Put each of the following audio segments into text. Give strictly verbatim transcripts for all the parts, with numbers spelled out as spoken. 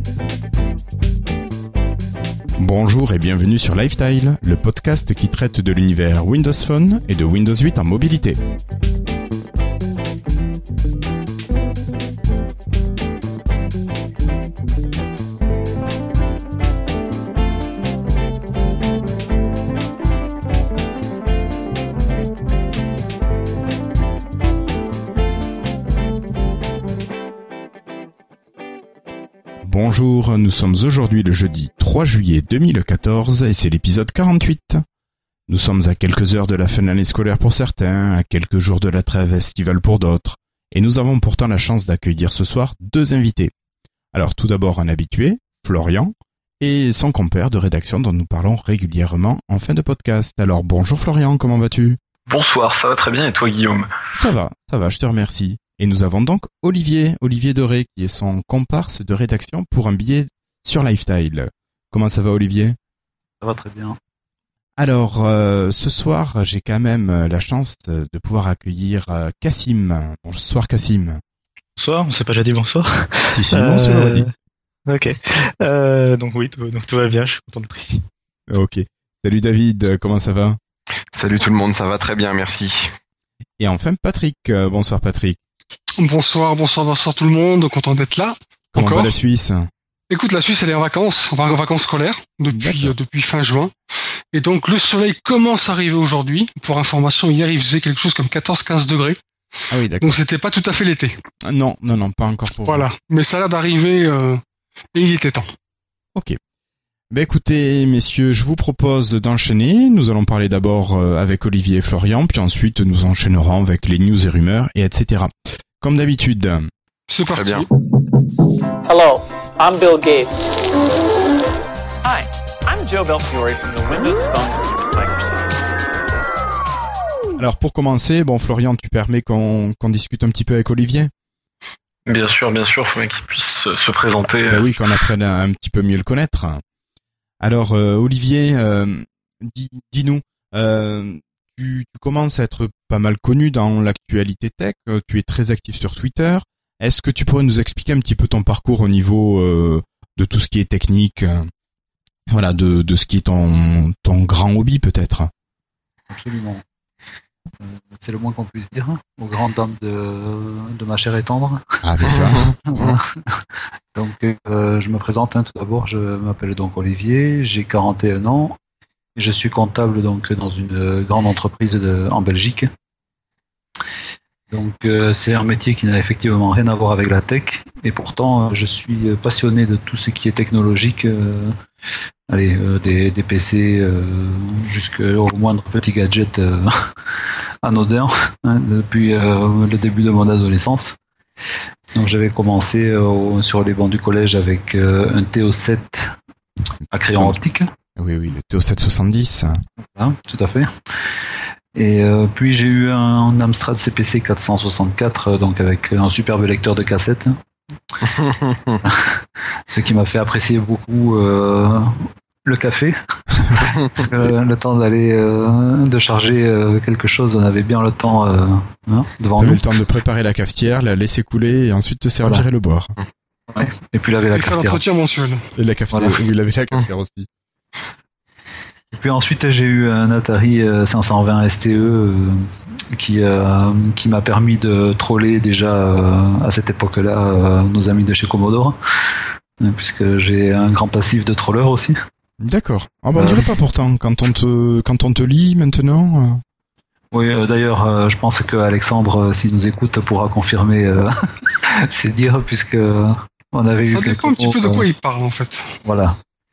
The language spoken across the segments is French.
Bonjour et bienvenue sur Lifestyle, le podcast qui traite de l'univers Windows Phone et de Windows huit en mobilité. Bonjour, nous sommes aujourd'hui le jeudi trois juillet deux mille quatorze et c'est l'épisode quarante-huit. Nous sommes à quelques heures de la fin de l'année scolaire pour certains, à quelques jours de la trêve estivale pour d'autres, et nous avons pourtant la chance d'accueillir ce soir deux invités. Alors tout d'abord un habitué, Florian, et son compère de rédaction dont nous parlons régulièrement en fin de podcast. Alors bonjour Florian, comment vas-tu ? Bonsoir, ça va très bien et toi Guillaume ? Ça va, ça va, je te remercie. Et nous avons donc Olivier, Olivier Doré, qui est son comparse de rédaction pour un billet sur Lifestyle. Comment ça va Olivier ? Ça va très bien. Alors, euh, ce soir, j'ai quand même la chance de pouvoir accueillir euh, Cassim. Bonsoir Cassim. Bonsoir, on s'est pas déjà dit bonsoir. Si, si, on se l'a dit. Ok. Euh, donc oui, tout, donc tout va bien, je suis content d'être ici. Ok. Salut David, comment ça va ? Salut tout le monde, ça va très bien, merci. Et enfin Patrick. Euh, bonsoir Patrick. Bonsoir, bonsoir, bonsoir tout le monde, content d'être là. Comment Encore. va la Suisse ? Écoute, la Suisse elle est en vacances, enfin en vacances scolaires, depuis, euh, depuis fin juin. Et donc le soleil commence à arriver aujourd'hui. Pour information, hier il faisait quelque chose comme quatorze à quinze degrés. Ah oui, d'accord. Donc c'était pas tout à fait l'été. Ah, non, non, non, pas encore pour Voilà, vous. mais ça a l'air d'arriver euh, et il était temps. Ok. Ben écoutez, messieurs, je vous propose d'enchaîner. Nous allons parler d'abord euh, avec Olivier et Florian, puis ensuite nous enchaînerons avec les news et rumeurs, et et cetera. Comme d'habitude. C'est parti. Très bien. Hello, I'm Bill Gates. Hi, I'm Joe Belfiore from the Windows Phone team at Microsoft. Alors pour commencer, bon Florian, tu permets qu'on, qu'on discute un petit peu avec Olivier ? Bien sûr, bien sûr, il faut bien qu'il puisse se, se présenter. Ben oui, qu'on apprenne à un petit peu mieux le connaître. Alors euh, Olivier, euh, dis, dis-nous, euh, tu, tu commences à être pas mal connu dans l'actualité tech, euh, tu es très actif sur Twitter. Est-ce que tu pourrais nous expliquer un petit peu ton parcours au niveau euh, de tout ce qui est technique, euh, voilà, de, de ce qui est ton, ton grand hobby peut-être ? Absolument. Euh, c'est le moins qu'on puisse dire, hein, aux grandes dames de, de ma chère et tendre. Ah, mais ça. Donc, euh, je me présente, hein, tout d'abord, je m'appelle donc Olivier, j'ai quarante et un ans, et je suis comptable donc dans une grande entreprise de, en Belgique. Donc, euh, c'est un métier qui n'a effectivement rien à voir avec la tech, et pourtant, je suis passionné de tout ce qui est technologique, euh, allez, euh, des, des P C euh, jusqu'au moindre petit gadget euh, anodin, hein, depuis euh, le début de mon adolescence. Donc j'avais commencé euh, sur les bancs du collège avec euh, un T O sept à crayon optique. Oui, oui, le T O sept soixante-dix. Voilà, tout à fait. Et euh, puis j'ai eu un Amstrad C P C quatre cent soixante-quatre, donc avec un superbe lecteur de cassettes. Ce qui m'a fait apprécier beaucoup euh, le café. Parce que le temps d'aller euh, de charger euh, quelque chose, on avait bien le temps euh, hein, devant Tu avais nous. le temps de préparer la cafetière, la laisser couler et ensuite te servir Voilà. et le boire. Ouais. Et puis laver la Et faire cafetière. l'entretien mensuel. Et la cafetière, Voilà. oui, laver la cafetière aussi. Et puis ensuite j'ai eu un Atari cinq cent vingt S T E euh, qui, euh, qui m'a permis de troller déjà euh, à cette époque-là euh, nos amis de chez Commodore, euh, puisque j'ai un grand passif de troller aussi. D'accord. Ah bah on dirait pas pourtant, quand on te, quand on te lit maintenant... Euh... Oui, euh, d'ailleurs, euh, je pense que Alexandre, euh, s'il nous écoute, pourra confirmer euh, ces dires, puisque on avait Ça eu... dépend un petit peu de quoi il parle en fait. Voilà.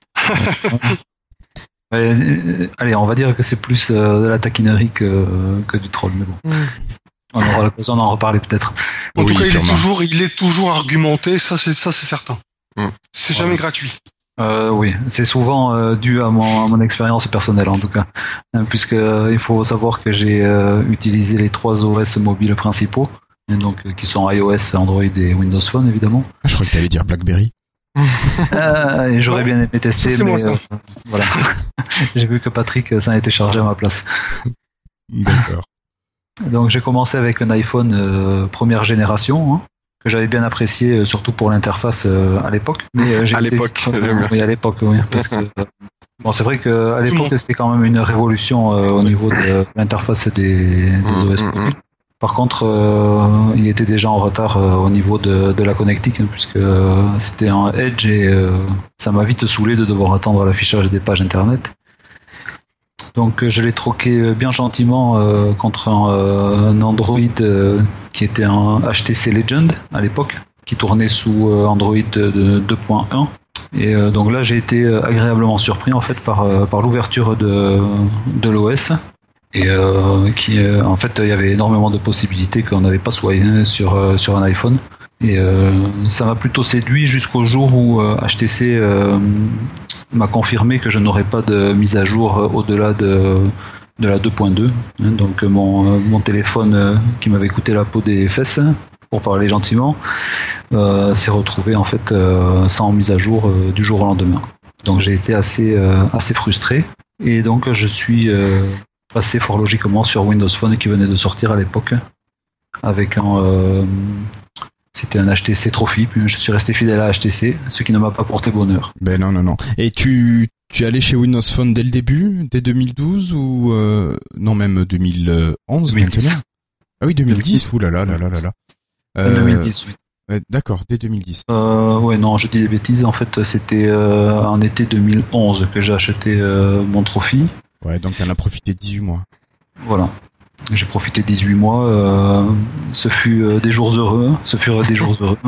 Euh, allez, on va dire que c'est plus euh, de la taquinerie que, que du troll, mais bon. Mm. On aura l'occasion d'en reparler peut-être. En Oui, tout cas, il est, sûrement. toujours, il est toujours argumenté, ça c'est, ça, c'est certain. Mm. C'est Voilà. jamais gratuit. Euh, oui, c'est souvent euh, dû à mon, à mon expérience personnelle en tout cas, hein, puisque euh, il faut savoir que j'ai euh, utilisé les trois O S mobiles principaux, hein, donc euh, qui sont iOS, Android et Windows Phone évidemment. Ah, je crois que t'allais dire BlackBerry. Euh, et j'aurais Non, bien aimé tester, ça, c'est mais moi, ça. euh, voilà. J'ai vu que Patrick s'en était chargé à ma place. D'accord. Donc j'ai commencé avec un iPhone euh, première génération, hein, que j'avais bien apprécié, surtout pour l'interface euh, à l'époque. Mais, euh, j'ai à été- l'époque, euh, j'aime bien. oui, à l'époque, oui, parce que euh, bon, c'est vrai qu'à l'époque c'était quand même une révolution euh, au niveau de l'interface des, des Mm, O S mm, mobiles. Par contre, euh, il était déjà en retard euh, au niveau de, de la connectique, hein, puisque euh, c'était en Edge et euh, ça m'a vite saoulé de devoir attendre l'affichage des pages internet. Donc euh, je l'ai troqué euh, bien gentiment euh, contre un, euh, un Android euh, qui était un H T C Legend à l'époque, qui tournait sous euh, Android de, de deux point un. Et euh, donc là j'ai été euh, agréablement surpris en fait par, euh, par l'ouverture de, de l'O S. Et euh, qui, euh, en fait, il y avait énormément de possibilités qu'on n'avait pas soigné sur, euh, sur un iPhone. Et euh, ça m'a plutôt séduit jusqu'au jour où euh, H T C euh, m'a confirmé que je n'aurais pas de mise à jour euh, au-delà de, de la deux point deux. Hein, donc mon, euh, mon téléphone euh, qui m'avait coûté la peau des fesses, pour parler gentiment, euh, s'est retrouvé en fait euh, sans mise à jour euh, du jour au lendemain. Donc j'ai été assez, euh, assez frustré. Et donc je suis... Euh, passé fort logiquement sur Windows Phone qui venait de sortir à l'époque avec un euh, c'était un H T C Trophy, puis je suis resté fidèle à H T C, ce qui ne m'a pas porté bonheur. Ben non, non, non. Et tu, tu es allé chez Windows Phone dès le début, dès deux mille douze ou euh, non, même deux mille onze deux mille dix. maintenant. Ah oui, deux mille dix. Ouh là là là là là là. Euh, deux mille dix, oui. ouais, d'accord, dès deux mille dix. Euh, ouais, non, je dis des bêtises. En fait, c'était euh, en été deux mille onze que j'ai acheté euh, mon Trophy. Ouais, donc t'en as profité dix-huit mois. Voilà. J'ai profité dix-huit mois. Euh, ce fut euh, des jours heureux. Ce furent des jours heureux.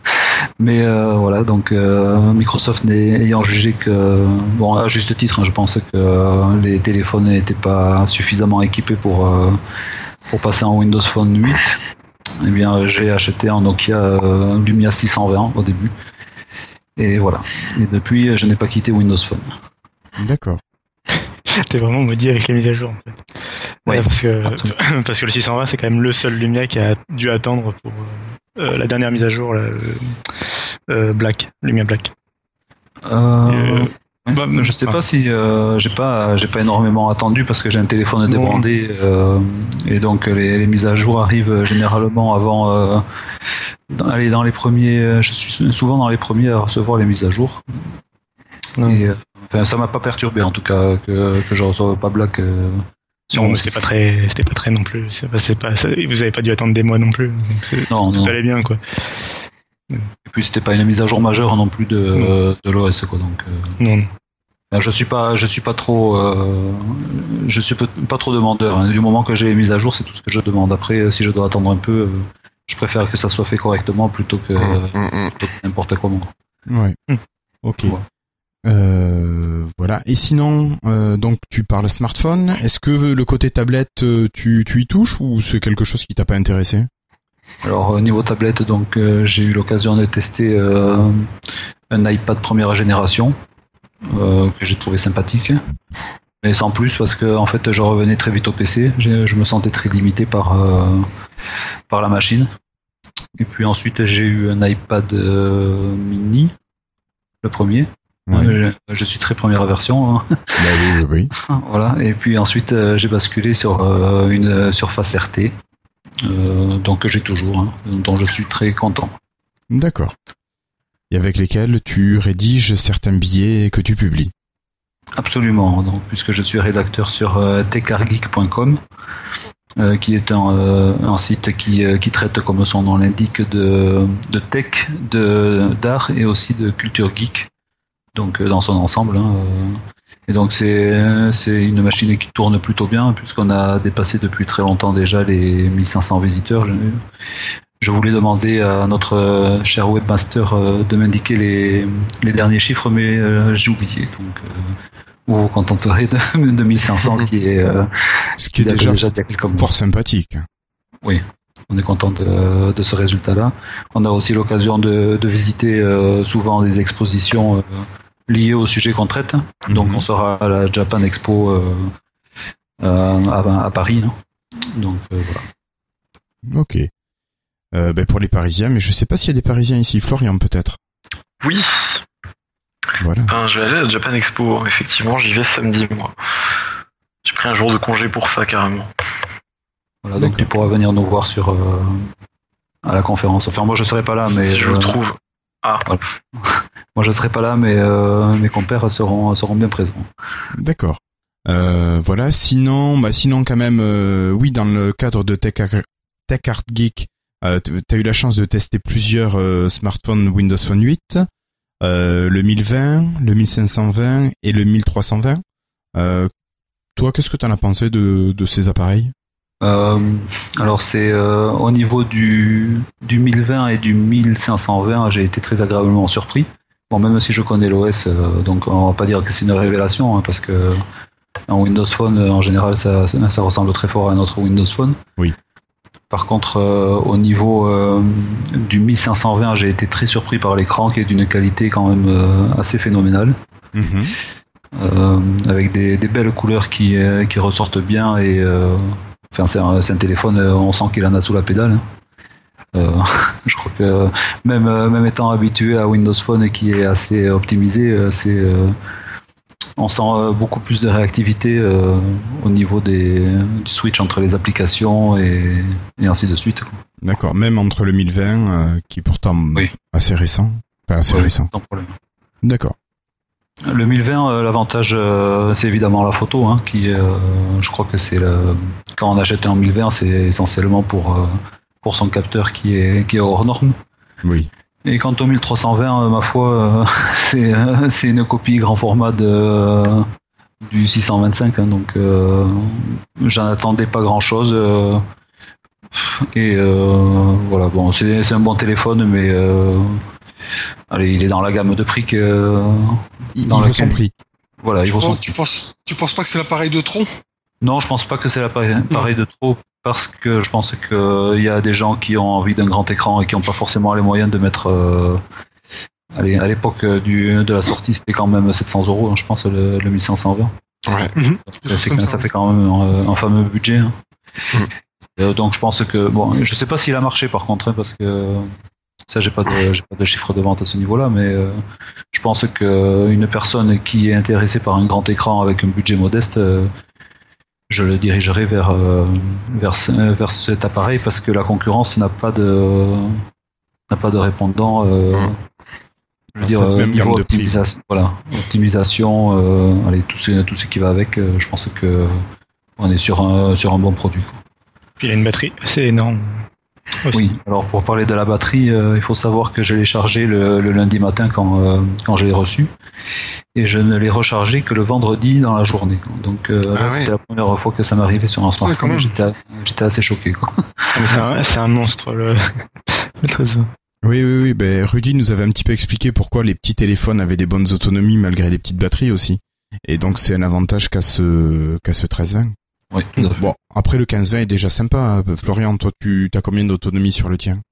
Mais euh, voilà, donc euh, Microsoft n'est- ayant jugé que, bon, à juste titre, hein, je pense que euh, les téléphones n'étaient pas suffisamment équipés pour, euh, pour passer en Windows Phone huit, eh bien, j'ai acheté un Nokia euh, Lumia six cent vingt au début. Et voilà. Et depuis, je n'ai pas quitté Windows Phone. D'accord. T'es vraiment maudit avec les mises à jour, en fait. Ouais, Ouais, parce que, absolument. parce que le six cent vingt, c'est quand même le seul Lumia qui a dû attendre pour euh, la dernière mise à jour, là, le, euh, Black, Lumia Black. Euh, Euh, ouais, bah, je sais ah. pas si euh, j'ai pas j'ai pas énormément attendu parce que j'ai un téléphone Non. débandé euh, et donc les, les mises à jour arrivent généralement avant euh, dans, allez, dans les premiers je suis souvent dans les premiers à recevoir les mises à jour. Non. Et, euh, enfin, ça m'a pas perturbé en tout cas que, que je reçoive pas Black euh, sur Non, mon mais c'était site. pas très, c'était pas très non plus. C'est pas, c'est pas, ça- vous avez pas dû attendre des mois non plus. Donc c'est- Non, tout non. allait bien, quoi. Et puis c'était pas une mise à jour majeure non plus de, Non. de l'O S quoi donc euh, Non, non. ben, je suis pas je suis pas trop euh, je suis pas pas trop demandeur hein. Du moment que j'ai les mises à jour c'est tout ce que je demande. Après euh, si je dois attendre un peu euh, je préfère que ça soit fait correctement plutôt que, Hum, hum, hum. plutôt que n'importe comment. Ouais. Hmm. Ok. Ouais. Euh, voilà. Et sinon, euh, donc tu parles smartphone. Est-ce que le côté tablette, euh, tu, tu y touches ou c'est quelque chose qui t'a pas intéressé? Alors au niveau tablette donc euh, j'ai eu l'occasion de tester euh, un iPad première génération euh, que j'ai trouvé sympathique. Mais sans plus parce que en fait je revenais très vite au P C, J'ai- je me sentais très limité par euh, par la machine. Et puis ensuite j'ai eu un iPad euh, mini, le premier. Ouais. Euh, Je, je suis très première version, hein. Bah oui, oui, oui. Voilà. Et puis ensuite euh, j'ai basculé sur euh, une euh, Surface R T, euh, donc que j'ai toujours, hein, dont je suis très content. D'accord. Et avec lesquels tu rédiges certains billets que tu publies. Absolument. Donc puisque je suis rédacteur sur euh, techargeek point com. Euh, qui est un, euh, un site qui, euh, qui traite, comme son nom l'indique, de, de tech, de, d'art et aussi de culture geek, donc euh, dans son ensemble. Hein, euh. Et donc c'est, c'est une machine qui tourne plutôt bien, puisqu'on a dépassé depuis très longtemps déjà les mille cinq cents visiteurs. Je, je voulais demander à notre euh, cher webmaster euh, de m'indiquer les, les derniers chiffres, mais euh, j'ai oublié. Donc euh, vous vous contenterez de, de mille cinq cents qui est... Euh, Ce qui est date déjà, déjà d'il y a quelques mois. fort sympathique. Oui, on est content de, de ce résultat-là. On a aussi l'occasion de, de visiter euh, souvent des expositions euh, liées au sujet qu'on traite. Donc Mhm. on sera à la Japan Expo euh, euh, à, à Paris. Hein. Donc euh, voilà. Ok. Euh, ben pour les Parisiens, mais je sais pas s'il y a des Parisiens ici. Florian peut-être. Oui, Voilà. enfin, je vais aller à la Japan Expo, effectivement, j'y vais samedi, moi. J'ai pris un jour de congé pour ça, carrément. Voilà, donc D'accord. tu pourras venir nous voir sur, euh, à la conférence. Enfin, moi je serai pas là, mais si je le trouve. Ah. Voilà. Moi je serai pas là, mais euh, mes compères seront seront bien présents. D'accord. Euh, voilà. Sinon, bah sinon quand même, euh, oui, dans le cadre de Tech, Tech Art Geek, euh, t'as eu la chance de tester plusieurs euh, smartphones Windows Phone huit, euh, le mille vingt, le mille cinq cent vingt et le mille trois cent vingt. Euh, toi, qu'est-ce que t'en as pensé de de ces appareils? Euh, alors c'est euh, au niveau du du mille vingt et du mille cinq cent vingt, j'ai été très agréablement surpris. Bon, même si je connais l'O S, euh, donc on va pas dire que c'est une révélation, hein, parce que un Windows Phone en général ça, ça, ça ressemble très fort à un autre Windows Phone. Oui. Par contre, euh, au niveau euh, du mille cinq cent vingt, j'ai été très surpris par l'écran qui est d'une qualité quand même euh, assez phénoménale. Mm-hmm. Euh, avec des, des belles couleurs qui, euh, qui ressortent bien et euh, enfin c'est un, c'est un téléphone, on sent qu'il en a sous la pédale. Hein. Euh, je crois que même, même étant habitué à Windows Phone qui est assez optimisé, c'est, euh, on sent beaucoup plus de réactivité euh, au niveau des, du switch entre les applications et, et ainsi de suite. Quoi. D'accord, même entre le mille vingt, euh, qui est pourtant oui. assez récent. Pas assez oui, récent. Sans problème. D'accord. Le mille vingt, euh, l'avantage, euh, c'est évidemment la photo, hein, qui, euh, je crois que c'est le, quand on achète un mille vingt, c'est essentiellement pour, euh, pour son capteur qui est, qui est hors norme. Oui. Et quant au mille trois cent vingt, euh, ma foi, euh, c'est, euh, c'est une copie grand format de, euh, du six cent vingt-cinq, hein, donc euh, j'en attendais pas grand chose. Euh, et euh, voilà, bon, c'est, c'est un bon téléphone, mais euh, allez, il est dans la gamme de prix que. Il, dans il vaut son prix. Voilà, tu, il vaut penses, son tu, penses, tu penses pas que c'est l'appareil de trop? Non, je pense pas que c'est l'appareil de trop, parce que je pense qu'il y a des gens qui ont envie d'un grand écran et qui n'ont pas forcément les moyens de mettre. Euh, allez, à l'époque du, de la sortie, c'était quand même sept cents euros, hein, je pense, le, le mille cinq cent vingt. Ouais. Mmh. Ça, fait, ça, ça fait quand même un, un fameux budget. Hein. Mmh. Euh, donc je pense que bon, je sais pas s'il a marché par contre, hein, parce que ça j'ai pas de j'ai pas de chiffre de vente à ce niveau-là, mais euh, je pense que une personne qui est intéressée par un grand écran avec un budget modeste, euh, je le dirigerai vers euh, vers vers cet appareil parce que la concurrence n'a pas de n'a pas de répondant. Euh, mmh. Je veux dire, euh, niveau optimisation, voilà, optimisation, euh, allez, tout ce, tout ce qui va avec, euh, je pense que on est sur un, sur un bon produit. Quoi. Puis il a une batterie assez énorme. Aussi. Oui, alors pour parler de la batterie, euh, il faut savoir que je l'ai chargé le, le lundi matin quand, euh, quand je l'ai reçu, et je ne l'ai rechargé que le vendredi dans la journée. Donc euh, ah là, oui. c'était la première fois que ça m'arrivait sur un smartphone, ouais, j'étais, j'étais assez choqué. Quoi. C'est, un, c'est un monstre, le, le trésor. Oui, oui, oui. Ben, Rudy nous avait un petit peu expliqué pourquoi les petits téléphones avaient des bonnes autonomies malgré les petites batteries aussi. Et donc, c'est un avantage qu'a ce, qu'a ce treize vingt. Oui, tout à fait. Bon, après, le quinze vingt est déjà sympa. Florian, toi, tu as combien d'autonomie sur le tien?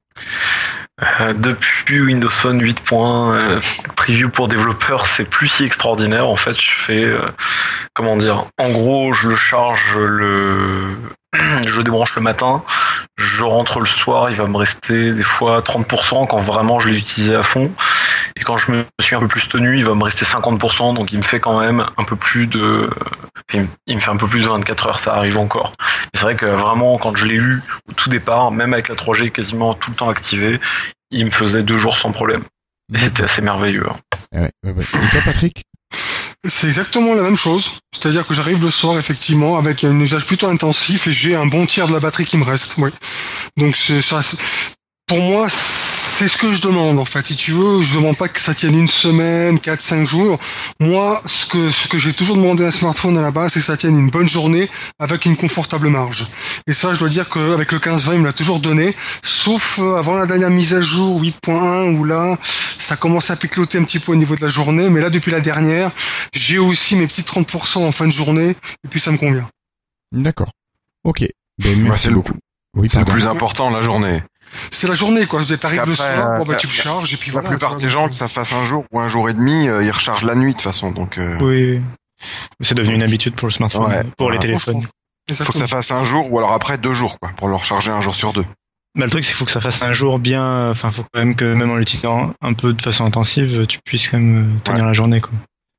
Euh, depuis Windows Phone huit point un, euh, preview pour développeurs, c'est plus si extraordinaire. En fait, je fais, euh, comment dire, en gros, je le charge le, je le débranche le matin, je rentre le soir, il va me rester des fois trente pour cent quand vraiment je l'ai utilisé à fond. Et quand je me suis un peu plus tenu, il va me rester cinquante pour cent, donc il me fait quand même un peu plus de, il me fait un peu plus de vingt-quatre heures, ça arrive encore. Mais c'est vrai que vraiment, quand je l'ai eu au tout départ, même avec la trois G quasiment tout le temps activée, il me faisait deux jours sans problème. Et c'était assez merveilleux. Ouais, ouais, ouais. Et toi, Patrick? C'est exactement la même chose. C'est-à-dire que j'arrive le soir, effectivement, avec un usage plutôt intensif et j'ai un bon tiers de la batterie qui me reste. Oui. Donc, c'est ça. C'est... Pour moi, c'est ce que je demande, en fait. Si tu veux, je demande pas que ça tienne une semaine, quatre, cinq jours. Moi, ce que, ce que j'ai toujours demandé à un smartphone à la base, c'est que ça tienne une bonne journée avec une confortable marge. Et ça, je dois dire qu'avec le quinze vingt, il me l'a toujours donné. Sauf avant la dernière mise à jour, huit point un, où là, ça commence à picoter un petit peu au niveau de la journée. Mais là, depuis la dernière, j'ai aussi mes petits trente pour cent en fin de journée. Et puis, ça me convient. D'accord. Ok. Ben, merci bah, c'est beaucoup. Le, oui, c'est le plus important, la journée. C'est la journée, quoi. Je t'arrive le soir, bon, bah, tu le euh, charges, et puis la voilà. La plupart des gens, que ça fasse un jour ou un jour et demi, euh, ils rechargent la nuit, de toute façon, donc, euh... Oui. C'est devenu une habitude pour le smartphone, ouais, pour voilà. les téléphones. Il faut que ça fasse un jour, ou alors après deux jours, quoi, pour le recharger un jour sur deux. Bah, le truc, c'est qu'il faut que ça fasse un jour bien, enfin, faut quand même que, même en l'utilisant un peu de façon intensive, tu puisses quand même tenir ouais. la journée, quoi.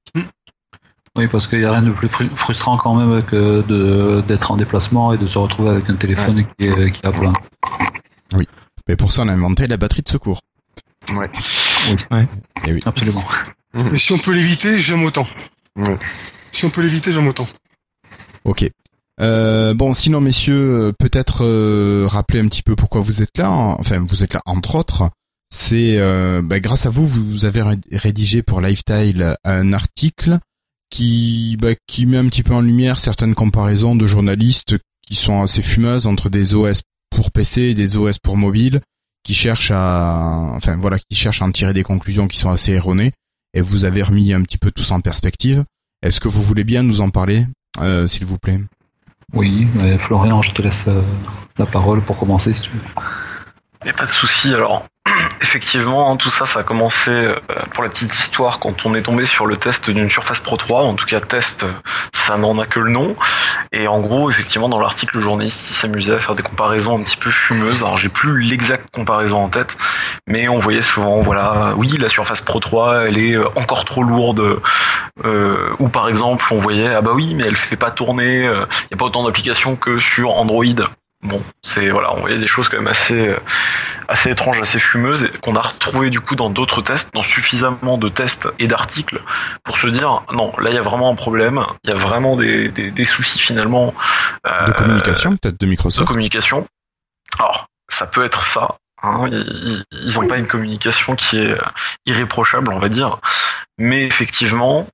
Oui, parce qu'il n'y a rien de plus frustrant quand même que de, d'être en déplacement et de se retrouver avec un téléphone ouais. qui est, qui est à plein. Oui. Mais pour ça, on a inventé la batterie de secours. Ouais. Oui, Ouais. Et oui. absolument. Et si on peut l'éviter, j'aime autant. Ouais. Si on peut l'éviter, j'aime autant. Ok. Euh, bon, sinon, messieurs, peut-être euh, rappeler un petit peu pourquoi vous êtes là. Enfin, vous êtes là, entre autres. C'est euh, bah, grâce à vous, vous avez rédigé pour Lifestyle un article qui, bah, qui met un petit peu en lumière certaines comparaisons de journalistes qui sont assez fumeuses entre des O S pour P C et des O S pour mobile, qui cherchent à, enfin voilà, qui cherchent à en tirer des conclusions qui sont assez erronées. Et vous avez remis un petit peu tout ça en perspective. Est-ce que vous voulez bien nous en parler, euh, s'il vous plaît? Oui, mais Florian, je te laisse euh, la parole pour commencer si tu veux. Il n'y a pas de souci. Alors, effectivement, tout ça, ça a commencé, euh, pour la petite histoire, quand on est tombé sur le test d'une Surface Pro trois. En tout cas, test, ça n'en a que le nom. Et en gros, effectivement, dans l'article, le journaliste il s'amusait à faire des comparaisons un petit peu fumeuses. Alors, j'ai plus l'exacte comparaison en tête, mais on voyait souvent, voilà, oui, la Surface Pro trois, elle est encore trop lourde. Euh, ou par exemple, on voyait, ah bah oui, mais elle fait pas tourner, il euh, n'y a pas autant d'applications que sur Android. Bon, c'est voilà, on voyait des choses quand même assez assez étranges, assez fumeuses, qu'on a retrouvé du coup dans d'autres tests, dans suffisamment de tests et d'articles pour se dire non, là il y a vraiment un problème, il y a vraiment des des, des soucis finalement euh, de communication, peut-être de Microsoft. De communication. Alors, ça peut être ça. Hein, ils ils ont pas une communication qui est irréprochable, on va dire, mais effectivement.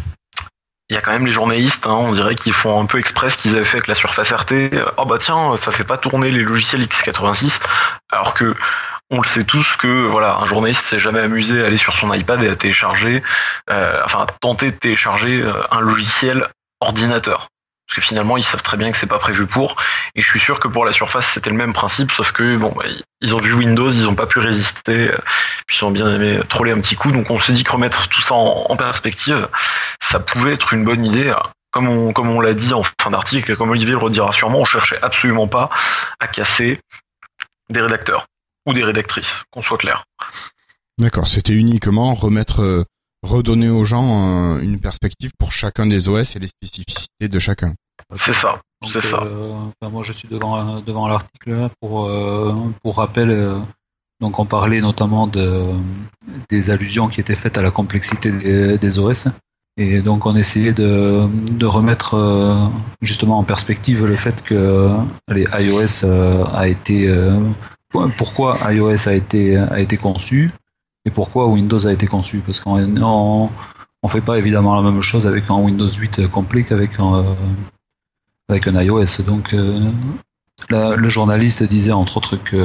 Il y a quand même les journalistes, hein, on dirait qu'ils font un peu exprès ce qu'ils avaient fait avec la Surface R T. Oh bah tiens, ça fait pas tourner les logiciels x quatre-vingt-six, alors que on le sait tous que voilà, un journaliste s'est jamais amusé à aller sur son iPad et à télécharger, euh, enfin à tenter de télécharger un logiciel ordinateur. Parce que finalement, ils savent très bien que c'est pas prévu pour. Et je suis sûr que pour la Surface, c'était le même principe, sauf que bon, bah, ils ont vu Windows, ils ont pas pu résister, puis ils ont bien aimé troller un petit coup. Donc on s'est dit que remettre tout ça en, en perspective, ça pouvait être une bonne idée. Comme on, comme on l'a dit en fin d'article, et comme Olivier le redira sûrement, on cherchait absolument pas à casser des rédacteurs ou des rédactrices, qu'on soit clair. D'accord, c'était uniquement remettre, euh, redonner aux gens euh, une perspective pour chacun des O S et les spécificités de chacun. C'est ça, Donc, c'est ça. Euh, enfin, moi, je suis devant devant l'article pour euh, pour rappel. Euh, donc, on parlait notamment de des allusions qui étaient faites à la complexité des, des O S. Et donc on essayait de, de remettre euh, justement en perspective le fait que allez, iOS euh, a été euh, pourquoi iOS a été a été conçu et pourquoi Windows a été conçu, parce qu'on on, on fait pas évidemment la même chose avec un Windows huit complet qu'avec un euh, avec un iOS. Donc euh, la, le journaliste disait entre autres que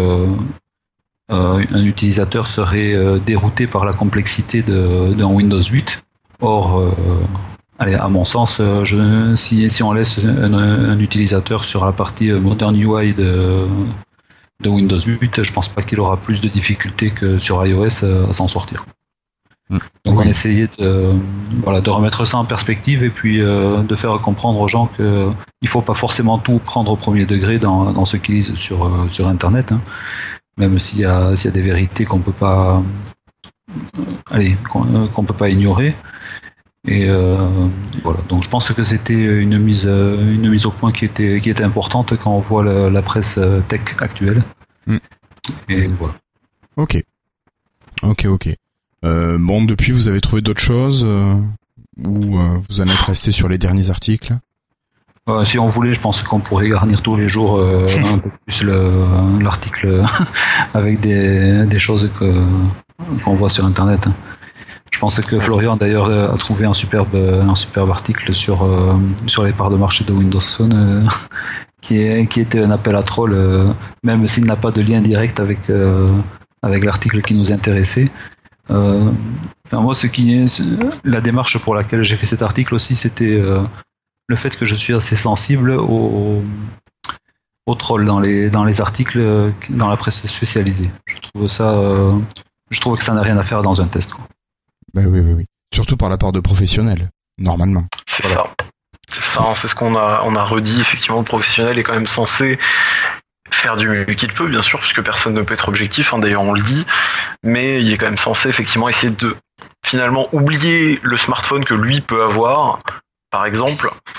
euh, un utilisateur serait euh, dérouté par la complexité de d'un Windows huit. Or, euh, allez, à mon sens, je, si, si on laisse un, un utilisateur sur la partie Modern U I de, de Windows huit, je pense pas qu'il aura plus de difficultés que sur iOS à s'en sortir. Mmh. Donc oui. On essayait de, voilà, de remettre ça en perspective et puis euh, de faire comprendre aux gens qu'il ne faut pas forcément tout prendre au premier degré dans, dans ce qu'ils lisent sur, sur Internet, hein, même s'il y a, s'il y a des vérités qu'on peut pas... Allez, qu'on, qu'on peut pas ignorer. Et euh, voilà. Donc je pense que c'était une mise, une mise au point qui était, qui était importante quand on voit la, la presse tech actuelle. Mm. Et voilà. Ok. Ok, ok. Euh, bon, depuis, vous avez trouvé d'autres choses euh, ou euh, vous en êtes resté sur les derniers articles? Euh, si on voulait, je pense qu'on pourrait garnir tous les jours euh, un peu plus le, l'article avec des, des choses que, qu'on voit sur Internet. Je pense que Florian d'ailleurs a trouvé un superbe, un superbe article sur, euh, sur les parts de marché de Windows Phone euh, qui, est, qui était un appel à troll, euh, même s'il n'a pas de lien direct avec, euh, avec l'article qui nous intéressait. Euh, enfin, moi, ce qui est, la démarche pour laquelle j'ai fait cet article aussi, c'était euh, le fait que je suis assez sensible au, au troll dans les, dans les articles, dans la presse spécialisée. Je trouve ça, euh, je trouve que ça n'a rien à faire dans un test, quoi. Ben oui, oui, oui. Surtout par la part de professionnels, normalement. C'est voilà. ça. C'est ça, c'est ce qu'on a, on a redit, effectivement, le professionnel est quand même censé faire du mieux qu'il peut, bien sûr, puisque personne ne peut être objectif, hein, d'ailleurs on le dit, mais il est quand même censé, effectivement, essayer de, finalement, oublier le smartphone que lui peut avoir, par exemple,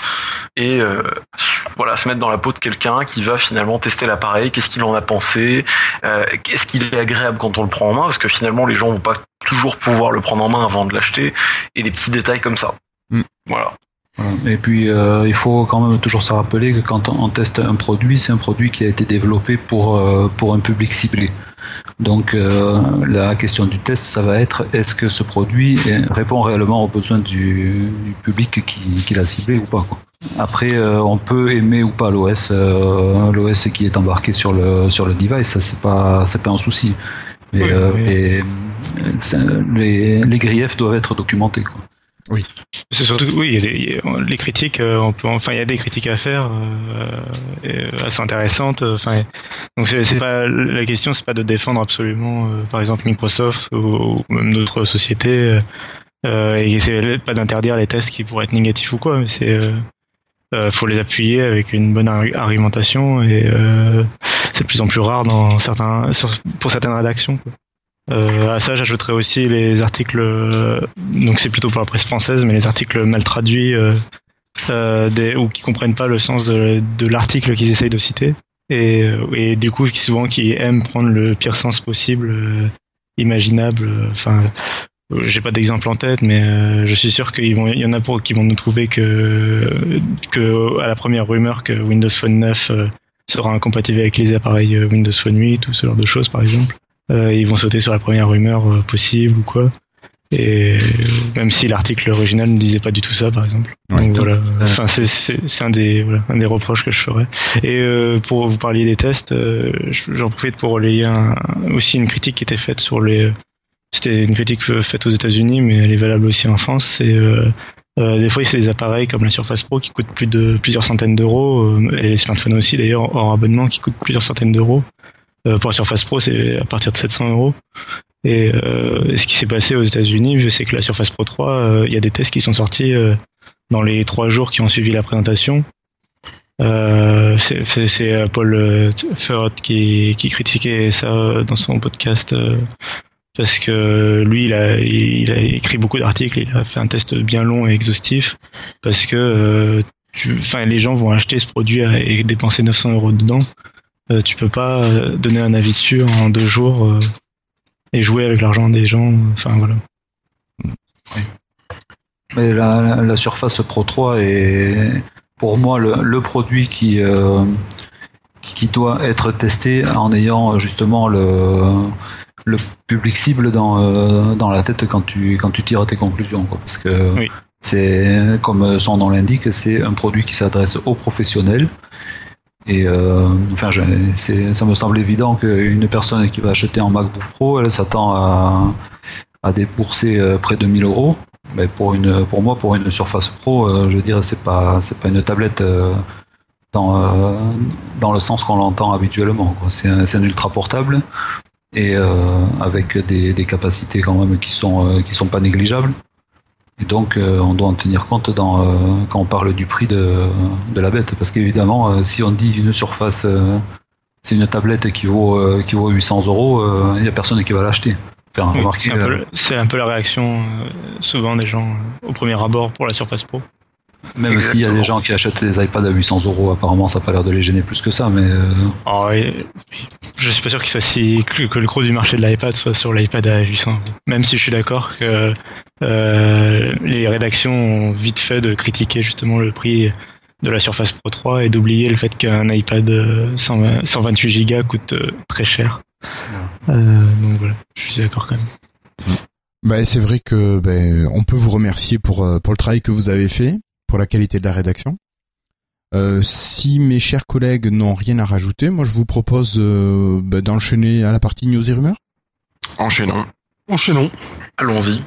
et euh, voilà, se mettre dans la peau de quelqu'un qui va finalement tester l'appareil, qu'est-ce qu'il en a pensé, euh, est-ce qu'il est agréable quand on le prend en main, parce que finalement les gens vont pas toujours pouvoir le prendre en main avant de l'acheter, et des petits détails comme ça. Mm. Voilà. Et puis euh, il faut quand même toujours se rappeler que quand on teste un produit, c'est un produit qui a été développé pour euh, pour un public ciblé. Donc euh, la question du test, ça va être est-ce que ce produit répond réellement aux besoins du, du public qui, qui l'a ciblé ou pas, quoi. Après, euh, on peut aimer ou pas l'O S, euh, l'O S qui est embarqué sur le sur le device, ça c'est pas c'est pas un souci. Mais, oui, euh, oui. Et, les les griefs doivent être documentés, quoi. Oui. C'est surtout oui, il y a des, il y a, les critiques, euh, on peut, enfin il y a des critiques à faire euh, et, assez intéressantes. Enfin, donc c'est, c'est pas la question, c'est pas de défendre absolument, euh, par exemple Microsoft ou, ou même d'autres sociétés, euh, et c'est pas d'interdire les tests qui pourraient être négatifs ou quoi, mais c'est euh, euh, faut les appuyer avec une bonne argumentation et euh, c'est de plus en plus rare dans certains, sur, pour certaines rédactions, quoi. Euh, à ça, j'ajouterais aussi les articles, euh, donc c'est plutôt pour la presse française, mais les articles mal traduits euh, euh, des, ou qui comprennent pas le sens de, de l'article qu'ils essayent de citer, et, et du coup, souvent qui aiment prendre le pire sens possible, euh, imaginable. Enfin, euh, j'ai pas d'exemple en tête, mais euh, je suis sûr qu'il vont, il y en a pour qui vont nous trouver que, que à la première rumeur que Windows Phone neuf euh, sera incompatible avec les appareils Windows Phone huit ou ce genre de choses, par exemple. Euh, ils vont sauter sur la première rumeur euh, possible ou quoi. Et euh, même si l'article original ne disait pas du tout ça, par exemple. Ouais, donc voilà. Enfin, c'est, c'est, c'est un des voilà, un des reproches que je ferais. Et euh, pour vous parler des tests, euh, j'en profite pour relayer un, aussi une critique qui était faite sur les. C'était une critique faite aux États-Unis, mais elle est valable aussi en France. C'est euh, euh, des fois, c'est des appareils comme la Surface Pro qui coûtent plus de plusieurs centaines d'euros, euh, et les smartphones aussi d'ailleurs hors abonnement qui coûtent plusieurs centaines d'euros. Euh, pour la Surface Pro, c'est à partir de sept cents euros. Et euh, ce qui s'est passé aux États-Unis, je sais que la Surface Pro trois, il euh, y a des tests qui sont sortis euh, dans les trois jours qui ont suivi la présentation. Euh, c'est, c'est, c'est Paul Thurrott qui, qui critiquait ça dans son podcast euh, parce que lui, il a, il a écrit beaucoup d'articles, il a fait un test bien long et exhaustif parce que euh, tu, enfin, les gens vont acheter ce produit et dépenser neuf cents euros dedans. Euh, tu peux pas euh, donner un avis dessus en deux jours euh, et jouer avec l'argent des gens. Enfin voilà. Oui. Mais la, la Surface Pro trois est pour moi le, le produit qui, euh, qui doit être testé en ayant justement le, le public cible dans, euh, dans la tête quand tu, quand tu tires tes conclusions, quoi. Parce que oui. C'est, comme son nom l'indique, c'est un produit qui s'adresse aux professionnels. Et euh, enfin, je, c'est, ça me semble évident qu'une personne qui va acheter un MacBook Pro, elle s'attend à, à débourser près de mille euros. Mais pour une, pour moi, pour une Surface Pro, euh, je veux dire, c'est pas, c'est pas une tablette euh, dans, euh, dans le sens qu'on l'entend habituellement, quoi. C'est un, c'est un ultra portable et euh, avec des, des capacités quand même qui sont, euh, qui sont pas négligeables. Et donc, euh, on doit en tenir compte dans, euh, quand on parle du prix de, de la bête. Parce qu'évidemment, euh, si on dit une Surface, euh, c'est une tablette qui vaut, euh, qui vaut huit cents euros, il euh, n'y a personne qui va l'acheter. Enfin, oui, c'est, un peu, euh, c'est un peu la réaction euh, souvent des gens euh, au premier abord pour la Surface Pro. Même Exactement. S'il y a des gens qui achètent des iPads à huit cents euros, apparemment ça n'a pas l'air de les gêner plus que ça, mais... Euh... Oh, oui. Je suis pas sûr qu'il soit si... que le gros du marché de l'iPad soit sur l'iPad à huit cents euros. Même si je suis d'accord que euh, les rédactions ont vite fait de critiquer justement le prix de la Surface Pro trois et d'oublier le fait qu'un iPad cent vingt, cent vingt-huit giga coûte très cher. Ouais. Euh, donc voilà, je suis d'accord quand même. Bah, c'est vrai que ben, on peut vous remercier pour, pour le travail que vous avez fait, pour la qualité de la rédaction. Euh, si mes chers collègues n'ont rien à rajouter, moi je vous propose euh, bah, d'enchaîner à la partie news et rumeurs. Enchaînons. Enchaînons. Allons-y.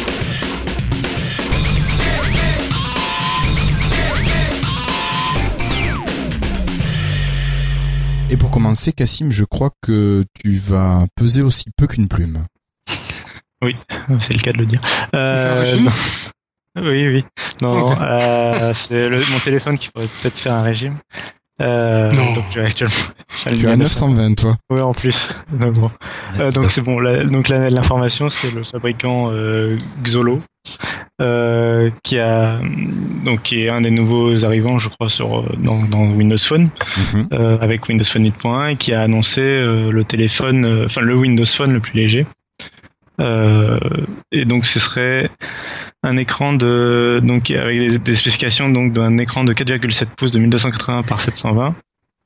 Et pour commencer, Cassim, je crois que tu vas peser aussi peu qu'une plume. Oui, c'est le cas de le dire. Euh, Oui, oui. Non, okay. euh, c'est le, mon téléphone qui pourrait peut-être faire un régime. Euh, non. Donc, tu as actuellement. Tu as neuf cent vingt, toi. Oui, en plus. Donc, bon. euh, donc c'est bon. La, donc la, l'information, c'est le fabricant euh, Xolo euh, qui a donc qui est un des nouveaux arrivants, je crois, sur dans, dans Windows Phone, mm-hmm. euh, avec Windows Phone huit point un, et qui a annoncé euh, le téléphone, enfin euh, le Windows Phone le plus léger. Euh, et donc ce serait un écran de donc avec des, des spécifications donc d'un écran de quatre virgule sept pouces de mille deux cent quatre-vingts par sept cent vingt,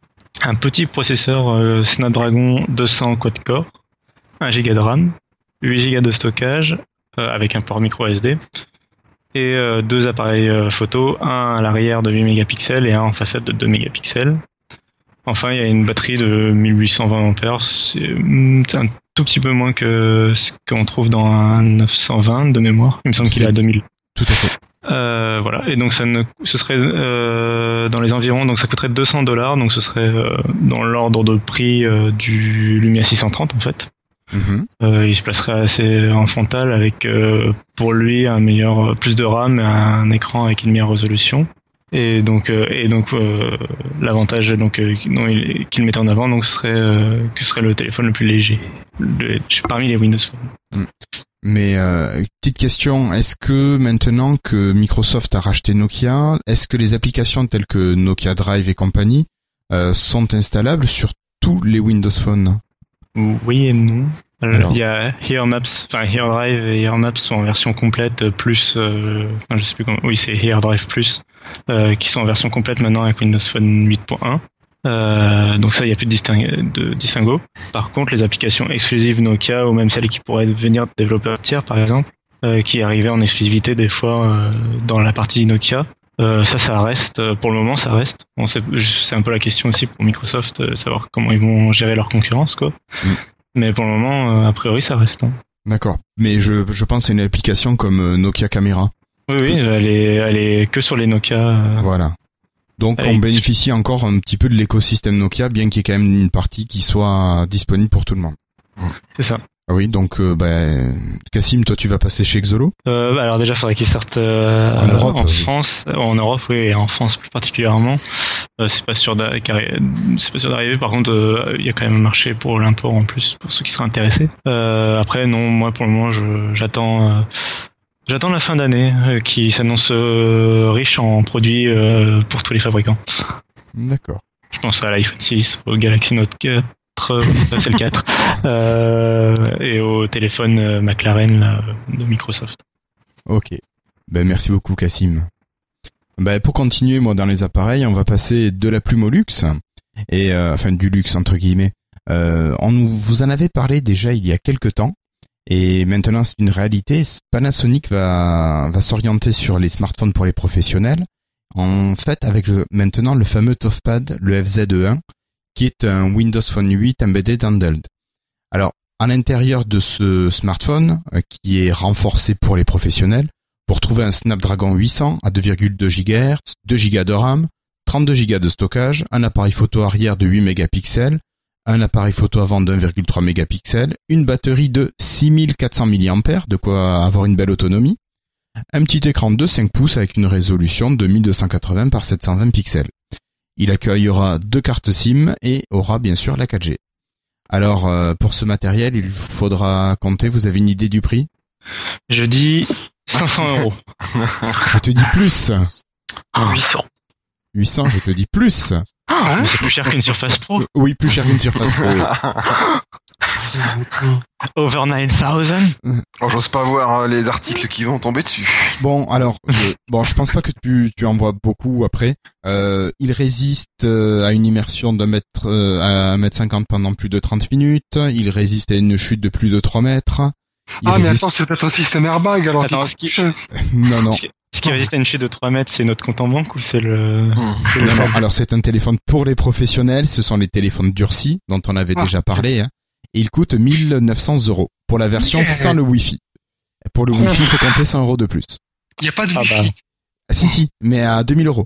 un petit processeur euh, Snapdragon deux cents quad-core, un giga de RAM, huit giga de stockage euh, avec un port micro S D et euh, deux appareils euh, photo, un à l'arrière de huit mégapixels et un en façade de deux mégapixels. Enfin, il y a une batterie de mille huit cent vingt ampères, c'est un tout petit peu moins que ce qu'on trouve dans un neuf cent vingt de mémoire. Il me semble qu'il est à deux mille. Tout à fait. Euh, voilà. Et donc ça ne, ce serait euh, dans les environs, donc ça coûterait deux cents dollars, donc ce serait euh, dans l'ordre de prix euh, du Lumia six cent trente en fait. Mm-hmm. Euh, il se placerait assez en frontal avec euh, pour lui un meilleur, plus de RAM, un écran avec une meilleure résolution. Et donc, euh, et donc euh, l'avantage donc euh, qu'il mettait en avant, donc ce serait euh, que ce serait le téléphone le plus léger le, parmi les Windows Phone. Mais euh, petite question, est-ce que maintenant que Microsoft a racheté Nokia, est-ce que les applications telles que Nokia Drive et compagnie euh, sont installables sur tous les Windows Phone? Oui et non. Alors, il y a Here Maps, enfin Here Drive et Here Maps sont en version complète plus, euh, enfin, je sais plus comment, oui c'est Here Drive plus. Euh, qui sont en version complète maintenant avec Windows Phone huit point un. Euh, donc ça, il n'y a plus de, disting- de distinguo. Par contre, les applications exclusives Nokia, ou même celles qui pourraient venir de développeurs tiers, par exemple, euh, qui arrivaient en exclusivité des fois euh, dans la partie Nokia, euh, ça, ça reste. Pour le moment, ça reste. Bon, c'est, c'est un peu la question aussi pour Microsoft, euh, savoir comment ils vont gérer leur concurrence, quoi. Mm. Mais pour le moment, euh, a priori, ça reste. Hein. D'accord. Mais je, je pense à une application comme Nokia Camera. Oui, oui, elle est, elle est que sur les Nokia. Voilà. Donc on bénéficie encore un petit peu de l'écosystème Nokia, bien qu'il y ait quand même une partie qui soit disponible pour tout le monde. C'est ça. Ah oui, donc euh, bah, Cassim, toi tu vas passer chez Xolo euh, bah, alors déjà, il faudrait qu'il sorte euh, en Europe, en oui. France, en Europe, oui, et en France plus particulièrement. Euh, c'est pas sûr d'arriver. C'est pas sûr d'arriver. Par contre, euh, il y a quand même un marché pour l'import en plus pour ceux qui seraient intéressés. Euh, après, non, moi pour le moment, je, j'attends. Euh, J'attends la fin d'année euh, qui s'annonce euh, riche en produits euh, pour tous les fabricants. D'accord. Je pense à l'iPhone six, au Galaxy Note quatre, euh, c'est le quatre, euh, et au téléphone euh, McLaren là, de Microsoft. Ok. Ben, merci beaucoup Cassim. Ben, pour continuer, moi dans les appareils, on va passer de la plume au luxe, et euh, enfin du luxe entre guillemets. Euh, on vous en avait parlé déjà il y a quelques temps. Et maintenant, c'est une réalité. Panasonic va, va s'orienter sur les smartphones pour les professionnels. En fait, avec le, maintenant le fameux ToughPad, le F Z E un, qui est un Windows Phone huit embedded handled. Alors, à l'intérieur de ce smartphone, euh, qui est renforcé pour les professionnels, vous retrouvez un Snapdragon huit cents à deux virgule deux gigahertz, deux gigas de RAM, trente-deux gigas de stockage, un appareil photo arrière de huit mégapixels, un appareil photo avant de un virgule trois mégapixels, une batterie de six mille quatre cents milliampères, de quoi avoir une belle autonomie, un petit écran de cinq pouces avec une résolution de mille deux cent quatre-vingts par sept cent vingt pixels. Il accueillera deux cartes SIM et aura bien sûr la quatre G. Alors, euh, pour ce matériel, il faudra compter, vous avez une idée du prix ? Je dis cinq cents euros. Je te dis plus. huit cents. huit cents, je te dis plus. Ah, hein, c'est plus cher qu'une Surface Pro. Oui, plus cher qu'une Surface Pro. Oui. Over nine thousand. Oh, j'ose pas voir les articles qui vont tomber dessus. Bon, alors, je, bon, je pense pas que tu, tu en vois beaucoup après. Euh, il résiste à une immersion d'un mètre euh, à un mètre cinquante pendant plus de trente minutes. Il résiste à une chute de plus de trois mètres. Il ah, résiste... mais attends, c'est peut-être un système airbag alors. Attends, qui... qui... Non, non. Ce qui résiste à une chute de trois mètres, c'est notre compte en banque ou c'est le... Mmh. C'est le... Non, alors c'est un téléphone pour les professionnels, ce sont les téléphones durcis, dont on avait ah. déjà parlé, hein, et il coûte mille neuf cents euros pour la version yeah. sans le Wi-Fi. Pour le Wi-Fi, il faut compter cent euros de plus. Il n'y a pas de ah Wi-Fi. Bah. Ah, si, si, mais à deux mille euros.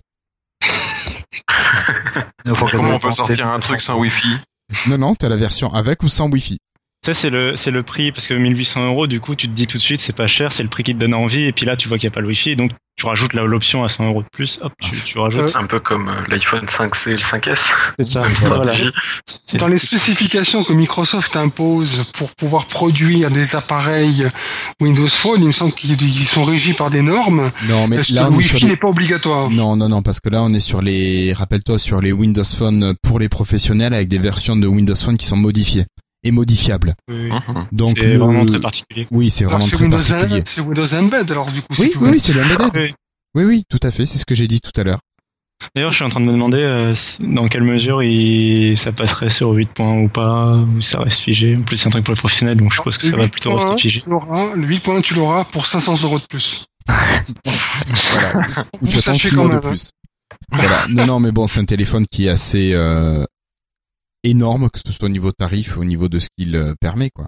Comment on peut sortir un truc sans Wi-Fi ? Non, non, t'as la version avec ou sans Wi-Fi. Ça, c'est le, c'est le prix, parce que mille huit cents euros, du coup, tu te dis tout de suite, c'est pas cher, c'est le prix qui te donne envie, et puis là, tu vois qu'il n'y a pas le Wi-Fi, donc tu rajoutes là, l'option à cent euros de plus, hop, tu, tu rajoutes. C'est un peu comme euh, l'iPhone cinq C et le cinq S. C'est ça, Même voilà. stratégie. Dans les spécifications que Microsoft impose pour pouvoir produire des appareils Windows Phone, il me semble qu'ils qu'ils sont régis par des normes. Non, mais Est-ce là, que le on est sur Wi-Fi des- n'est pas obligatoire? Non, non, non, parce que là, on est sur les, rappelle-toi, sur les Windows Phone pour les professionnels avec des versions de Windows Phone qui sont modifiées et modifiables. Oui, Mhm. Donc, c'est le- vraiment très particulier. oui, c'est Alors vraiment c'est très Windows, particulier. c'est Windows Embed, alors du coup. Oui, c'est oui, oui, c'est le embedded. Oui. Oui, oui, tout à fait, c'est ce que j'ai dit tout à l'heure. D'ailleurs, je suis en train de me demander euh, si- dans quelle mesure il, ça passerait sur huit points ou pas, ou ça reste figé. En plus, c'est un truc pour les professionnels, donc je suppose que ça va plutôt rester figé. Tu l'auras, le huit points, tu l'auras pour cinq cents euros de plus. Voilà. Ou Vous j'attends sachez six quand mois de même, hein. plus. Voilà. Non, non, mais bon, c'est un téléphone qui est assez euh, énorme, que ce soit au niveau tarif ou au niveau de ce qu'il euh, permet, quoi.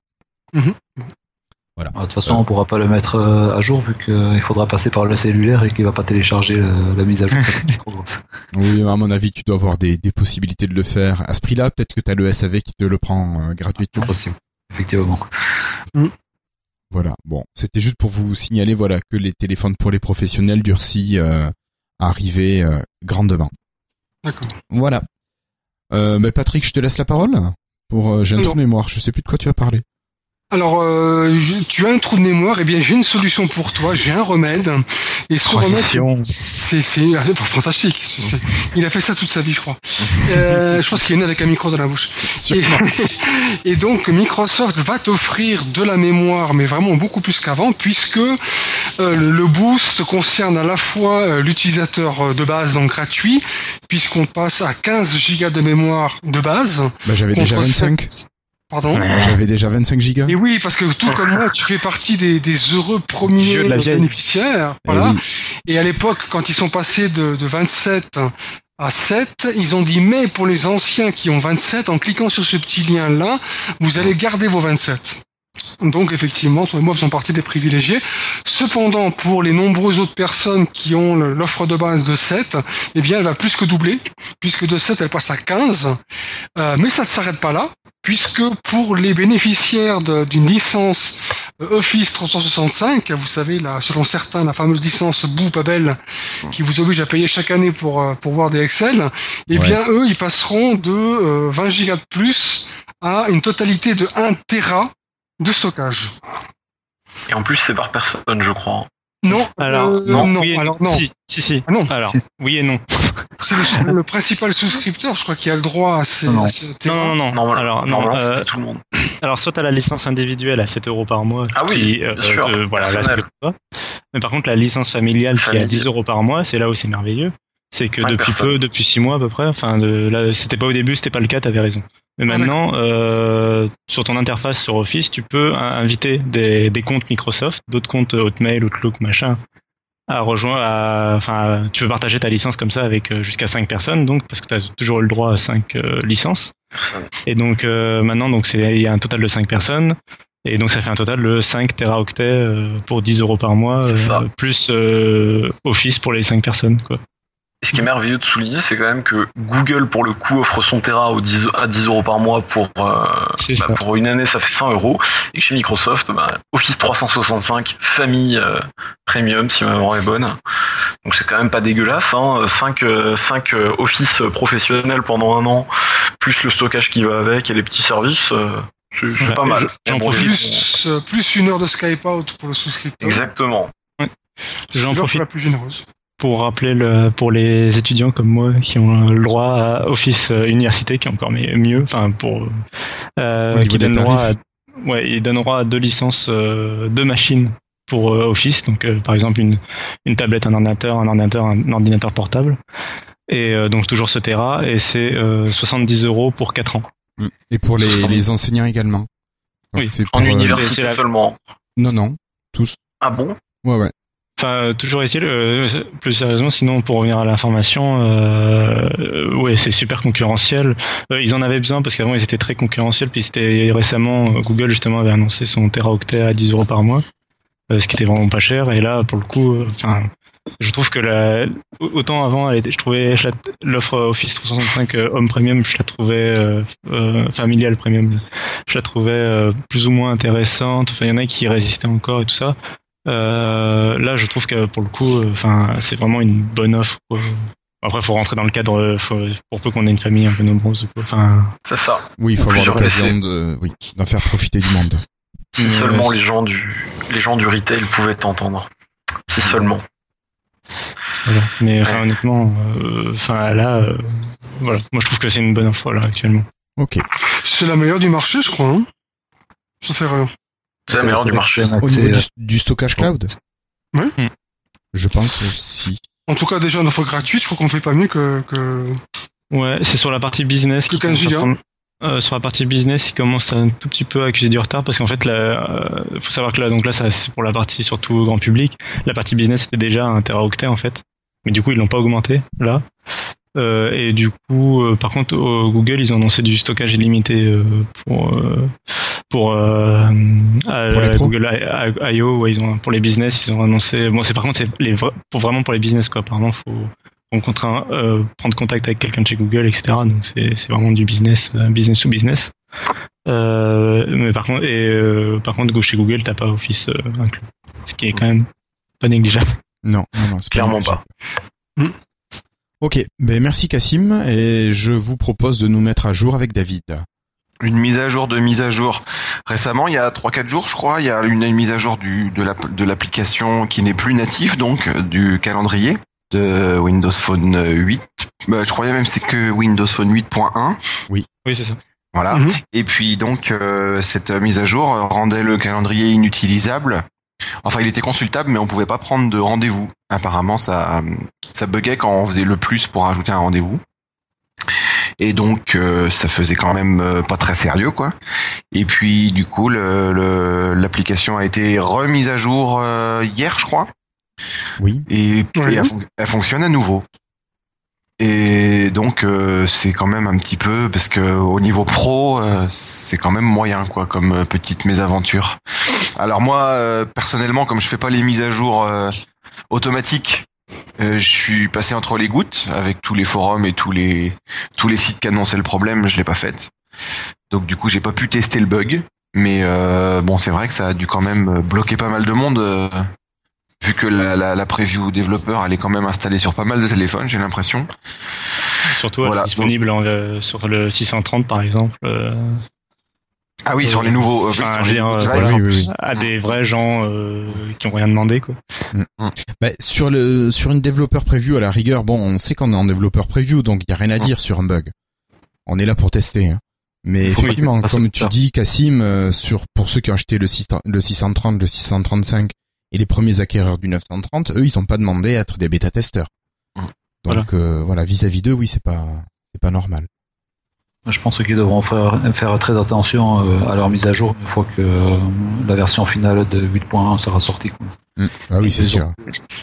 De toute façon, on pourra pas le mettre euh, à jour vu qu'il faudra passer par le cellulaire et qu'il va pas télécharger euh, la mise à jour parce qu'il est trop grosse. Oui, à mon avis, tu dois avoir des, des possibilités de le faire. À ce prix-là, peut-être que tu as le S A V qui te le prend euh, C'est gratuitement. possible, effectivement. Voilà. Bon, c'était juste pour vous signaler, voilà, que les téléphones pour les professionnels durcis euh, arrivaient euh, grandement. D'accord. Voilà. Euh, mais Patrick, je te laisse la parole. Pour, euh, j'ai un Alors. trou de mémoire, je sais plus de quoi tu vas parler. Alors, euh, je- tu as un trou de mémoire, eh bien j'ai une solution pour toi, j'ai un remède. Et ce remède, Transition. c'est c'est ah, c'est fantastique. C'est- il a fait ça toute sa vie, je crois. Euh, je pense qu'il est né avec un micro dans la bouche. Et, et donc Microsoft va t'offrir de la mémoire, mais vraiment beaucoup plus qu'avant, puisque euh, le, le boost concerne à la fois euh, l'utilisateur de base, donc gratuit, puisqu'on passe à quinze gigas de mémoire de base. Bah, j'avais déjà contre vingt-cinq. sept Pardon. J'avais déjà vingt-cinq gigas. Et oui, parce que tout comme moi, tu fais partie des, des heureux premiers Vieux de la vieille. bénéficiaires. Eh Voilà. oui. Et à l'époque, quand ils sont passés de, de vingt-sept à sept, ils ont dit, mais pour les anciens qui ont vingt-sept, en cliquant sur ce petit lien-là, vous allez garder vos vingt-sept. Donc effectivement, toi et moi faisons partie des privilégiés. Cependant, pour les nombreuses autres personnes qui ont le- l'offre de base de sept, eh bien, elle va plus que doubler, puisque de sept, elle passe à quinze. Euh, mais ça ne s'arrête pas là, puisque pour les bénéficiaires de- d'une licence euh, Office trois cent soixante-cinq, vous savez, là, selon certains, la fameuse licence Boo pas belle, qui vous oblige à payer chaque année pour, euh, pour voir des Excel, eh Ouais. bien, eux, ils passeront de euh, vingt gigas de plus à une totalité de un téra de stockage. Et en plus, c'est par personne, je crois. Non, Alors, euh, non, non, oui et- alors non. Si, si, si. Ah non. Alors, Si. oui et non. C'est le, le principal souscripteur, je crois, qui a le droit à ces, Non, non. à ces téra. Non, non, non. Normal- Alors, non, Normalement, euh, c'est tout le monde. alors, soit t'as la licence individuelle à sept euros par mois. Ah oui, qui, bien sûr, te- voilà, là, c'est personnel. pour toi. Mais par contre, la licence familiale qui est à Familiale. dix euros par mois, c'est là où c'est merveilleux. C'est que Cinq depuis personnes. peu, depuis six mois à peu près, enfin, de, là, c'était pas au début, c'était pas le cas, t'avais raison. Mais Ah, maintenant, euh, sur ton interface sur Office, tu peux in- inviter des, des comptes Microsoft, d'autres comptes Hotmail, Outlook, machin, à rejoindre, à, enfin, tu peux partager ta licence comme ça avec euh, jusqu'à cinq personnes, donc, parce que tu as toujours eu le droit à cinq euh, licences. Personne. Et donc, euh, maintenant, donc, c'est, il y a un total de cinq personnes. Et donc, ça fait un total de cinq téraoctets euh, pour dix euros par mois, C'est ça. euh, plus euh, Office pour les cinq personnes, quoi. Et ce qui est merveilleux de souligner, c'est quand même que Google, pour le coup, offre son Tera au dix à dix euros par mois pour, euh, C'est bah, ça. pour une année, ça fait cent euros. Et chez Microsoft, bah, Office trois cent soixante-cinq, famille euh, premium, si ma mémoire est bonne. Donc c'est quand même pas dégueulasse, hein. cinq, Office professionnels pendant un an, plus le stockage qui va avec et les petits services, euh, c'est c'est Ouais, pas mal. j'en Et bon, profite. Plus, euh, plus une heure de Skype out pour le souscripteur. Exactement. C'est J'en l'offre profite la plus généreuse. pour rappeler le, pour les étudiants comme moi qui ont le droit à Office euh, Université, qui est encore mi- mieux, enfin pour euh, Au niveau qui des donne droit à, tarifs. ouais, ils donnent droit à deux licences, euh, deux machines pour euh, Office, donc euh, par exemple une une tablette, un ordinateur, un ordinateur, un ordinateur portable, et euh, donc toujours ce Tera, et c'est euh, soixante-dix euros pour quatre ans. Mm. Et pour les, soixante. les enseignants également. Donc, Oui, c'est En pour, euh, université c'est la- seulement. Non, non, tous. Ah bon? Ouais, ouais. Enfin, euh, toujours est-il, euh, plus sérieusement, sinon pour revenir à l'information, euh, euh, ouais, c'est super concurrentiel. Euh, ils en avaient besoin parce qu'avant ils étaient très concurrentiels, puis c'était récemment, euh, Google justement avait annoncé son téraoctet à dix euros par mois, euh, ce qui était vraiment pas cher, et là, pour le coup, enfin, Je trouve que la, autant avant, elle était, je trouvais je la, l'offre Office trois cent soixante-cinq euh, Home Premium, je la trouvais euh, euh, familiale Premium, je la trouvais euh, plus ou moins intéressante. Enfin, il y en a qui résistaient encore et tout ça. Euh, là, je trouve que pour le coup, enfin, euh, c'est vraiment une bonne offre, quoi. Après, faut rentrer dans le cadre, faut, pour peu qu'on ait une famille un peu nombreuse, quoi. Enfin, c'est ça. Oui, il faut avoir Plusieurs l'occasion P C. de, oui, d'en faire profiter du monde. Si Mais, seulement ouais. les gens du les gens du retail pouvaient t'entendre. Si seulement. Voilà. Mais enfin, Ouais. honnêtement, euh, enfin là, euh, voilà. Moi, je trouve que c'est une bonne offre là actuellement. Ok. C'est la meilleure du marché, je crois. Hein ça fait rien. C'est la meilleure du marché. Un Au accès, niveau euh, du, du stockage cloud. Ouais. Hmm. Je pense aussi. En tout cas, déjà une offre gratuite, je crois qu'on fait pas mieux que, que... Ouais, c'est sur la partie business. Que qui quinze commence à gigas. prendre- euh, sur la partie business, il commence à un tout petit peu à accuser du retard parce qu'en fait, là, euh, faut savoir que là, donc là, ça, c'est pour la partie surtout grand public. La partie business était déjà un téraoctet en fait, mais du coup, ils l'ont pas augmenté là. Euh, et du coup, euh, par contre, au Google, ils ont annoncé du stockage illimité euh, pour euh, pour, euh, à Pour les la pros. Google I O. Ouais, ils ont pour les business, ils ont annoncé. Bon, c'est par contre, c'est les vra- pour vraiment pour les business quoi. Apparemment, faut rencontrer, un- euh, prendre contact avec quelqu'un de chez Google, et cetera. Donc c'est c'est vraiment du business, euh, business to business. Euh, mais par contre, et euh, par contre, chez Google, t'as pas Office euh, inclus, ce qui est quand même pas négligeable. Non, non, non, c'est Clairement pas. pas. Ok, ben merci Cassim, et je vous propose de nous mettre à jour avec David. Une mise à jour de mise à jour. Récemment, il y a trois quatre jours, je crois, il y a une, une mise à jour du, de, l'app- de l'application qui n'est plus native, donc euh, du calendrier de Windows Phone huit. Bah, je croyais même que c'est que Windows Phone huit point un. Oui, c'est ça. Voilà. Mhm. Et puis donc euh, cette mise à jour rendait le calendrier inutilisable. Enfin, il était consultable, mais on pouvait pas prendre de rendez-vous. Apparemment, ça ça buguait quand on faisait le plus pour ajouter un rendez-vous. Et donc euh, ça faisait quand même euh, pas très sérieux, quoi. Et puis du coup, le, le- l'application a été remise à jour euh, hier, je crois. Oui. Et, Ouais. et elle, fon- elle fonctionne à nouveau. Et donc euh, c'est quand même un petit peu parce que au niveau pro euh, c'est quand même moyen quoi comme euh, petite mésaventure. Alors moi euh, personnellement comme je fais pas les mises à jour euh, automatiques, euh, je suis passé entre les gouttes avec tous les forums et tous les tous les sites qui annonçaient le problème, je l'ai pas faite. Donc du coup j'ai pas pu tester le bug, mais euh, bon c'est vrai que ça a dû quand même bloquer pas mal de monde. Euh, Vu que la, la, la preview développeur elle est quand même installée sur pas mal de téléphones, j'ai l'impression. Surtout elle Voilà, est disponible en, euh, sur le six cent trente par exemple. Euh, Ah oui, sur les nouveaux. euh, oui, enfin, sur je veux les dire, nouveaux euh, devices, voilà, en oui, plus. oui, à des vrais gens euh, qui ont rien demandé quoi. Bah, sur le sur une développeur preview à la rigueur, bon, on sait qu'on est en développeur preview, donc il y a rien à dire sur un bug. On est là pour tester. Hein. Mais Il faut effectivement, que- comme tu dis, Cassim, euh, sur pour ceux qui ont acheté le, six cents le six cent trente, le six cent trente-cinq et les premiers acquéreurs du neuf cent trente, eux, ils ont pas demandé à être des bêta-testeurs. Mm. Donc voilà, euh, voilà vis-à-vis d'eux, oui, c'est pas c'est pas normal. Je pense qu'ils devront faire, faire très attention euh, à leur mise à jour une fois que euh, la version finale de huit point un sera sortie. Quoi. Mm. Ah oui, c'est Ils sûr. ont-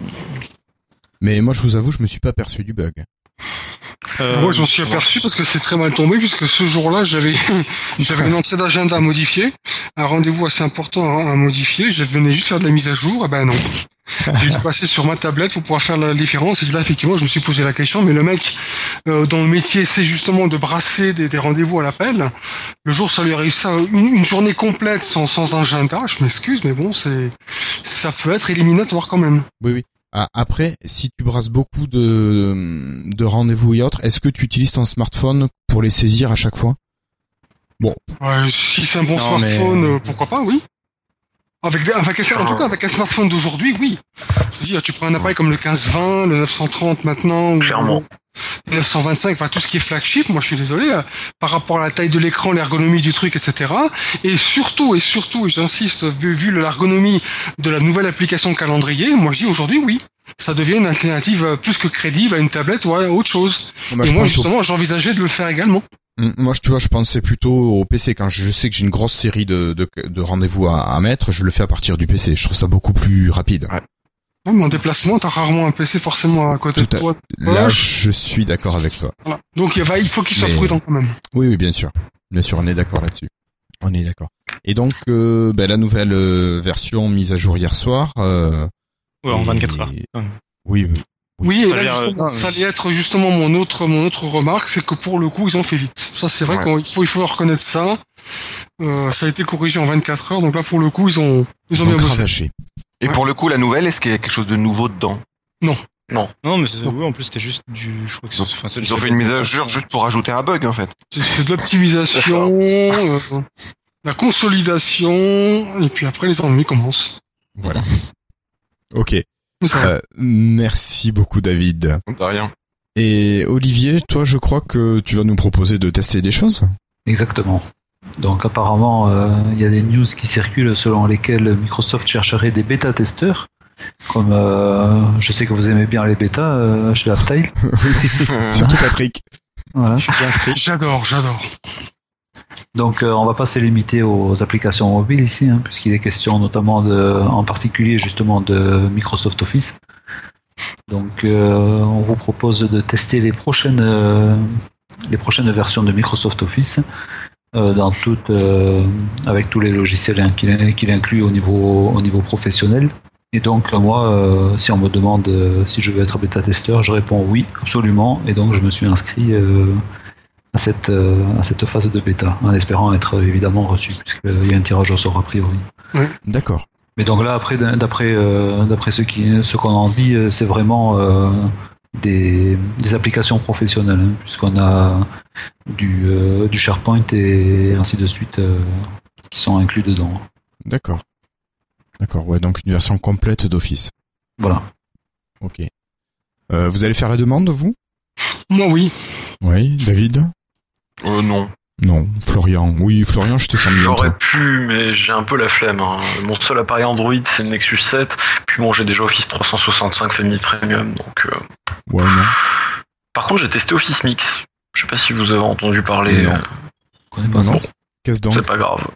Mais moi, je vous avoue, je me suis pas aperçu du bug. Euh, Moi, je m'en suis aperçu parce que c'est très mal tombé, puisque ce jour-là, j'avais j'avais une entrée d'agenda à modifier, un rendez-vous assez important à, à modifier. Je venais juste faire de la mise à jour. Ah ben non. J'ai dû passer sur ma tablette pour pouvoir faire la différence. Et là, effectivement, je me suis posé la question. Mais le mec, euh, dont le métier, c'est justement de brasser des, des rendez-vous à l'appel, le jour, ça lui arrive ça, une, une journée complète sans, sans agenda. Je m'excuse, mais bon, c'est ça peut être éliminatoire quand même. Oui, oui. Ah, après, si tu brasses beaucoup de, de rendez-vous et autres, est-ce que tu utilises ton smartphone pour les saisir à chaque fois? Bon. Ouais, si c'est un bon Non, mais- smartphone, euh, pourquoi pas, oui. Avec, des- avec un- en tout cas, avec un smartphone d'aujourd'hui, oui. Je veux dire, tu prends un appareil comme le quinze vingt, le neuf cent trente maintenant, ou Clairement. le neuf cent vingt-cinq, enfin tout ce qui est flagship, moi je suis désolé, euh, par rapport à la taille de l'écran, l'ergonomie du truc, et cetera. Et surtout, et surtout, et j'insiste, vu, vu l'ergonomie de la nouvelle application calendrier, moi je dis aujourd'hui, oui. Ça devient une alternative euh, plus que crédible à une tablette ou à autre chose. Moi, et je moi pense au- justement, j'envisageais de le faire également. Mm, Moi, je- tu vois, je pensais plutôt au P C. Quand je sais que j'ai une grosse série de, de, de rendez-vous à, à mettre, je le fais à partir du P C. Je trouve ça beaucoup plus rapide. Ouais. Ouais, mais en déplacement, t'as rarement un P C forcément à côté Tout de toi. Là, Poche. je suis d'accord avec toi. Voilà. Donc il va, il faut qu'il soit Mais- prudent quand même. Oui, oui, bien sûr. Bien sûr, on est d'accord là-dessus. On est d'accord. Et donc, euh, ben, la nouvelle euh, version mise à jour hier soir. Euh, Ouais, en et- vingt-quatre heures. Ouais. Oui, oui. Oui, et Ça là, a l'air, justement, euh, ça allait être justement mon autre, mon autre remarque, c'est que pour le coup, ils ont fait vite. Ça, c'est vrai Ouais. qu'il faut, il faut reconnaître ça. Euh, ça a été corrigé en vingt-quatre heures, donc là, pour le coup, ils ont, ils Ils ont ont bien bossé. cravaché. Et pour le coup, la nouvelle, est-ce qu'il y a quelque chose de nouveau dedans? Non, mais c'est, oui, en plus c'était juste du. Je crois que Ils ont, c'est- enfin, c'est- ils ont fait une mise à jour juste pour rajouter un bug en fait. C'est, c'est de l'optimisation, euh, la consolidation, et puis après, les ennuis commencent. Voilà. Ok. Mais ça va. Euh, merci beaucoup, David. De rien. Et Olivier, toi, je crois que tu vas nous proposer de tester des choses. Exactement. Donc apparemment, euh, il y a des news qui circulent selon lesquelles Microsoft chercherait des bêta-testeurs. Comme euh, je sais que vous aimez bien les bêtas euh, chez Lifetile. Surtout Patrick. Voilà. J'adore, j'adore. Donc euh, on va pas se limiter aux applications mobiles ici, hein, puisqu'il est question notamment de, en particulier justement de Microsoft Office. Donc euh, on vous propose de tester les prochaines, euh, les prochaines versions de Microsoft Office euh, dans toutes, euh, avec tous les logiciels hein, qu'il, qu'il inclut au niveau, au niveau professionnel. Et donc moi, euh, si on me demande euh, si je veux être bêta-testeur, je réponds oui, absolument. Et donc je me suis inscrit euh, à cette, euh, à cette phase de bêta, en espérant être euh, évidemment reçu, puisqu'il y a un tirage au sort a priori. D'accord. Mais donc là, après, d'après, euh, d'après ce, qui, ce qu'on en dit, euh, c'est vraiment euh, des, des applications professionnelles, hein, puisqu'on a du, euh, du SharePoint et ainsi de suite euh, qui sont inclus dedans. D'accord. D'accord, ouais, donc une version complète d'Office. Voilà. Ok. Euh, vous allez faire la demande, vous? Moi, oui. Oui, David? Euh, non. Non, Florian. Oui, Florian, je te sens bien. J'aurais toi. pu, mais j'ai un peu la flemme. hein. Mon seul appareil Android, c'est le Nexus sept. Puis bon, j'ai déjà Office trois cent soixante-cinq Family Premium, donc... euh, Ouais, non. Par contre, j'ai testé Office Mix. Je sais pas si vous avez entendu parler. Non. euh, Je connais pas Non, non. trop. Qu'est-ce donc? C'est pas grave.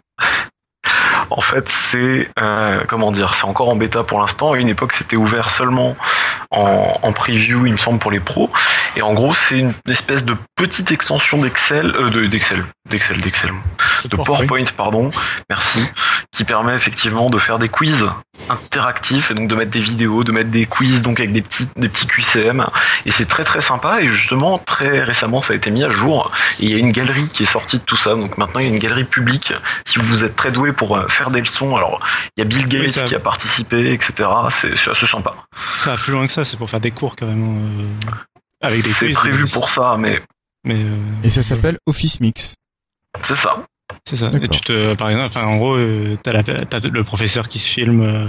En fait, c'est euh, comment dire, c'est encore en bêta pour l'instant. À une époque, c'était ouvert seulement en, en preview, il me semble, pour les pros. Et en gros, c'est une espèce de petite extension d'Excel, euh, de, d'Excel, d'Excel, d'Excel, de PowerPoint, pardon. Merci, qui permet effectivement de faire des quiz interactifs et donc de mettre des vidéos, de mettre des quiz donc avec des petits, des petits Q C M. Et c'est très très sympa. Et justement, très récemment, ça a été mis à jour. Et il y a une galerie qui est sortie de tout ça. Donc maintenant, il y a une galerie publique. Si vous êtes très doué pour faire des leçons, alors il y a Bill Gates Oui, ça- qui a participé, et cetera. C'est, c'est assez sympa. Ça va plus loin que ça, c'est pour faire des cours carrément. Euh, avec des C'est quiz, prévu mais- pour ça, mais Mais euh, Et ça s'appelle Office Mix. c'est ça. c'est ça. D'accord. Et tu te, par exemple, enfin, en gros, euh, t'as, la, t'as le professeur qui se filme, euh,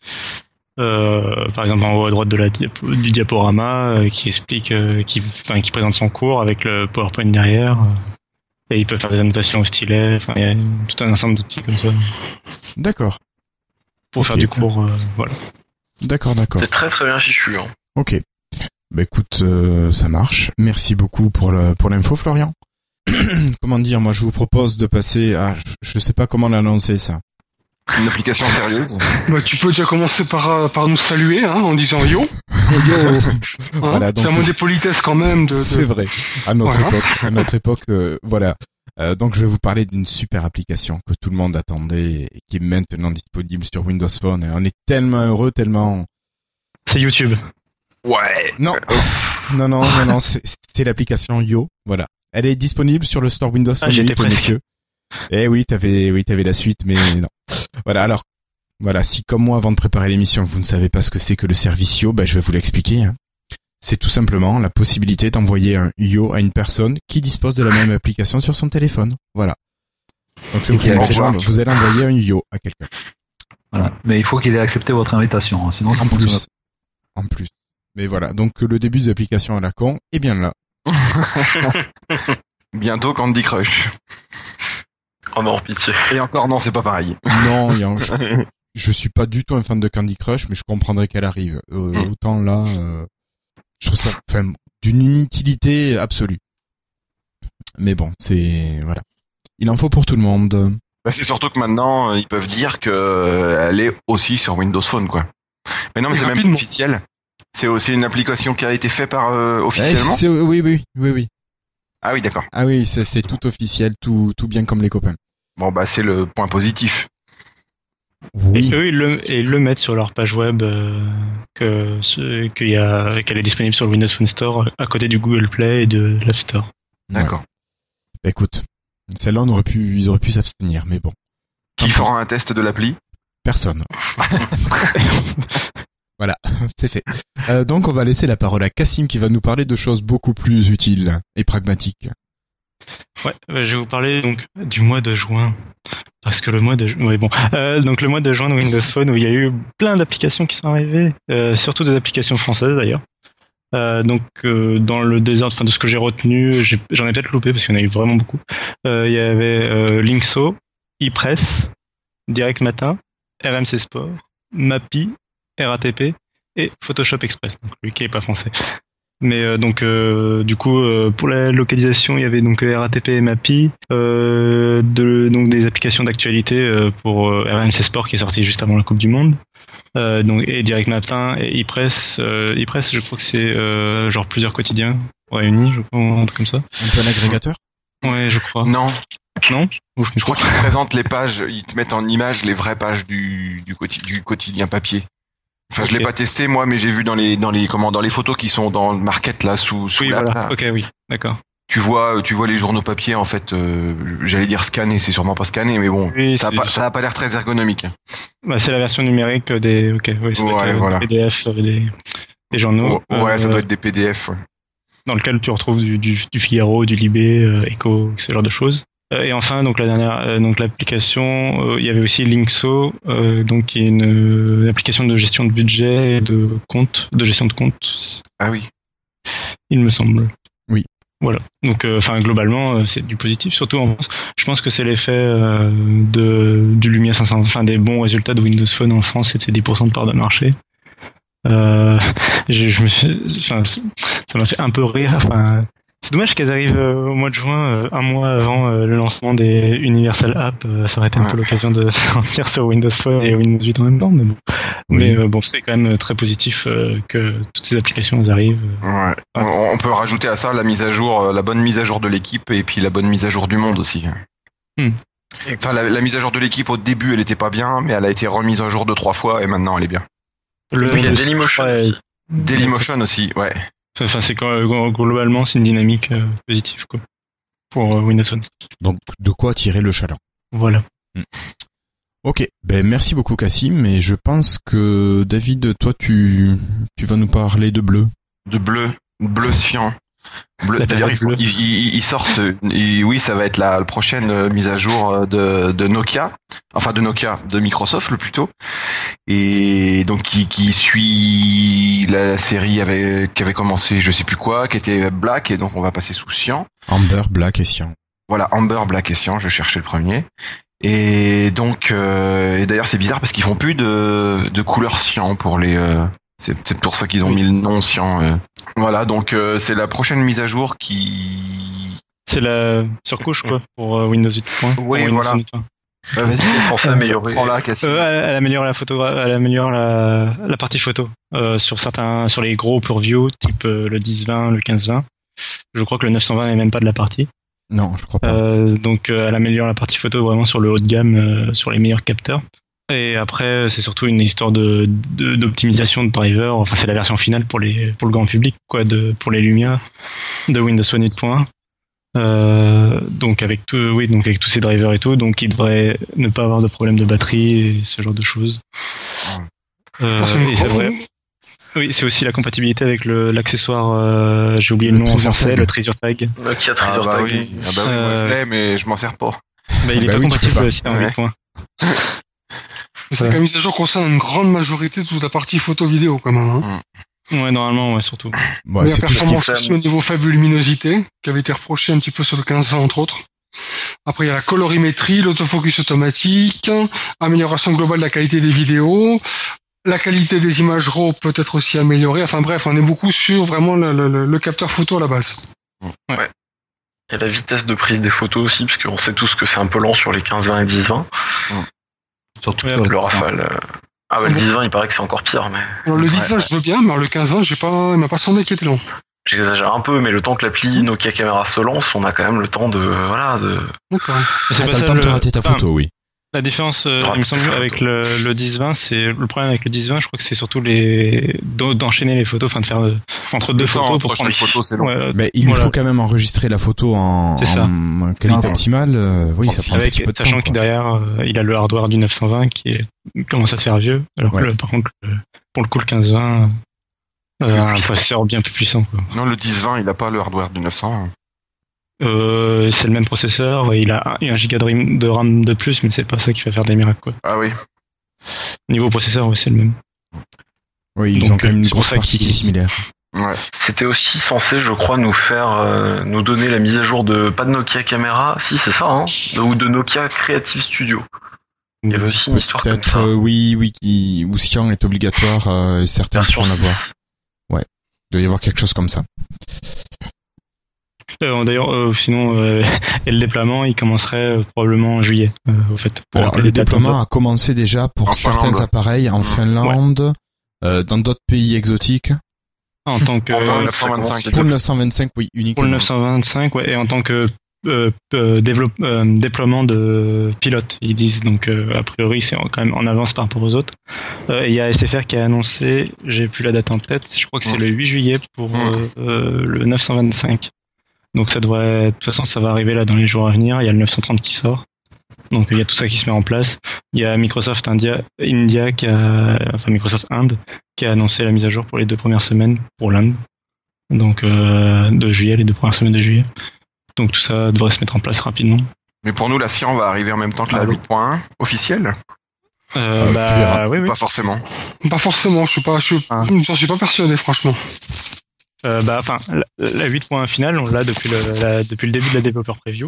euh, par exemple en haut à droite de la diapo- du diaporama, euh, qui explique, euh, qui, enfin, qui présente son cours avec le PowerPoint derrière. euh, et il peut faire des annotations au stylet. Enfin, il y a tout un ensemble d'outils comme ça D'accord. pour Ok. faire du cours. euh, voilà. D'accord, d'accord. C'est très très bien fichu. Hein. Ok. Bah écoute, euh, ça marche. Merci beaucoup pour le, pour l'info, Florian. Comment dire, moi je vous propose de passer à, je sais pas comment l'annoncer ça. Une application sérieuse. Bah, tu peux déjà commencer par, euh, par nous saluer, hein, en disant yo. Hein, Voilà, donc- c'est un mot des politesses quand même de, de... C'est vrai. À notre Voilà. époque, à notre époque, euh, voilà. Euh, donc je vais vous parler d'une super application que tout le monde attendait et qui est maintenant disponible sur Windows Phone. Et on est tellement heureux, tellement. C'est YouTube. Ouais. Non, non, non, non, non. C'est, c'est l'application Yo. Voilà. Elle est disponible sur le store Windows Ah, Phone, j'étais mesdames et presque. messieurs. Eh oui, t'avais, oui, t'avais la suite, mais non. Voilà. Alors, voilà. Si comme moi, avant de préparer l'émission, vous ne savez pas ce que c'est que le service Yo, ben je vais vous l'expliquer. Hein. C'est tout simplement la possibilité d'envoyer un Yo à une personne qui dispose de la même application sur son téléphone. Voilà. Donc ça vous Et qui fait a une accès- jambe, vous allez envoyer un Yo à quelqu'un. Voilà. Mais il faut qu'il ait accepté votre invitation, hein, sinon ça En fonctionne plus. En plus. Mais voilà. Donc le début des applications à la con est bien là. Bientôt Candy Crush. Oh non, pitié. Et encore non, c'est pas pareil. Non, il y a un- je, je suis pas du tout un fan de Candy Crush, mais je comprendrais qu'elle arrive. Euh, Mm. Autant là, euh, je trouve ça enfin, d'une inutilité absolue. Mais bon, c'est voilà. Il en faut pour tout le monde. Bah, c'est surtout que maintenant, euh, ils peuvent dire que euh, elle est aussi sur Windows Phone, quoi. Mais non, mais Et c'est même rapidement. pas officiel. C'est aussi une application qui a été faite par euh, Eh, officiellement. c'est- oui, oui, oui, oui. Ah oui, d'accord. Ah oui, c'est, c'est tout officiel, tout, tout bien comme les copains. Bon bah c'est le point positif. Oui. Et eux, ils le, et ils le mettent sur leur page web euh, que ce- qu'il y a, qu'elle est disponible sur le Windows Phone Store à côté du Google Play et de l'App Store. D'accord. Ouais. Bah, écoute, celle-là, on aurait pu, ils auraient pu s'abstenir, mais bon. Qui fera un test de l'appli? Personne. Voilà, c'est fait. Euh, donc, on va laisser la parole à Cassim qui va nous parler de choses beaucoup plus utiles et pragmatiques. Ouais, euh, je vais vous parler donc du mois de juin. Parce que le mois de ju- ouais, bon, euh, donc le mois de juin de Windows Phone où il y a eu plein d'applications qui sont arrivées, euh, surtout des applications françaises d'ailleurs. Euh, donc euh, dans le désordre, enfin de ce que j'ai retenu, j'ai- j'en ai peut-être loupé parce qu'il y en a eu vraiment beaucoup. Euh, Il y avait euh, Linkso, ePress, Direct Matin, R M C Sport, Mappy, R A T P et Photoshop Express. Donc lui qui est pas français. Mais euh, donc euh, du coup euh, pour la localisation il y avait donc R A T P et Mappy, euh, de, donc des applications d'actualité euh, pour euh, R M C Sport qui est sorti juste avant la Coupe du Monde, euh, donc et Direct Matin et ePress. Euh, ePress je crois que c'est euh, genre plusieurs quotidiens réunis, je crois, un truc comme ça. Un peu un agrégateur? Ouais je crois. Non, Non Ou je me je crois trompe qu'ils présentent les pages, ils te mettent en image les vraies pages du, du, quoti- du quotidien papier. Enfin, je l'ai Ok. pas testé moi, mais j'ai vu dans les dans les comment dans les photos qui sont dans le market là sous sous Oui l'app, voilà. là. Ok oui d'accord. Tu vois tu vois les journaux papier en fait. Euh, j'allais dire scanner, c'est sûrement pas scanné, mais bon, Oui, ça a c'est pas juste- ça a pas l'air très ergonomique. Bah, c'est la version numérique des. Ok oui ça doit Ouais, être euh, voilà. des P D F, euh, des, des journaux. Oh, ouais, ça Euh, doit être des P D F. Ouais. dans lequel tu retrouves du, du, du Figaro, du Libé, euh, Echo, ce genre de choses. Euh, et enfin, donc la dernière, euh, donc l'application, euh, il y avait aussi Linkso, euh, donc qui est une, une application de gestion de budget et de compte, de gestion de compte, Ah oui. il me semble. Oui. Voilà. Donc, enfin, globalement, euh, c'est du positif. Surtout en France, je pense que c'est l'effet euh, de du Lumia cinq cents, enfin des bons résultats de Windows Phone en France, c'est dix pour cent de part de marché. Euh, je, je me suis, enfin, ça m'a fait un peu rire. Enfin, c'est dommage qu'elles arrivent euh, au mois de juin, euh, un mois avant euh, le lancement des Universal Apps. Euh, ça aurait été un Ouais. peu l'occasion de sortir sur Windows Phone et Windows huit en même temps, mais bon. Oui. Mais euh, bon, c'est quand même très positif euh, que toutes ces applications elles arrivent. Ouais. On, on peut rajouter à ça la mise à jour, euh, la bonne mise à jour de l'équipe et puis la bonne mise à jour du monde aussi. Hmm. Enfin, la, la mise à jour de l'équipe au début, elle était pas bien, mais elle a été remise à jour deux trois fois et maintenant elle est bien. Le, Oui, il y a le- Dailymotion ouais, aussi. Dailymotion aussi, ouais. Enfin, c'est quand, globalement, c'est une dynamique euh, positive quoi pour euh, Windows Phone. Donc, de quoi tirer le chaland. Voilà. Ok, ben merci beaucoup Cassim, et je pense que David, toi tu tu vas nous parler de bleu. De bleu, bleu cyan. Bleu. La D'ailleurs, ils, tablette bleue. ils, ils- ils sortent. et oui, ça va être la prochaine euh, mise à jour de, de Nokia, enfin de Nokia, de Microsoft le plutôt, et donc qui, qui suit la série avec, qui avait commencé, je sais plus quoi, qui était Black, et donc on va passer sous cyan. Amber, Black et Cyan. Voilà, Amber, Black et cyan. Je cherchais le premier. Et donc, euh, et d'ailleurs, c'est bizarre parce qu'ils font plus de, de couleur cyan pour les. Euh, c'est peut-être pour ça qu'ils ont mis le nom cyan. Euh. Voilà, donc euh, c'est la prochaine mise à jour qui. C'est la surcouche quoi pour euh, Windows huit. Oui, pour Windows voilà. huit. Euh, vas-y, C'est censé améliorer. prends-la, Cassim. Euh, elle, elle améliore la photo, elle améliore la, la partie photo euh, sur certains, sur les gros PureView type euh, le dix vingt, le quinze vingt. Je crois que le neuf cent vingt n'est même pas de la partie. Non, je crois pas. Euh, donc euh, elle améliore la partie photo vraiment sur le haut de gamme, euh, sur les meilleurs capteurs. Et après c'est surtout une histoire de, de d'optimisation de driver. Enfin c'est la version finale pour les pour le grand public quoi, de pour les Lumia de Windows Phone huit point un. Euh, donc avec tout, oui donc avec tous ces drivers et tout, donc il devrait ne pas avoir de problème de batterie et ce genre de choses. Euh, Ça, c'est une et c'est grosse- vrai. Oui, c'est aussi la compatibilité avec le l'accessoire. Euh, j'ai oublié le, Le nom en Treasure français, Tag. le Treasure Tag. Nokia Ah Treasure bah Tag. oui, ah bah oui, moi Euh, je l'ai, mais je m'en sers pas. Bah, il est Bah pas oui, tu peux compatible pas. aussi dans Ouais. huit point un. Mais c'est qu'à mise à jour concerne une grande majorité de toute la partie photo-vidéo quand même. Hein. Ouais, normalement, ouais, surtout. Bon, Mais c'est la tout ce qui- performance qui- aussi au niveau faible luminosité, qui avait été reproché un petit peu sur le quinze vingt entre autres. Après, il y a la colorimétrie, l'autofocus automatique, amélioration globale de la qualité des vidéos, la qualité des images RAW peut être aussi améliorée. Enfin bref, on est beaucoup sur vraiment le, le- le capteur photo à la base. Il y a la vitesse de prise des photos aussi, parce qu'on sait tous que c'est un peu lent sur les quinze vingt et dix vingt. Surtout Ouais, sur Le Rafale. euh, Ah bah le dix vingt, il paraît que c'est encore pire, mais Alors le dix vingt, je veux bien, mais alors le quinze vingt, j'ai pas, il m'a pas semblé qu'il était lent. j'exagère un peu, mais le temps que l'appli Nokia Camera se lance, on a quand même le temps de voilà de. D'accord. Mais c'est Ah, pas t'as le ça, temps de te le- rater ta enfin, photo, oui. La différence, euh, il me semble, avec le, le dix vingt, c'est le problème avec le dix vingt, je crois que c'est surtout les d'enchaîner les photos, enfin de faire euh, entre deux Le temps photos entre pour prendre chaque photo, c'est long. Ouais, Mais il voilà. lui faut quand même enregistrer la photo en, C'est ça. en qualité Ah, optimale. euh, oui, ça Avec- prend un Avec, petit peu de temps. sachant que quoi. derrière, euh, il a le hardware du neuf cent vingt qui est, commence à se faire vieux, alors Ouais. que le- par contre, le- pour le coup, le quinze vingt, euh, un processeur bien plus puissant, quoi. Non, le dix vingt, il a pas le hardware du neuf cents. Euh, c'est le même processeur, il a un, un giga de ram- de RAM de plus, mais c'est pas ça qui va faire des miracles, quoi. Ah oui. Niveau processeur, ouais, c'est le même. Oui, ils Donc, ont quand même une c'est pour grosse ça partie qui est qu'il- similaire. Ouais. C'était aussi censé, je crois, nous faire, euh, nous donner la mise à jour de, pas de Nokia Camera, si c'est ça, hein, ou de Nokia Creative Studio. Il y avait aussi une histoire comme Peut-être, ça. euh, oui, oui, qui, où Cyan est obligatoire euh, et certains Version pourront en avoir. six. Il doit y avoir quelque chose comme ça. Euh, D'ailleurs, euh, sinon, euh, et le déploiement, il commencerait euh, probablement en juillet, euh, au fait. Pour Alors, rappeler le les dates déploiement un a commencé déjà pour En certains Finlande. appareils en Mmh. Finlande, euh, dans d'autres pays exotiques. peu. En tant que Pendant le Ouais, neuf cent vingt-cinq. ça Pour le neuf cent vingt-cinq, oui, uniquement. pour le neuf cent vingt-cinq, ouais, et en tant que euh, euh, développe, euh, déploiement de pilote, ils disent. Donc, euh, a priori, c'est en- quand même en avance par rapport aux autres. Euh, et il y a S F R qui a annoncé, j'ai plus la date en tête, je crois que c'est Mmh. le huit juillet pour Mmh. euh, euh, le neuf cent vingt-cinq. Donc ça devrait, de toute façon, ça va arriver là dans les jours à venir. Il y a le neuf cent trente qui sort. Donc il y a tout ça qui se met en place. Il y a Microsoft India, India qui a, enfin Microsoft Inde, qui a annoncé la mise à jour pour les deux premières semaines pour l'Inde. Donc euh, de juillet, les deux premières semaines de juillet. Donc tout ça devrait se mettre en place rapidement. Mais pour nous, la Cyan va arriver en même temps que la Allô. huit point un officielle. Euh, tu bah verras. oui, oui. Pas forcément. Pas forcément, je suis pas, je, Ah. j'en suis pas persuadé, franchement. Euh, bah enfin, la, la huit point un finale, on l'a depuis le, la, depuis le début de la développeur preview.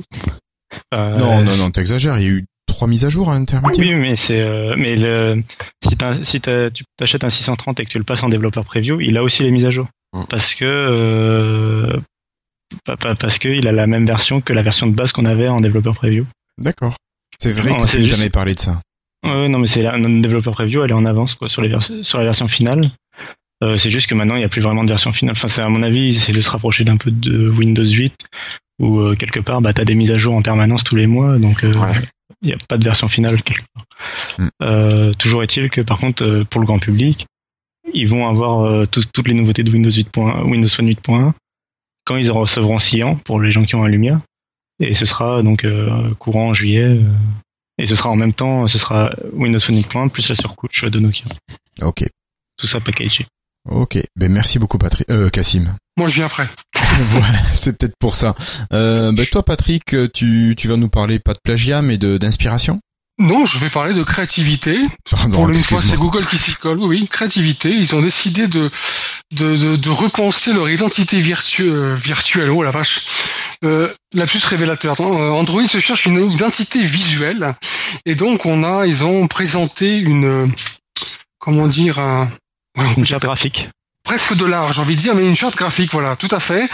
Euh, Non, non, non, t'exagères. Il y a eu trois mises à jour à l'intermédiaire. Oui, mais c'est euh, mais le si, t'as- si t'as- tu t'achètes un six cent trente et que tu le passes en développeur preview, il a aussi les mises à jour Mm. parce que euh, pa- pa- parce que il a la même version que la version de base qu'on avait en développeur preview. D'accord. C'est vrai Non, que c'est tu nous juste- avais parlé de ça. Ouais, non, mais c'est la notre développeur preview, elle est en avance quoi sur les vers- sur la version finale. Euh, c'est juste que maintenant il n'y a plus vraiment de version finale. Enfin, c'est à mon avis, ils essaient de se rapprocher d'un peu de Windows huit où euh, quelque part, bah t'as des mises à jour en permanence tous les mois, donc euh, Ouais. il n'y a pas de version finale quelque part. Mm. Euh, toujours est-il que par contre, euh, pour le grand public, ils vont avoir euh, tout- toutes les nouveautés de Windows huit point un, Windows Phone huit point un quand ils en recevront Cyan pour les gens qui ont un Lumia, et ce sera donc euh, courant en juillet. euh, et ce sera en même temps, ce sera Windows Phone huit point un plus la surcouche de Nokia. Ok. Tout ça packagé. Ok. Ben, merci beaucoup, Patrick. Euh, Cassim. Moi, je viens après. Voilà, c'est peut-être pour ça. Euh, ben, toi, Patrick, tu, tu vas nous parler pas de plagiat, mais de, d'inspiration? Non, je vais parler de créativité. Pardon, Pour une fois, c'est excuse-moi. Google qui s'y colle. Oui, oui, créativité. Ils ont décidé de de, de, de repenser leur identité virtu- euh, virtuelle. Oh la vache. Euh, lapsus révélateur. Euh, Android se cherche une identité visuelle. Et donc, on a, ils ont présenté une, euh, comment dire, un, ouais, on peut Une dire charte graphique. presque de l'art, j'ai envie de dire, mais une charte graphique, voilà, tout à fait.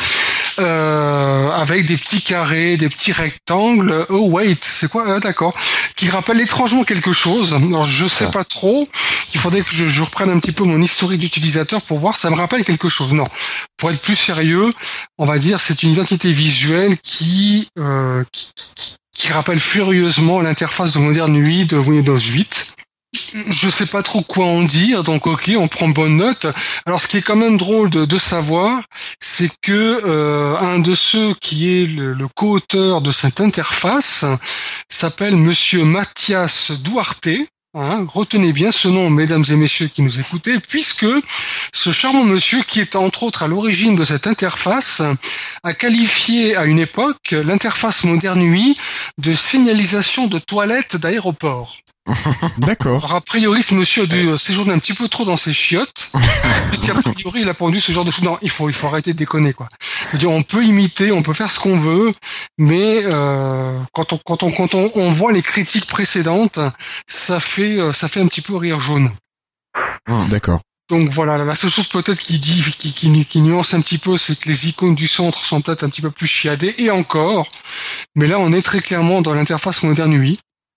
Euh, avec des petits carrés, des petits rectangles. Oh wait, c'est quoi ah, d'accord. Qui rappellent étrangement quelque chose. Alors je sais Ça. pas trop. Il faudrait que je, je reprenne un petit peu mon historique d'utilisateur pour voir. Ça me rappelle quelque chose. Non, pour être plus sérieux, on va dire c'est une identité visuelle qui euh, qui, qui, qui rappelle furieusement l'interface de Modern U I de Windows huit. Je sais pas trop quoi en dire, donc ok, on prend bonne note. Alors, ce qui est quand même drôle de, de savoir, c'est que euh, un de ceux qui est le, le co-auteur de cette interface s'appelle Monsieur Mathias Duarte. Hein, retenez bien ce nom, mesdames et messieurs qui nous écoutez, puisque ce charmant monsieur, qui est entre autres à l'origine de cette interface, a qualifié à une époque l'interface Modern U I de signalisation de toilettes d'aéroport. D'accord. Alors, a priori, ce monsieur a dû séjourner un petit peu trop dans ses chiottes, puisqu'a priori, il a pondu ce genre de choses. Non, il faut, il faut arrêter de déconner, quoi. Je veux dire, on peut imiter, on peut faire ce qu'on veut, mais euh, quand on, quand on, quand on, on voit les critiques précédentes, ça fait, ça fait un petit peu rire jaune. D'accord. Donc voilà, la seule chose peut-être qui dit, qui, qui, qui nuance un petit peu, c'est que les icônes du centre sont peut-être un petit peu plus chiadées, et encore. Mais là, on est très clairement dans l'interface Modern U I.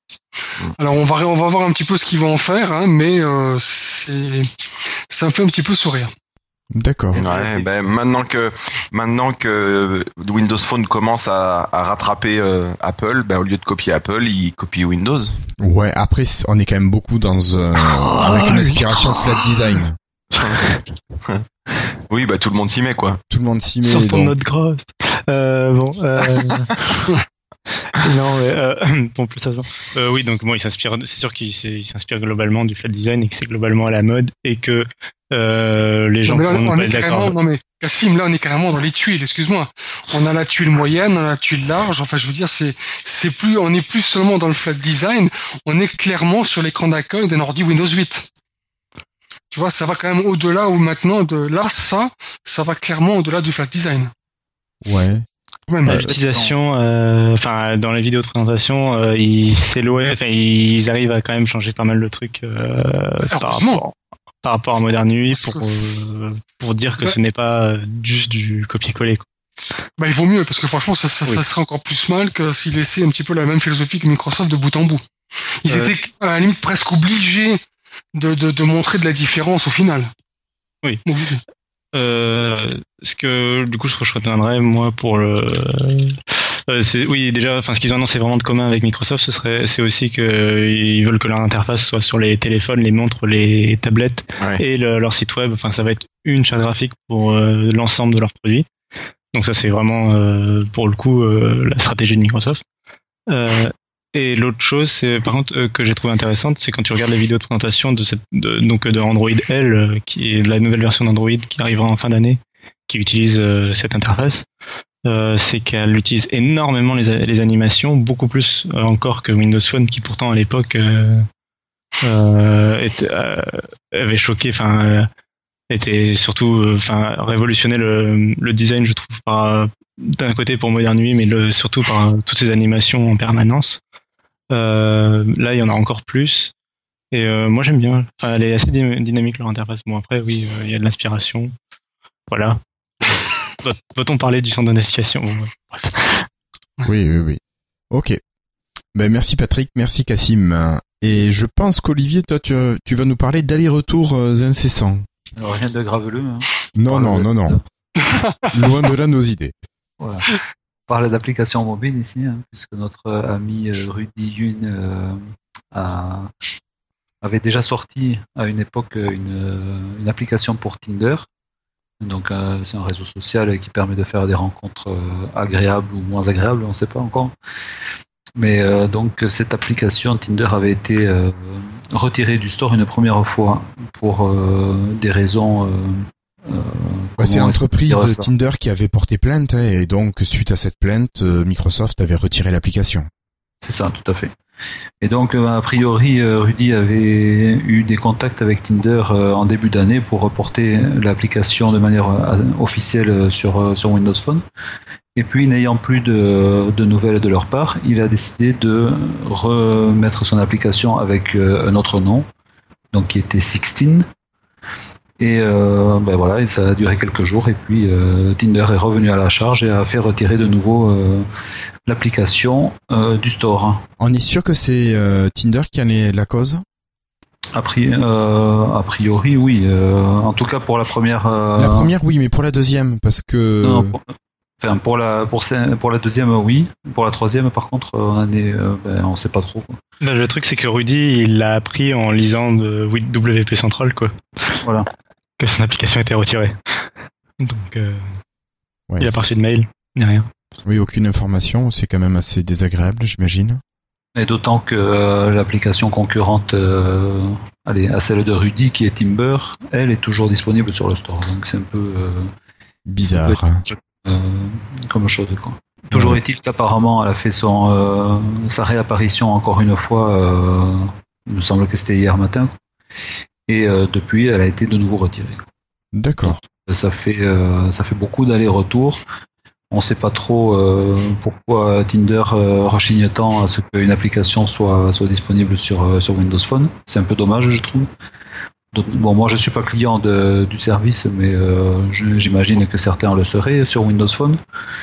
Alors on va on va voir un petit peu ce qu'ils vont en faire, hein, mais euh, c'est ça me fait un petit peu sourire. D'accord. Ouais, ben maintenant que maintenant que Windows Phone commence à, à rattraper euh, Apple, ben au lieu de copier Apple, il copie Windows. Ouais, après on est quand même beaucoup dans euh, avec une inspiration flat design. Oui, bah tout le monde s'y met quoi. Tout le monde s'y met. Sortons de donc... notre grotte. Euh, bon. Euh... non, mais euh, bon, plus avant. Euh, oui, donc bon, il s'inspire. C'est sûr qu'il il s'inspire globalement du flat design et que c'est globalement à la mode et que euh, les gens. Non, mais là, on pas est être carrément, d'accord. non mais Cassim, là on est carrément dans les tuiles. Excuse-moi. On a la tuile moyenne, on a la tuile large. Enfin, je veux dire, c'est c'est plus, on est plus seulement dans le flat design. On est clairement sur l'écran d'accueil d'un ordi Windows huit. Tu vois, ça va quand même au-delà ou maintenant de là, ça, ça va clairement au-delà du flat design. Ouais. Même, Euh, euh, L'utilisation, euh, enfin, dans les vidéos de présentation, euh, ils s'éloignent, enfin, ils arrivent à quand même changer pas mal de trucs euh, par, heureusement. rapport, par rapport à Modern U I Parce pour que- euh, pour dire que Ouais. ce n'est pas juste du copier-coller, quoi. Bah, il vaut mieux, parce que franchement, ça, ça, Oui. ça serait encore plus mal que s'ils laissaient un petit peu la même philosophie que Microsoft de bout en bout. Ils Euh. étaient, à la limite, presque obligés de, de, de montrer de la différence au final. Oui. Obligés. Euh, ce que du coup je, je retiendrai moi pour le euh, c'est oui déjà enfin ce qu'ils ont annoncé vraiment de commun avec Microsoft ce serait c'est aussi que euh, ils veulent que leur interface soit sur les téléphones, les montres, les tablettes Ouais. et le- leur site web, enfin ça va être une charte graphique pour euh, l'ensemble de leurs produits. Donc ça c'est vraiment euh, pour le coup euh, la stratégie de Microsoft. Euh, et l'autre chose, c'est par contre euh, que j'ai trouvé intéressante, c'est quand tu regardes la vidéo de présentation de cette de, donc de Android L, euh, qui est la nouvelle version d'Android qui arrivera en fin d'année, qui utilise euh, cette interface. Euh, c'est qu'elle utilise énormément les, les animations, beaucoup plus euh, encore que Windows Phone, qui pourtant à l'époque euh, euh, était, euh, avait choqué, enfin euh, était surtout, euh, enfin révolutionné le, le design, je trouve, par d'un côté pour Modern U I, mais le, surtout par euh, toutes ces animations en permanence. Euh, là, il y en a encore plus. Et euh, moi, j'aime bien. Enfin, elle est assez dy- dynamique, leur interface. Bon, après, oui, euh, il y a de l'inspiration. Voilà. Va- Va-t-on parler du centre de navigation? Bon, ouais. Oui, oui, oui. Ok. Ben merci Patrick, merci Cassim. Et je pense qu'Olivier, toi, tu, tu vas nous parler d'aller-retour euh, incessants. Alors, rien de graveleux. Hein. Non, non, non, non. Loin de là nos idées. Voilà. On parle d'applications mobiles ici, hein, puisque notre ami euh, Rudy Yun euh, a, avait déjà sorti à une époque une, une application pour Tinder. Donc euh, c'est un réseau social qui permet de faire des rencontres euh, agréables ou moins agréables, on ne sait pas encore. Mais euh, donc cette application Tinder avait été euh, retirée du store une première fois pour euh, des raisons. Euh, euh, Bah, c'est comment est-ce qu'on peut l'entreprise dire ça Tinder qui avait porté plainte hein, et donc suite à cette plainte, euh, Microsoft avait retiré l'application. C'est ça, tout à fait. Et donc, euh, a priori, euh, Rudy avait eu des contacts avec Tinder euh, en début d'année pour reporter l'application de manière euh, officielle euh, sur, euh, sur Windows Phone. Et puis, n'ayant plus de, de nouvelles de leur part, il a décidé de remettre son application avec euh, un autre nom, donc qui était sixteen. Et euh, ben voilà, et ça a duré quelques jours. Et puis, euh, Tinder est revenu à la charge et a fait retirer de nouveau euh, l'application euh, du store. On est sûr que c'est euh, Tinder qui en est la cause? A, pri- euh, a priori, oui. Euh, en tout cas, pour la première. euh, La première, oui, mais pour la deuxième, parce que... non, non, pour, enfin, pour la pour, ce- pour la deuxième, oui. Pour la troisième, par contre, on en est, euh, ben, on sait pas trop. Quoi. Bah, le truc, c'est que Rudy, il l'a appris en lisant de W P Central, quoi. Voilà. Que son application a été retirée. Donc, euh, Ouais, il a pas reçu c'est- de mail, ni rien. Oui, aucune information, c'est quand même assez désagréable, j'imagine. Et d'autant que euh, l'application concurrente, euh, allez, à celle de Rudy, qui est Timber, elle est toujours disponible sur le store. Donc c'est un peu euh, Bizarre. euh, comme chose, quoi. Toujours Ouais. est-il qu'apparemment, elle a fait son euh, sa réapparition encore une fois. Euh, il me semble que c'était hier matin. Et euh, depuis, elle a été de nouveau retirée. D'accord. Ça fait euh, ça fait beaucoup d'allers-retours. On ne sait pas trop euh, pourquoi Tinder euh, rechigne tant à ce qu'une application soit soit disponible sur euh, sur Windows Phone. C'est un peu dommage, je trouve. Donc, bon, moi, je suis pas client de, du service, mais euh, je- j'imagine que certains le seraient sur Windows Phone.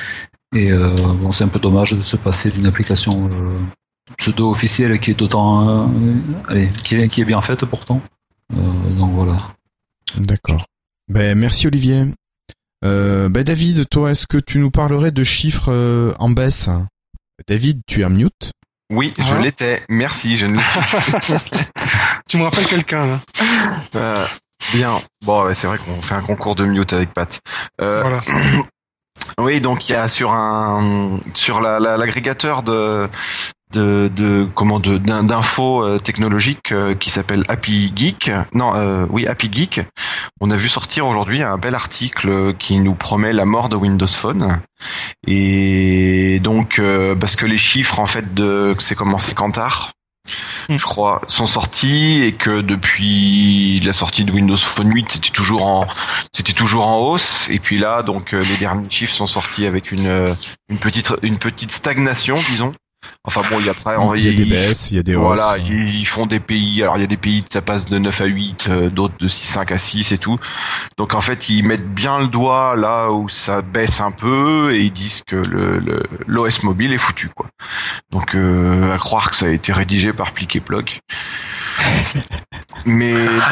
Et euh, bon, c'est un peu dommage de se passer d'une application euh, pseudo-officielle qui est d'autant, euh, allez, qui est, qui est bien faite pourtant. Euh, donc voilà. D'accord. Ben, Ben, merci Olivier. Euh, ben, David, toi, est-ce que tu nous parlerais de chiffres euh, en baisse? David, tu es en mute? Oui, je Ouais. l'étais. Merci, je ne Tu me rappelles quelqu'un, là. Euh, bien. Bon, ouais, c'est vrai qu'on fait un concours de mute avec Pat. Euh, Voilà. oui, donc il y a sur un sur la, la- l'agrégateur de de de comment de d'in- d'infos euh, technologiques euh, qui s'appelle Happy Geek. Non, euh, oui, Happy Geek. On a vu sortir aujourd'hui un bel article euh, qui nous promet la mort de Windows Phone. Et donc euh, parce que les chiffres en fait de c'est commencé Kantar, je crois, sont sortis et que depuis la sortie de Windows Phone huit, c'était toujours en, c'était toujours en hausse. Et puis là, donc, euh, les derniers chiffres sont sortis avec une, euh, une petite, une petite stagnation, disons. Enfin bon, il y a après, Il y a des baisses, il y a des hausses. voilà, ils, ils font des pays. Alors il y a des pays ça passe de neuf à huit, euh, d'autres de six, cinq à six et tout. Donc en fait, ils mettent bien le doigt là où ça baisse un peu et ils disent que le, le l'O S mobile est foutu quoi. Donc euh, à croire que ça a été rédigé par Plic et Ploc. Mais non.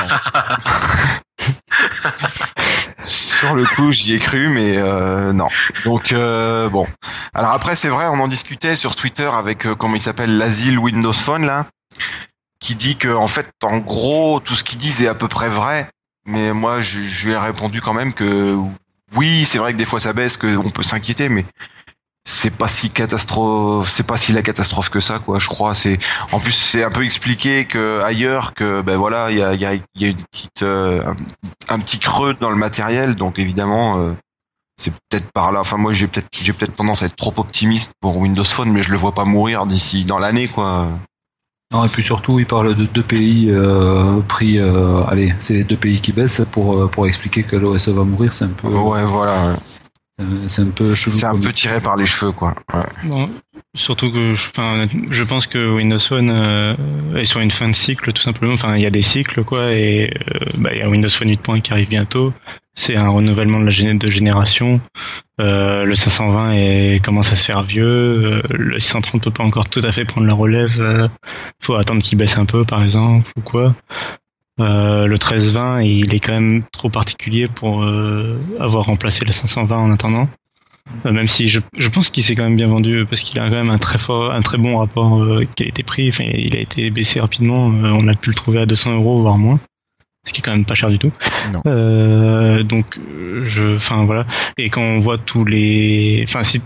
Sur le coup, j'y ai cru, mais euh, non. Donc euh, bon. Alors après, c'est vrai, on en discutait sur Twitter avec euh, comment il s'appelle, l'asile Windows Phone là, qui dit que en fait, en gros, tout ce qu'ils disent est à peu près vrai. Mais moi, je, je lui ai répondu quand même que oui, c'est vrai que des fois ça baisse, qu'on peut s'inquiéter, mais c'est pas si catastrophe, c'est pas si la catastrophe que ça, quoi. Je crois. C'est en plus c'est un peu expliqué que ailleurs que ben voilà, il y a il y a il y a une petite euh, un, un petit creux dans le matériel, donc évidemment euh, c'est peut-être par là. Enfin moi j'ai peut-être j'ai peut-être tendance à être trop optimiste pour Windows Phone, mais je le vois pas mourir d'ici dans l'année, quoi. Non, et puis surtout, il parle de deux pays euh, pris. Euh, allez, c'est les deux pays qui baissent pour pour expliquer que l'O S va mourir. C'est un peu. Ouais, voilà. C'est un peu chelou. C'est un comme- peu tiré par les cheveux, quoi. Ouais. Bon, surtout que je, enfin, je pense que Windows Phone euh, est sur une fin de cycle tout simplement. Enfin, il y a des cycles quoi, et euh, bah, il y a Windows Phone huit point un qui arrive bientôt. C'est un renouvellement de la gén- de génération. Euh, le cinq cent vingt est, commence à se faire vieux. Euh, le six cent trente peut pas encore tout à fait prendre la relève. Euh, faut attendre qu'il baisse un peu, par exemple, ou quoi. Euh, le treize vingt, il est quand même trop particulier pour euh, avoir remplacé le cinq cent vingt en attendant. Euh, même si je, je pense qu'il s'est quand même bien vendu parce qu'il a quand même un très fort, un très bon rapport euh, qualité-prix. Enfin, il a été baissé rapidement. Euh, on a pu le trouver à deux cents euros voire moins, ce qui est quand même pas cher du tout. Non. Euh, donc, je, enfin voilà. Et quand on voit tous les, enfin si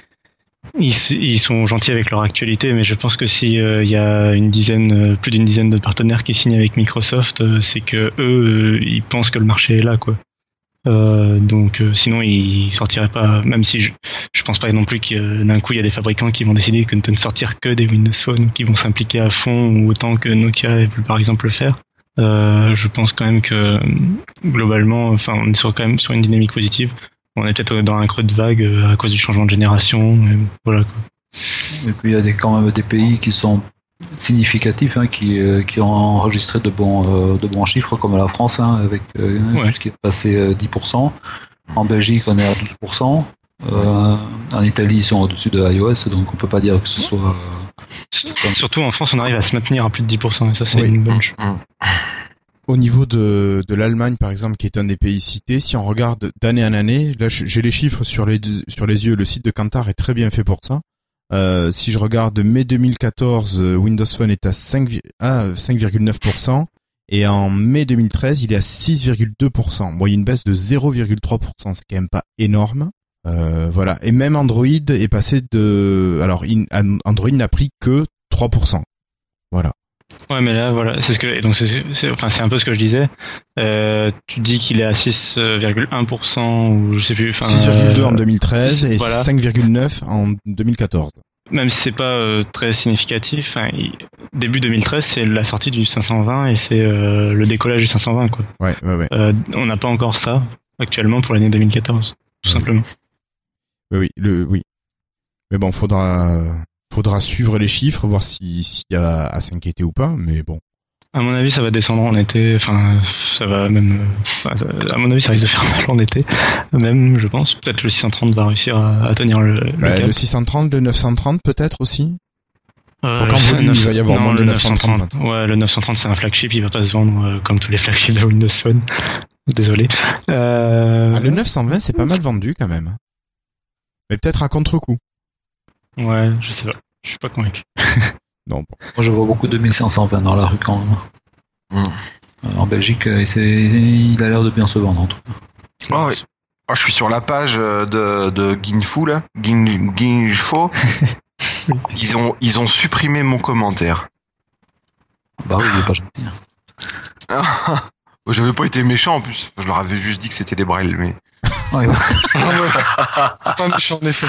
ils, ils sont gentils avec leur actualité, mais je pense que si il euh, y a une dizaine, euh, plus d'une dizaine de partenaires qui signent avec Microsoft, euh, c'est que eux, euh, ils pensent que le marché est là, quoi. Euh, donc euh, sinon ils sortiraient pas, même si je, je pense pas non plus que euh, d'un coup il y a des fabricants qui vont décider que de ne sortir que des Windows Phone, qui vont s'impliquer à fond ou autant que Nokia a pu par exemple le faire. Euh, je pense quand même que globalement, enfin on est sur, quand même sur une dynamique positive. On est peut-être dans un creux de vague euh, à cause du changement de génération, et voilà quoi. Et puis il y a des, quand même des pays qui sont significatifs, hein, qui, euh, qui ont enregistré de bons, euh, de bons chiffres, comme la France, hein, avec euh, Ouais. tout ce qui est passé euh, dix pour cent. En Belgique, on est à douze pour cent. Euh, en Italie, ils sont au-dessus de iOS, donc on peut pas dire que ce soit. Euh, Surtout en France, on arrive à se maintenir à plus de dix pour cent, et ça c'est Oui. une bonne chose. Au niveau de, de l'Allemagne, par exemple, qui est un des pays cités, si on regarde d'année en année, là j'ai les chiffres sur les, sur les yeux, le site de Kantar est très bien fait pour ça. Euh, si je regarde mai deux mille quatorze, Windows Phone est à cinq virgule neuf pour cent et en mai deux mille treize, il est à six virgule deux pour cent. Bon, il y a une baisse de zéro virgule trois pour cent, c'est quand même pas énorme. Euh, voilà. Et même Android est passé de... Alors, in... Android n'a pris que trois pour cent. Voilà. Ouais, mais là, voilà, c'est ce que, et donc c'est, c'est, enfin, c'est un peu ce que je disais. Euh, tu dis qu'il est à six virgule un pour cent ou je sais plus. Enfin, six virgule deux euh, en deux mille treize et voilà. cinq virgule neuf en deux mille quatorze. Même si c'est pas euh, très significatif, hein, il, début deux mille treize, c'est la sortie du cinq cent vingt et c'est euh, le décollage du cinq cent vingt, quoi. Ouais, ouais, ouais. Euh, on n'a pas encore ça actuellement pour l'année deux mille quatorze, tout Ouais. simplement. Oui, oui, le, oui. Mais bon, faudra, faudra suivre les chiffres, voir si, s'il y a à s'inquiéter ou pas, mais bon. À mon avis, ça va descendre en été. Enfin, ça va même. euh, enfin, ça- à mon avis, ça risque de faire mal en été, même, je pense. Peut-être le six cent trente va réussir à, à tenir le, le Bah, cap. le six cent trente, le neuf cent trente peut-être aussi. Euh, Donc en le volume, neuf- il va y avoir non, moins de le neuf cent trente. Ouais, le neuf cent trente, c'est un flagship, il va pas se vendre euh, comme tous les flagships de Windows Phone. Désolé. Euh... Ah, le neuf cent vingt, c'est pas mal vendu quand même. Mais peut-être à contre-coup. Ouais, je sais pas. Je suis pas convaincu. Non. Bon. Moi, je vois beaucoup de mille cinq cent vingt dans la rue quand même. Mmh. En Belgique, c'est... il a l'air de bien se vendre en tout cas. Oh, oui. Oh, je suis sur la page de, de Ginfu là. Gin, Ginfo. Ils ont, ils ont supprimé mon commentaire. Bah oui, il est pas gentil. Ah, j'avais pas été méchant en plus. Je leur avais juste dit que c'était des brels, mais. Ouais, ouais. C'est pas méchant en effet.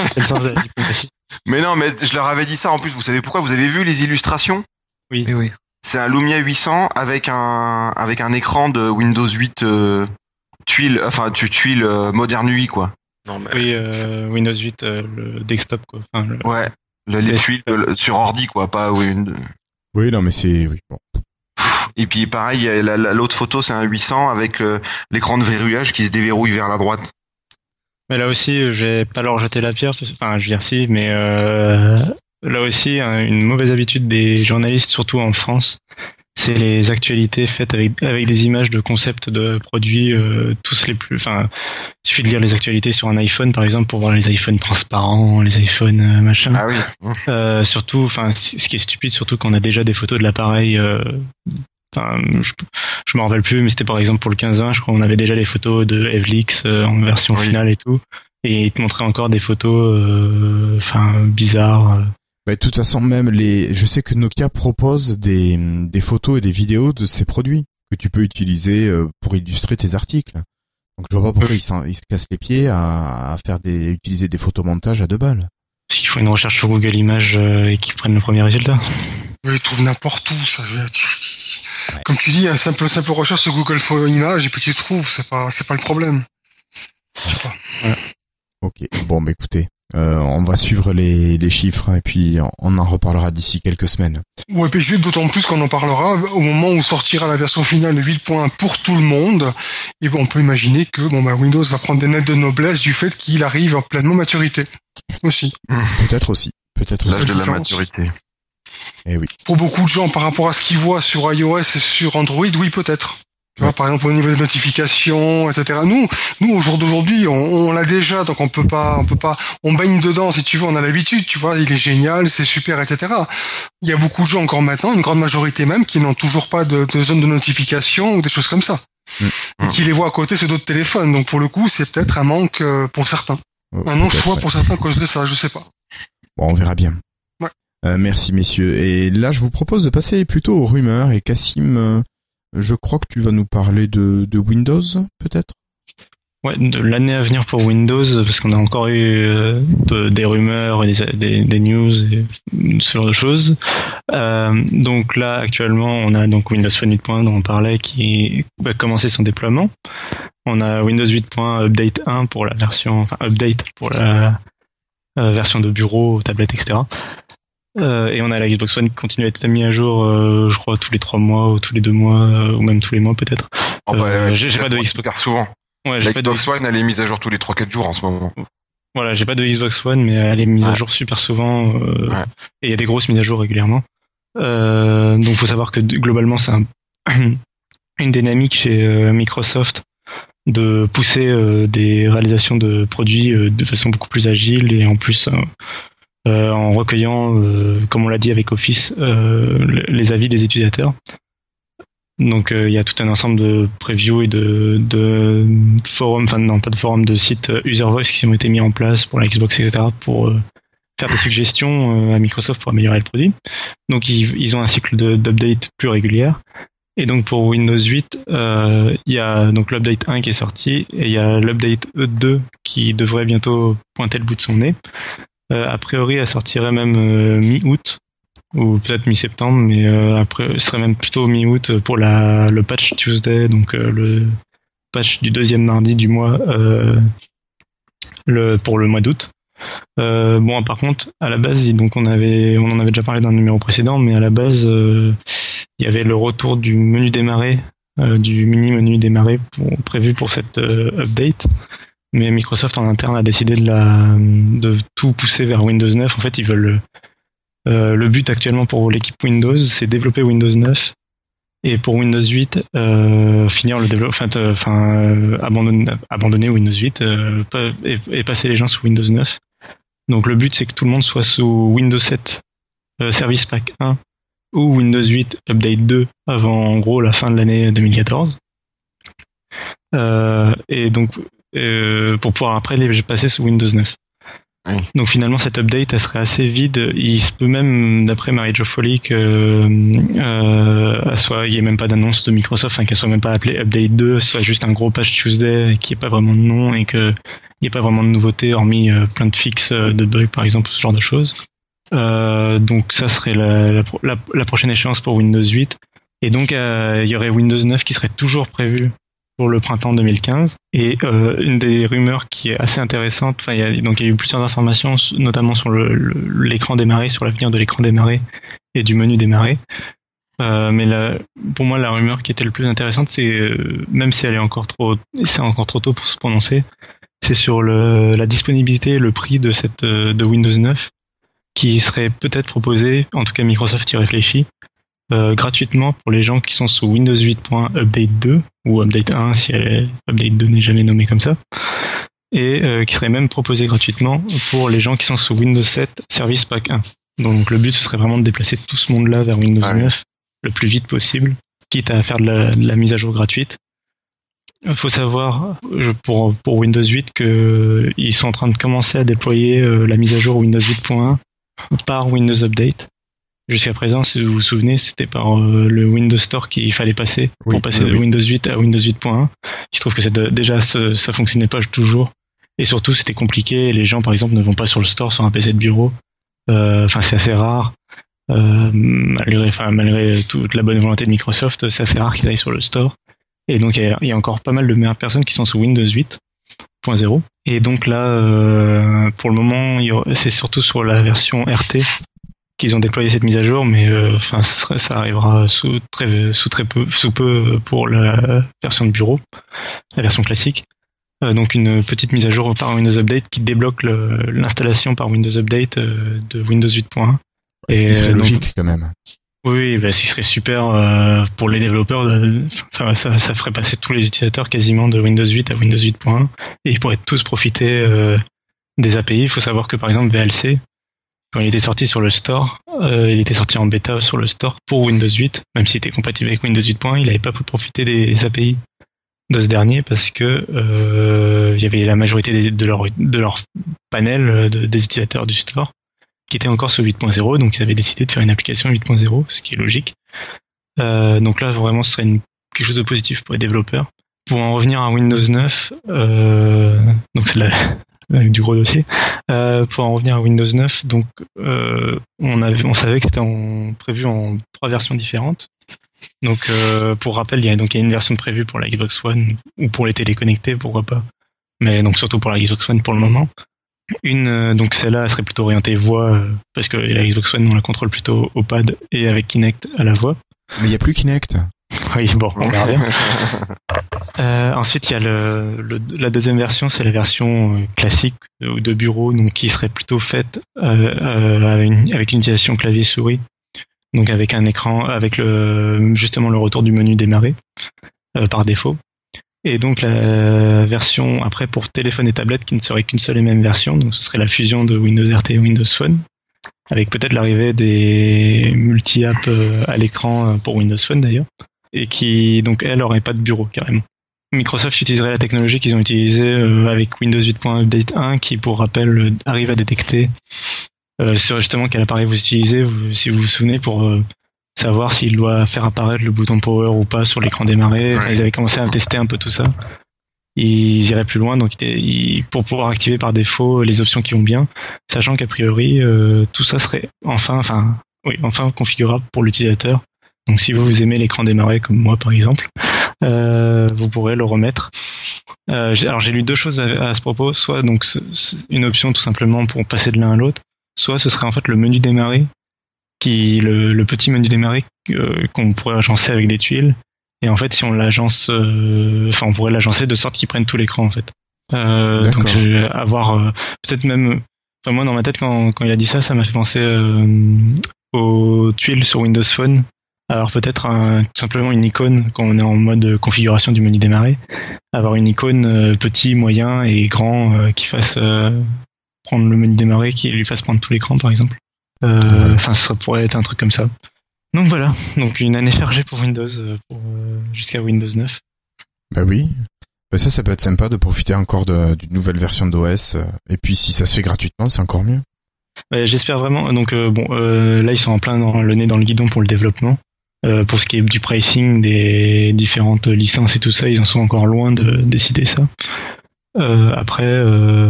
Mais non, mais je leur avais dit ça en plus. Vous savez pourquoi? Vous avez vu les illustrations? Oui, oui, oui. C'est un Lumia huit cents avec un avec un écran de Windows huit euh, tuile, enfin tu tuile euh, moderne huit quoi. Non mais. Oui, euh, Windows huit, euh, le desktop quoi. Enfin, le... Ouais, le, les tuiles le, sur ordi quoi, pas Windows. Oui, non mais c'est oui. Bon. Et puis pareil, la, la, l'autre photo c'est un huit cents avec euh, l'écran de verrouillage qui se déverrouille vers la droite. Mais là aussi, j'ai pas leur jeter la pierre. Enfin, je veux dire si, mais euh, là aussi, une mauvaise habitude des journalistes, surtout en France, c'est les actualités faites avec avec des images de concepts de produits, euh, tous les plus. Enfin, il suffit de lire les actualités sur un iPhone, par exemple, pour voir les iPhones transparents, les iPhones euh, machin. Ah oui. Euh, surtout, enfin, ce qui est stupide, surtout quand on a déjà des photos de l'appareil. Euh, Enfin, je, je me rappelle plus, mais c'était par exemple pour le quinze vingt, je crois qu'on avait déjà les photos de Evlix euh, en version oui. finale et tout, et ils te montraient encore des photos, euh, enfin bizarres. Bah, de toute façon, même les, je sais que Nokia propose des des photos et des vidéos de ses produits que tu peux utiliser pour illustrer tes articles. Donc je vois pas pourquoi ils, ils se cassent les pieds à, à faire des utiliser des photomontages à deux balles. S'ils font une recherche sur Google Images euh, et qu'ils prennent le premier résultat. Oui, ils trouvent n'importe où, ça. Ouais. Comme tu dis, un simple, simple recherche sur Google Images et puis tu trouves, c'est pas, c'est pas le problème. Je sais pas. Ouais. Ok. Bon, bah écoutez, euh, on va suivre les, les chiffres et puis on en reparlera d'ici quelques semaines. Ouais, puis juste d'autant plus qu'on en parlera au moment où sortira la version finale de huit point un pour tout le monde. Et bon, on peut imaginer que bon bah Windows va prendre des notes de noblesse du fait qu'il arrive en pleinement maturité. Aussi. Peut-être aussi. Peut-être aussi. L'âge de la maturité. Eh oui. Pour beaucoup de gens, par rapport à ce qu'ils voient sur iOS et sur Android, oui, peut-être. Tu vois, par exemple, au niveau des notifications, et cetera. Nous, nous, au jour d'aujourd'hui, on, on l'a déjà, donc on peut pas, on peut pas, on baigne dedans, si tu veux, on a l'habitude, tu vois, il est génial, c'est super, et cetera. Il y a beaucoup de gens encore maintenant, une grande majorité même, qui n'ont toujours pas de, de zone de notification ou des choses comme ça. Mmh. Et qui les voient à côté sur d'autres téléphones. Donc, pour le coup, c'est peut-être un manque pour certains. Ouais, un non-choix pour certains à cause de ça, je sais pas. Bon, on verra bien. Ouais. Euh, merci messieurs. Et là, je vous propose de passer plutôt aux rumeurs. Et Cassim, euh, je crois que tu vas nous parler de, de Windows, peut-être. Ouais, de l'année à venir pour Windows, parce qu'on a encore eu euh, de, des rumeurs et des, des, des news et ce genre de choses. Euh, donc là, actuellement, on a donc Windows Phone huit point un dont on parlait qui va commencer son déploiement. On a Windows huit point un Update un pour la version, enfin Update pour la euh, version de bureau, tablette, et cetera. Euh, et on a la Xbox One qui continue à être mis à jour, euh, je crois, tous les trois mois ou tous les deux mois, euh, ou même tous les mois peut-être. Oh bah, euh, ouais, j'ai, j'ai pas de Xbox super souvent. Ouais, la Xbox One, elle est mise à jour tous les trois quatre jours en ce moment. Voilà, j'ai pas de Xbox One, mais elle est mise ouais. à jour super souvent, euh, ouais. et il y a des grosses mises à jour régulièrement. Euh, donc faut savoir que globalement c'est un une dynamique chez euh, Microsoft de pousser euh, des réalisations de produits euh, de façon beaucoup plus agile et en plus euh, euh, en recueillant, euh, comme on l'a dit avec Office, euh, les avis des utilisateurs. Donc il euh, y a tout un ensemble de previews et de, de forums, enfin non pas de forums, de sites euh, User Voice qui ont été mis en place pour la Xbox, et cetera pour euh, faire des suggestions euh, à Microsoft pour améliorer le produit. Donc ils, ils ont un cycle de, d'update plus régulier. Et donc pour Windows huit, il euh, y a donc l'update un qui est sorti et il y a l'update deux qui devrait bientôt pointer le bout de son nez. Euh, a priori, elle sortirait même euh, mi-août ou peut-être mi-septembre, mais euh, après, ce serait même plutôt mi-août pour la le patch Tuesday, donc euh, le patch du deuxième mardi du mois, euh, le pour le mois d'août. Euh, bon, par contre, à la base, donc on avait, on en avait déjà parlé dans le numéro précédent, mais à la base, euh, il y avait le retour du menu démarrer, euh, du mini menu démarrer pour, prévu pour cette euh, update. Mais Microsoft en interne a décidé de la, de tout pousser vers Windows neuf. En fait, ils veulent, euh, le but actuellement pour l'équipe Windows, c'est développer Windows neuf Et pour Windows huit, euh, finir le développement, enfin, enfin euh, abandonner, abandonner Windows huit euh, et, et passer les gens sous Windows neuf. Donc le but c'est que tout le monde soit sous Windows sept euh, Service Pack un ou Windows huit Update deux avant en gros la fin de l'année deux mille quatorze. Euh, et donc euh, pour pouvoir après les passer sous Windows neuf. Oui. Donc finalement cette update elle serait assez vide. Il se peut même d'après Mary-Jo Foley que euh, soit il n'y ait même pas d'annonce de Microsoft, enfin qu'elle soit même pas appelée Update deux, soit juste un gros patch Tuesday qui n'ait pas vraiment de nom et qu'il n'y ait pas vraiment de nouveautés hormis euh, plein de fixes euh, de bugs par exemple, ce genre de choses. Euh, donc ça serait la, la, la, la prochaine échéance pour Windows huit. Et donc euh, il y aurait Windows neuf qui serait toujours prévu pour le printemps deux mille quinze. Et euh, une des rumeurs qui est assez intéressante, enfin il y a donc il y a eu plusieurs informations, notamment sur le, le, l'écran démarrer, sur l'avenir de l'écran démarrer et du menu démarrer. Euh, mais la, pour moi la rumeur qui était le plus intéressante, c'est euh, même si elle est encore trop, c'est encore trop tôt pour se prononcer, c'est sur le, la disponibilité et le prix de cette de Windows neuf qui serait peut-être proposé, en tout cas Microsoft y réfléchit. Euh, gratuitement pour les gens qui sont sous Windows huit.update deux ou Update un si elle est, Update deux n'est jamais nommé comme ça, et euh, qui serait même proposé gratuitement pour les gens qui sont sous Windows sept Service Pack un. Donc le but ce serait vraiment de déplacer tout ce monde-là vers Windows ah, neuf le plus vite possible, quitte à faire de la, de la mise à jour gratuite. Il faut savoir pour, pour Windows huit qu'ils sont en train de commencer à déployer euh, la mise à jour Windows huit.un par Windows Update. Jusqu'à présent, si vous vous souvenez, c'était par euh, le Windows Store qu'il fallait passer oui, pour passer oui, de oui. Windows huit à Windows huit.un. Je trouve que c'est de, déjà ça, ça fonctionnait pas toujours, et surtout c'était compliqué. Les gens, par exemple, ne vont pas sur le store sur un P C de bureau. Enfin, euh, c'est assez rare. Euh, malgré, enfin, malgré toute la bonne volonté de Microsoft, c'est assez rare qu'ils aillent sur le store. Et donc il y, y a encore pas mal de personnes qui sont sous Windows huit point zéro. Et donc là, euh, pour le moment, c'est surtout sur la version R T qu'ils ont déployé cette mise à jour, mais enfin euh, ça, ça arrivera sous très sous très peu sous peu pour la version de bureau, la version classique. Euh, donc une petite mise à jour par Windows Update qui débloque le, l'installation par Windows Update euh, de Windows huit.un. Ce qui serait donc, logique quand même. Oui, bah, ce qui serait super euh, pour les développeurs. De, ça, ça, ça ferait passer tous les utilisateurs quasiment de Windows huit à Windows huit.un et ils pourraient tous profiter euh, des A P I. Il faut savoir que par exemple V L C, quand il était sorti sur le store, euh, il était sorti en bêta sur le store pour Windows huit, même s'il était compatible avec Windows huit.un, il n'avait pas pu profiter des A P I de ce dernier parce que euh, il y avait la majorité des, de leur de leur panel de, des utilisateurs du store qui était encore sur huit point zéro, donc ils avaient décidé de faire une application huit point zéro, ce qui est logique. Euh, donc là vraiment ce serait une, quelque chose de positif pour les développeurs. Pour en revenir à Windows neuf, euh, donc c'est la du gros dossier. Euh, pour en revenir à Windows neuf, donc euh, on avait, on savait que c'était en, prévu en trois versions différentes. Donc euh, pour rappel, il y a donc il y a une version prévue pour la Xbox One ou pour les téléconnectés, pourquoi pas. Mais donc surtout pour la Xbox One pour le moment. Une euh, donc celle-là elle serait plutôt orientée voix euh, parce que la Xbox One on la contrôle plutôt au pad et avec Kinect à la voix. Mais il n'y a plus Kinect. Oui, bon, on verra bien. Euh, ensuite, il y a le, le, la deuxième version, c'est la version classique de, de bureau, donc qui serait plutôt faite euh, euh, une, avec une utilisation clavier-souris, donc avec un écran, avec le, justement le retour du menu démarrer euh, par défaut. Et donc la version après pour téléphone et tablette qui ne serait qu'une seule et même version, donc ce serait la fusion de Windows R T et Windows Phone, avec peut-être l'arrivée des multi-apps à l'écran pour Windows Phone d'ailleurs, et qui donc elle aurait pas de bureau carrément. Microsoft utiliserait la technologie qu'ils ont utilisée euh, avec Windows huit.update un qui, pour rappel, euh, arrive à détecter euh, sur justement quel appareil vous utilisez, vous, si vous vous souvenez, pour euh, savoir s'il doit faire apparaître le bouton power ou pas sur l'écran démarrer. Ouais. Ils avaient commencé à tester un peu tout ça. Ils iraient plus loin, donc ils, pour pouvoir activer par défaut les options qui vont bien, sachant qu'a priori euh, tout ça serait enfin, enfin, oui, enfin configurable pour l'utilisateur. Donc si vous, vous aimez l'écran démarrer comme moi par exemple, euh, vous pourrez le remettre. Euh, j'ai, alors j'ai lu deux choses à, à ce propos, soit donc une option tout simplement pour passer de l'un à l'autre, soit ce serait en fait le menu démarrer, qui le, le petit menu démarrer euh, qu'on pourrait agencer avec des tuiles. Et en fait, si on l'agence, euh, enfin, on pourrait l'agencer de sorte qu'il prenne tout l'écran, en fait. Euh, donc, je vais avoir euh, peut-être même, enfin, moi, dans ma tête, quand, quand il a dit ça, ça m'a fait penser euh, aux tuiles sur Windows Phone, Alors peut-être un, tout simplement une icône quand on est en mode configuration du menu démarrer, avoir une icône euh, petit, moyen et grand euh, qui fasse euh, prendre le menu démarrer, qui lui fasse prendre tout l'écran par exemple. Enfin, euh, ça pourrait être un truc comme ça. Donc voilà, donc une année chargée pour Windows euh, pour, euh, jusqu'à Windows neuf. Bah oui. Bah ça, ça peut être sympa de profiter encore de, d'une nouvelle version d'O S. Et puis si ça se fait gratuitement, c'est encore mieux. Bah, j'espère vraiment. Donc euh, bon, euh, là ils sont en plein dans le nez dans le guidon pour le développement. Euh, pour ce qui est du pricing, des différentes licences et tout ça, ils en sont encore loin de décider ça. Euh, après, euh,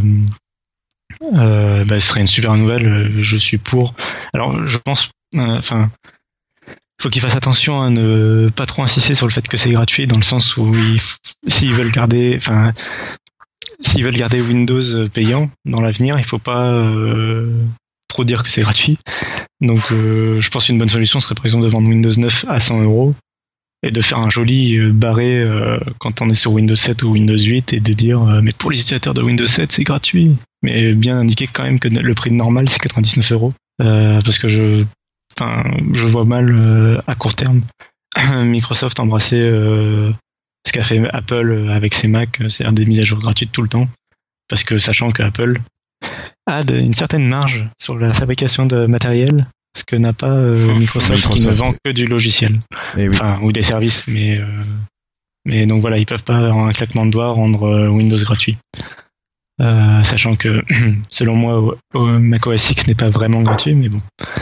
euh, bah, ce serait une super nouvelle. Je suis pour. Alors, je pense, enfin, euh, faut qu'ils fassent attention à ne pas trop insister sur le fait que c'est gratuit, dans le sens où ils, s'ils veulent garder, enfin, s'ils veulent garder Windows payant dans l'avenir, il faut pas euh, trop dire que c'est gratuit. Donc euh, je pense qu'une bonne solution serait par exemple de vendre Windows neuf à cent euros et de faire un joli euh, barré euh, quand on est sur Windows sept ou Windows huit et de dire euh, mais pour les utilisateurs de Windows sept c'est gratuit, mais bien indiquer quand même que le prix normal c'est quatre-vingt-dix-neuf euros euh, parce que je enfin je vois mal euh, à court terme Microsoft embrasser euh, ce qu'a fait Apple avec ses Mac, c'est-à-dire des mises à jour gratuites tout le temps, parce que sachant que Apple a de, une certaine marge sur la fabrication de matériel, ce que n'a pas euh, Microsoft, Microsoft qui ne vend que du logiciel, oui. Enfin ou des services, mais euh, mais donc voilà, ils peuvent pas en un claquement de doigts rendre euh, Windows gratuit, euh, sachant que selon moi Mac O S X n'est pas vraiment gratuit, mais bon,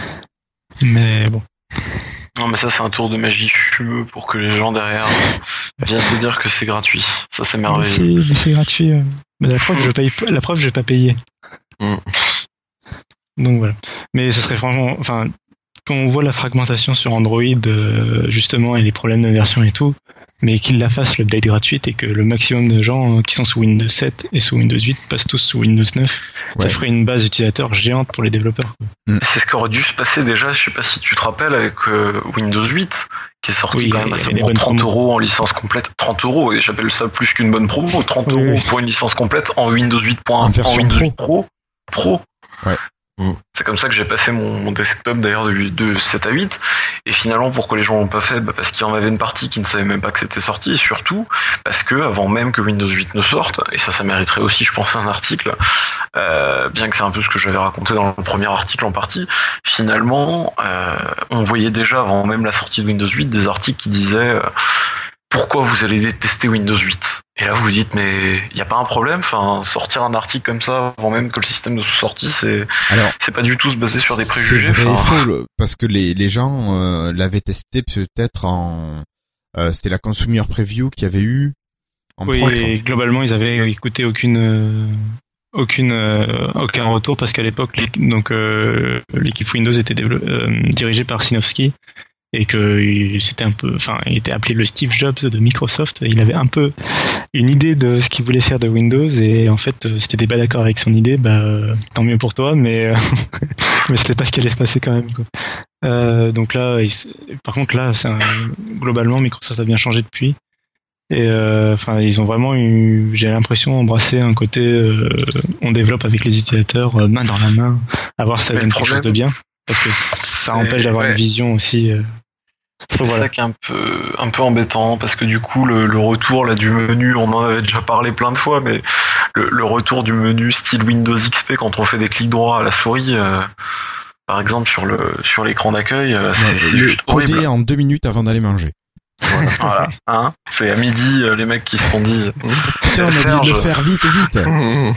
mais bon. Non mais ça c'est un tour de magie fumeux pour que les gens derrière viennent te dire que c'est gratuit. Ça c'est merveilleux. Mais c'est, mais c'est gratuit. Euh. Mais la preuve je paye, la preuve je vais pas payer. Mm. Donc voilà. Mais ce serait franchement, enfin, quand on voit la fragmentation sur Android euh, justement et les problèmes de version et tout, mais qu'ils la fassent l'update gratuite et que le maximum de gens euh, qui sont sous Windows sept et sous Windows huit passent tous sous Windows neuf, ouais. Ça ferait une base utilisateur géante pour les développeurs. Mm. C'est ce qui aurait dû se passer déjà, je sais pas si tu te rappelles, avec euh, Windows huit, qui est sorti oui, quand même assez bon, trente euros en licence complète. trente euros, et j'appelle ça plus qu'une bonne promo, trente oui, euros oui. pour une licence complète en Windows huit. En, en Windows huit Pro. Pro. Ouais. C'est comme ça que j'ai passé mon, mon desktop d'ailleurs de, de sept à huit, et finalement pourquoi les gens l'ont pas fait, bah parce qu'il y en avait une partie qui ne savait même pas que c'était sorti, et surtout parce que avant même que Windows huit ne sorte, et ça ça mériterait aussi je pense un article, euh, bien que c'est un peu ce que j'avais raconté dans le premier article en partie, finalement euh, on voyait déjà avant même la sortie de Windows huit des articles qui disaient euh, pourquoi vous allez détester Windows huit. Et là vous vous dites mais il n'y a pas un problème, enfin sortir un article comme ça avant même que le système ne soit sorti, c'est Alors, c'est pas du tout se baser sur des préjugés. C'est vrai et faux parce que les les gens euh, l'avaient testé peut-être en euh, c'était la Consumer Preview qu'il y avait eu. En oui, et globalement ils avaient écouté aucune euh, aucune euh, aucun retour parce qu'à l'époque les, donc euh, l'équipe Windows était dévelop- euh, dirigée par Sinofsky. Et que c'était un peu, enfin, il était appelé le Steve Jobs de Microsoft. Il avait un peu une idée de ce qu'il voulait faire de Windows, et en fait, si t'étais pas d'accord avec son idée, bah, tant mieux pour toi, mais, mais c'était pas ce qui allait se passer quand même, quoi. Euh, donc là, il, par contre, là, c'est un, globalement, Microsoft a bien changé depuis. Et, euh, enfin, ils ont vraiment eu, j'ai l'impression, embrassé un côté, euh, on développe avec les utilisateurs, euh, main dans la main, à voir si ça donne quelque chose de bien. Parce que ça empêche d'avoir ouais. une vision aussi. Euh... C'est voilà. Ça qui est un peu, un peu embêtant, parce que du coup, le, le retour là du menu, on en avait déjà parlé plein de fois, mais le, le retour du menu style Windows X P quand on fait des clics droits à la souris, euh, par exemple sur le sur l'écran d'accueil, euh, c'est, ouais, c'est juste horrible. Coder en deux minutes avant d'aller manger. Voilà, voilà. Hein, c'est à midi euh, les mecs qui se sont dit putain, on a oublié de le faire vite vite. Ils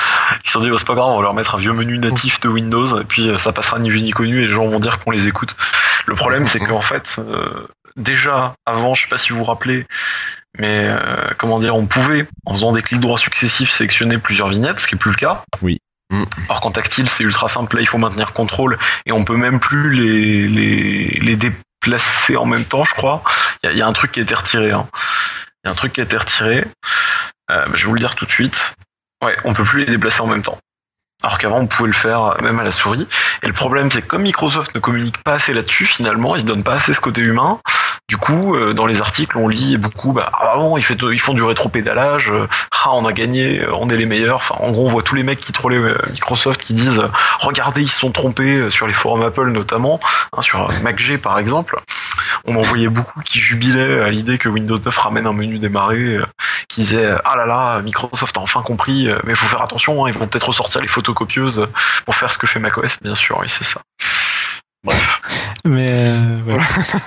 se sont dit oh, c'est pas grave, on va leur mettre un vieux menu natif de Windows et puis euh, ça passera ni vu ni connu et les gens vont dire qu'on les écoute. Le problème c'est qu'en fait euh, déjà avant, je sais pas si vous vous rappelez, mais euh, comment dire, on pouvait en faisant des clics droits successifs sélectionner plusieurs vignettes, ce qui est plus le cas. Oui. Alors qu'en tactile c'est ultra simple, là il faut maintenir contrôle et on peut même plus les les les déplacer en même temps, je crois. Il y, y a un truc qui a été retiré. Hein. Il y a un truc qui a été retiré. Euh, je vais vous le dire tout de suite. Ouais, on peut plus les déplacer en même temps. Alors qu'avant, on pouvait le faire même à la souris. Et le problème, c'est que comme Microsoft ne communique pas assez là-dessus, finalement, ils se donnent pas assez ce côté humain. Du coup, euh, dans les articles, on lit beaucoup, bah, ah bon, ils, fait, ils font du rétro-pédalage, euh, ah, on a gagné, on est les meilleurs. Enfin, en gros, on voit tous les mecs qui trollaient euh, Microsoft qui disent, euh, regardez, ils se sont trompés euh, sur les forums Apple notamment, hein, sur euh, MacG par exemple. On en voyait beaucoup qui jubilaient à l'idée que Windows neuf ramène un menu démarré, euh, qui disaient, ah là là, Microsoft a enfin compris, euh, mais il faut faire attention, hein, ils vont peut-être ressortir les photocopieuses pour faire ce que fait macOS, bien sûr, oui, c'est ça. Bref. Mais euh, ouais.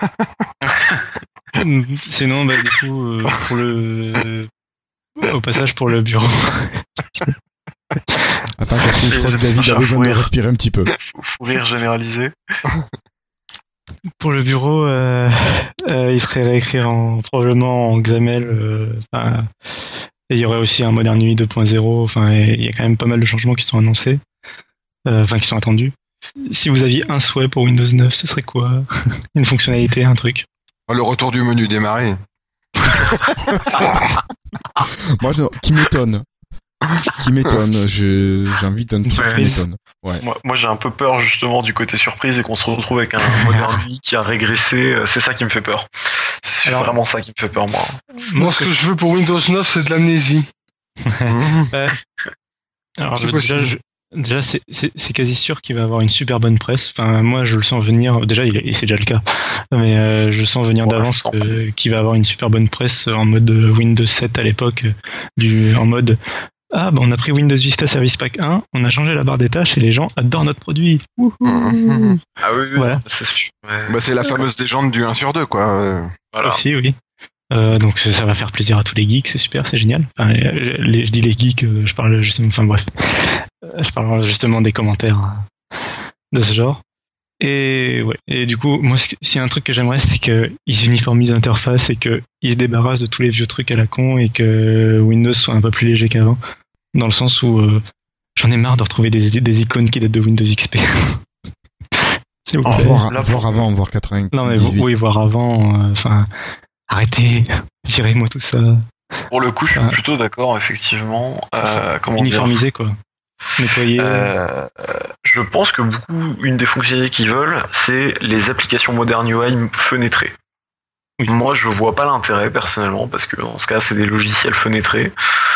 Sinon, bah, du coup, euh, pour le, au passage pour le bureau. Attends, Cassim, je crois que David a besoin de respirer un petit peu. Fou rire généralisé. Pour le bureau, euh, euh, il serait réécrit en probablement en X M L. Euh, enfin, et il y aurait aussi un Modern U I deux point zéro. Enfin, il y a quand même pas mal de changements qui sont annoncés, euh, enfin qui sont attendus. Si vous aviez un souhait pour Windows neuf, ce serait quoi? Une fonctionnalité, un truc? Le retour du menu démarrer. Moi, je, qui m'étonne. Qui m'étonne. Je, j'ai envie d'un truc qui m'étonne. Ouais. Moi, moi, j'ai un peu peur justement du côté surprise et qu'on se retrouve avec un Modern U I qui a régressé. C'est ça qui me fait peur. C'est Alors, vraiment ça qui me fait peur, moi. Moi, ce que je veux pour Windows neuf, c'est de l'amnésie. euh, alors, c'est je, possible. déjà, je, déjà c'est, c'est, c'est quasi sûr qu'il va avoir une super bonne presse. Enfin, moi, je le sens venir. Déjà, il, et c'est déjà le cas. Mais euh, je sens venir Pour d'avance euh, qu'il va avoir une super bonne presse en mode Windows sept à l'époque, du, en mode. Ah, bah on a pris Windows Vista Service Pack un, on a changé la barre des tâches et les gens adorent notre produit. Wouhou. Ah oui, oui, voilà. c'est sûr. Ouais. Bah, c'est la fameuse légende du un sur deux, quoi. Voilà. Aussi, oui. Euh, donc ça va faire plaisir à tous les geeks, c'est super, c'est génial. Enfin, les, je dis les geeks, je parle justement, enfin bref, je parle justement des commentaires de ce genre. Et ouais, et du coup, moi, s'il y a un truc que j'aimerais, c'est qu'ils uniformisent l'interface et qu'ils se débarrassent de tous les vieux trucs à la con et que Windows soit un peu plus léger qu'avant. Dans le sens où euh, j'en ai marre de retrouver des, des icônes qui datent de Windows X P. S'il vous plaît. Voir, voir avant, voir quatre-vingt-dix-huit. Non mais oui, voir avant. Enfin, euh, arrêtez, virez-moi tout ça. Pour le coup, je suis ah. plutôt d'accord, effectivement. Euh, comment Uniformiser dire quoi. Nettoyer. Euh, je pense que beaucoup, une des fonctionnalités qu'ils veulent, c'est les applications Modern U I fenêtrées. Oui. Moi, je vois pas l'intérêt personnellement parce que dans ce cas, c'est des logiciels fenêtrés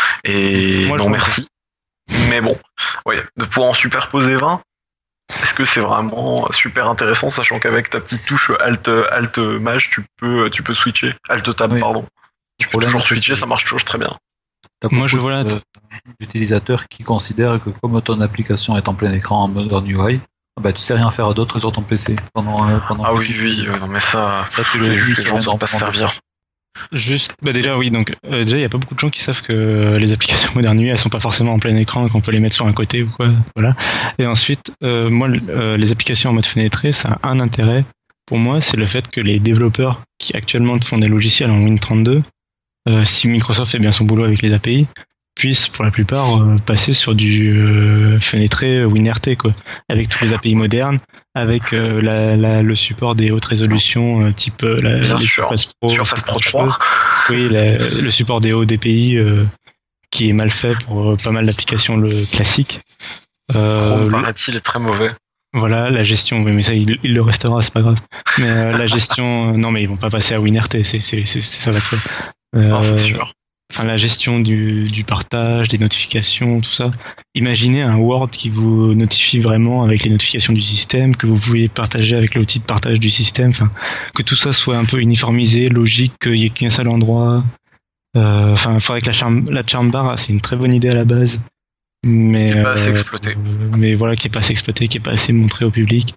et Moi, non merci. Pas. Mais bon, ouais, de pouvoir en superposer vingt. Est-ce que c'est vraiment super intéressant, sachant qu'avec ta petite touche Alt Alt Maj, tu peux tu peux switcher, Alt Tab oui. pardon. Tu peux toujours switcher, ça marche toujours très bien. T'as Moi, je vois l'utilisateur qui considère que comme ton application est en plein écran en mode U I, bah tu sais rien faire d'autre sur ton P C pendant pendant. Ah oui oui, euh, non mais ça, ça tu le juste que les gens ne savent pas se servir. Juste, bah déjà oui, donc euh, déjà il y a pas beaucoup de gens qui savent que les applications Modern U I elles sont pas forcément en plein écran et qu'on peut les mettre sur un côté ou quoi, voilà. Et ensuite, euh, moi euh, les applications en mode fenêtré, ça a un intérêt pour moi, c'est le fait que les développeurs qui actuellement font des logiciels en Win trente-deux, euh, si Microsoft fait bien son boulot avec les A P I, puissent pour la plupart euh, passer sur du euh, fenêtré WinRT quoi, avec tous les A P I modernes, avec euh, la, la, le support des hautes résolutions euh, type euh, la, bien les sûr. Surface Pro, Surface Pro trois. Oui, la, le support des hauts D P I euh, qui est mal fait pour euh, pas mal d'applications le classique. Euh, Chrome, paraît-il, est très mauvais. Voilà, la gestion, oui, mais ça, il, il le restera, c'est pas grave. Mais euh, la gestion, euh, non, mais ils vont pas passer à WinRT, c'est, c'est, c'est, ça va être fait. Euh, non, c'est sûr. Enfin, la gestion du, du partage, des notifications, tout ça. Imaginez un Word qui vous notifie vraiment avec les notifications du système, que vous pouvez partager avec l'outil de partage du système. Enfin, que tout ça soit un peu uniformisé, logique, qu'il n'y ait qu'un seul endroit. Euh, enfin, il faudrait que la charm, la charm bar, c'est une très bonne idée à la base, mais qui est pas assez euh, exploité. Mais voilà, qui est pas assez exploité, qui est pas assez montré au public.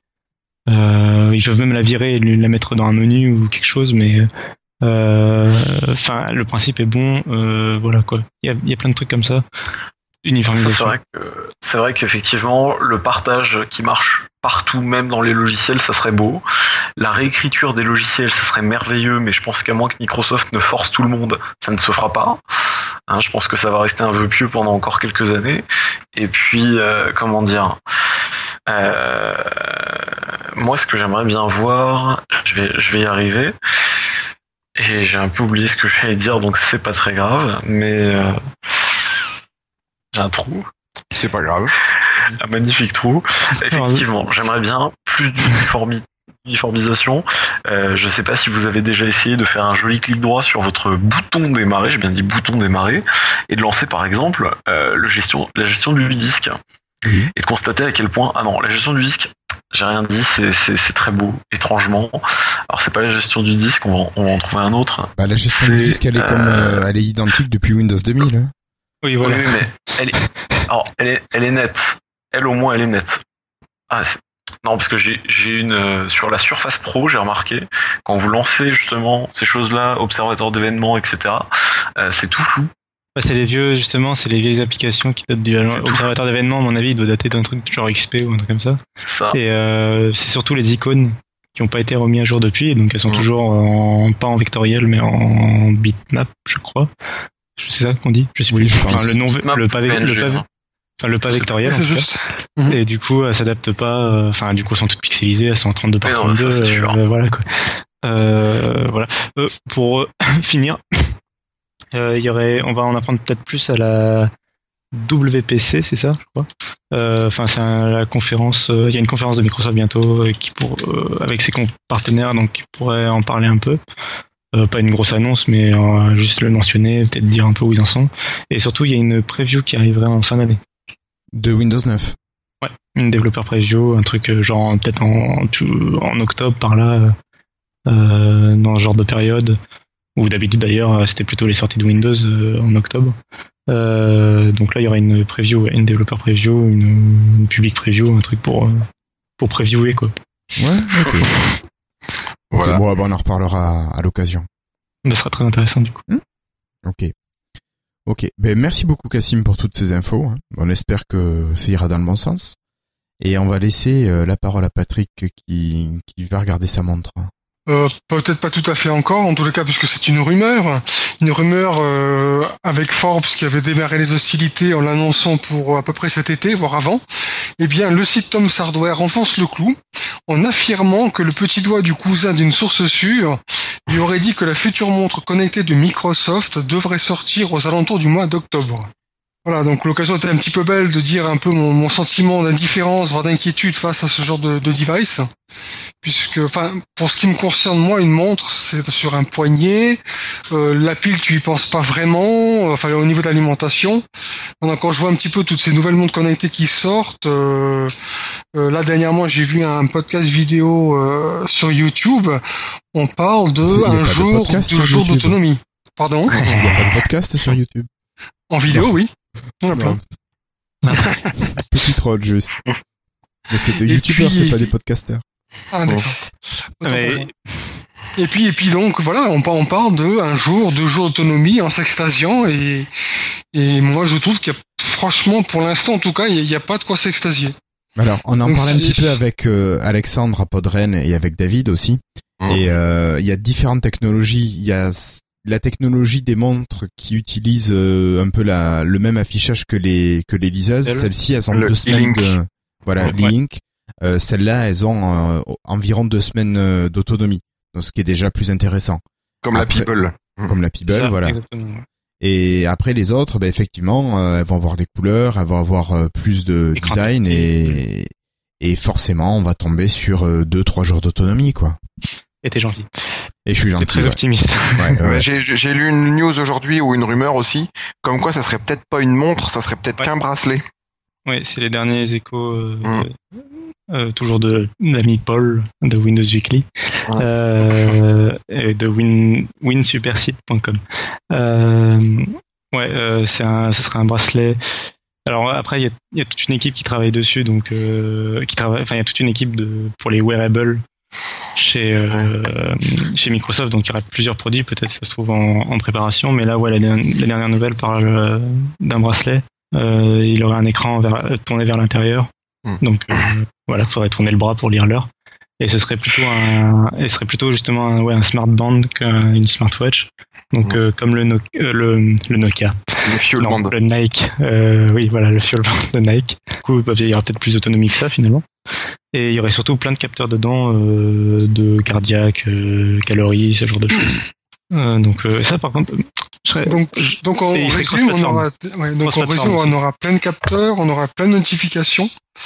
Euh, ils peuvent même la virer et la mettre dans un menu ou quelque chose, mais enfin, euh, le principe est bon. Euh, voilà quoi. Il y a, il y a plein de trucs comme ça. Uniformisation. C'est vrai que c'est vrai qu'effectivement le partage qui marche partout, même dans les logiciels, ça serait beau. La réécriture des logiciels, ça serait merveilleux, mais je pense qu'à moins que Microsoft ne force tout le monde, ça ne se fera pas. Hein, je pense que ça va rester un vœu pieux pendant encore quelques années. Et puis, euh, comment dire, euh, moi, ce que j'aimerais bien voir, je vais, je vais y arriver. Et j'ai un peu oublié ce que j'allais dire, donc c'est pas très grave, mais euh, j'ai un trou. C'est pas grave. Un magnifique trou. Effectivement, j'aimerais bien plus d'uniformité, uniformisation. Euh, je sais pas si vous avez déjà essayé de faire un joli clic droit sur votre bouton démarrer, j'ai bien dit bouton démarrer, et de lancer par exemple euh, le gestion, la gestion du disque. Mmh. Et de constater à quel point, ah non, la gestion du disque, j'ai rien dit, c'est, c'est, c'est très beau, étrangement. Alors c'est pas la gestion du disque, on va, on va en trouver un autre. Bah, la gestion c'est, du disque, elle est euh... comme, euh, elle est identique depuis Windows deux mille. Hein. Oui, voilà. Oui, mais elle est, alors, elle est, elle est nette. Elle au moins, elle est nette. Ah, c'est... Non, parce que j'ai, j'ai une euh, sur la Surface Pro, j'ai remarqué quand vous lancez justement ces choses-là, observateur d'événements, et cetera. Euh, c'est tout flou. Bah, c'est les vieux, justement, c'est les vieilles applications qui datent du observateur d'événements. À mon avis, il doit dater d'un truc genre X P ou un truc comme ça. C'est ça. Et euh, c'est surtout les icônes qui n'ont pas été remis à jour depuis, donc elles sont mmh. toujours en, pas en vectoriel, mais en bitmap, je crois. C'est ça qu'on dit. Je sais oui, plus. Je enfin, le nom, le pas, le pas, enfin le pas vectoriel. C'est juste. Mmh. Et du coup, elles s'adaptent pas. Enfin, du coup, elles sont toutes pixelisées. Elles sont en trente-deux par trente-deux. Ça, euh, voilà quoi. Euh, voilà. Euh, pour finir. Il euh, y aurait, on va en apprendre peut-être plus à la W P C, c'est ça, je crois. Enfin, euh, c'est un, la conférence. Il euh, y a une conférence de Microsoft bientôt euh, qui pour, euh, avec ses partenaires, donc qui pourrait en parler un peu. Euh, pas une grosse annonce, mais euh, juste le mentionner, peut-être dire un peu où ils en sont. Et surtout, il y a une preview qui arriverait en fin d'année. De Windows neuf. Ouais, une développeur preview, un truc genre peut-être en, en, en octobre par là, euh, dans ce genre de période. Ou d'habitude d'ailleurs, c'était plutôt les sorties de Windows euh, en octobre. Euh, donc là, il y aura une preview, une développeur preview, une, une public preview, un truc pour, pour previewer quoi. Ouais, ok. Voilà. Okay, bon, bah, on en reparlera à, à l'occasion. Ça sera très intéressant du coup. Mmh. Ok. Ok. Ben, merci beaucoup Cassim pour toutes ces infos. Hein. On espère que ça ira dans le bon sens. Et on va laisser euh, la parole à Patrick qui, qui va regarder sa montre. Euh, peut-être pas tout à fait encore, en tous les cas, puisque c'est une rumeur. Une rumeur euh, avec Forbes qui avait démarré les hostilités en l'annonçant pour à peu près cet été, voire avant. Eh bien, le site Tom's Hardware enfonce le clou en affirmant que le petit doigt du cousin d'une source sûre lui aurait dit que la future montre connectée de Microsoft devrait sortir aux alentours du mois d'octobre. Voilà, donc l'occasion était un petit peu belle de dire un peu mon, mon sentiment d'indifférence, voire d'inquiétude face à ce genre de, de device. Puisque, enfin, pour ce qui me concerne, moi, une montre, c'est sur un poignet. Euh, la pile, tu y penses pas vraiment. Enfin, au niveau de l'alimentation. Pendant quand je vois un petit peu toutes ces nouvelles montres connectées qui sortent, euh, euh, là dernièrement, j'ai vu un podcast vidéo euh, sur YouTube. On parle de c'est, un jour, de deux jours YouTube. D'autonomie. Pardon. Il n'y a pas de podcast sur YouTube. En vidéo, non. Oui. On a plein. Petit troll, juste. Mais c'est des youtubeurs, puis... c'est pas des podcasters. Ah, d'accord. Mais... Et puis, et puis donc, voilà, on, on parle de un jour, deux jours d'autonomie en s'extasiant, et, et moi je trouve qu'il y a, franchement, pour l'instant en tout cas, il n'y a, a pas de quoi s'extasier. Alors, on en donc, parlait c'est... un petit peu avec euh, Alexandre à Podren et avec David aussi. Mmh. Et euh, il y a différentes technologies. Il y a la technologie des montres qui utilisent euh, un peu la, le même affichage que les que les liseuses. Le, Celles-ci, elles ont deux semaines de voilà, oh, l'e-ink. Ouais. Euh, celles-là, elles ont euh, environ deux semaines euh, d'autonomie, donc ce qui est déjà plus intéressant. Comme après, la Peeble. Comme la Peeble, ça, voilà. Exactement. Et après les autres, ben effectivement, euh, elles vont avoir des couleurs, elles vont avoir euh, plus de écran design et et forcément, on va tomber sur euh, deux trois jours d'autonomie, quoi. Et t'es gentil. Et je suis gentil. T'es très ouais. optimiste. Ouais, ouais. J'ai, j'ai lu une news aujourd'hui ou une rumeur aussi, comme quoi ça serait peut-être pas une montre, ça serait peut-être ouais. qu'un bracelet. Oui, c'est les derniers échos, euh, mm. euh, toujours de l'ami Paul de Windows Weekly, mm. euh, et de win, win supersite point com. Euh, ouais, euh, c'est un, ce serait un bracelet. Alors après, il y a, y a toute une équipe qui travaille dessus, donc euh, qui travaille. Enfin, il y a toute une équipe de pour les wearables. Chez, euh, chez Microsoft, donc il y aurait plusieurs produits, peut-être ça se trouve en, en préparation, mais là, ouais, la, la dernière nouvelle parle euh, d'un bracelet. Euh, il aurait un écran vers, tourné vers l'intérieur, mm. donc euh, voilà, il faudrait tourner le bras pour lire l'heure. Et ce serait plutôt un, et ce serait plutôt justement un, ouais, un smartband qu'une smartwatch. Donc mm. euh, comme le, no, euh, le, le Nokia, le Fuel non, Band, le Nike, euh, oui, voilà, le Fuel Band de Nike. Du coup, il y aura peut-être plus d'autonomie que ça finalement. Et il y aurait surtout plein de capteurs dedans, euh, de cardiaque, euh, calories, ce genre de choses. Euh, donc euh, ça, par contre, je serais, donc, donc en résumé, on aura, ouais, donc en résumé, on aura plein de capteurs, on aura plein de notifications.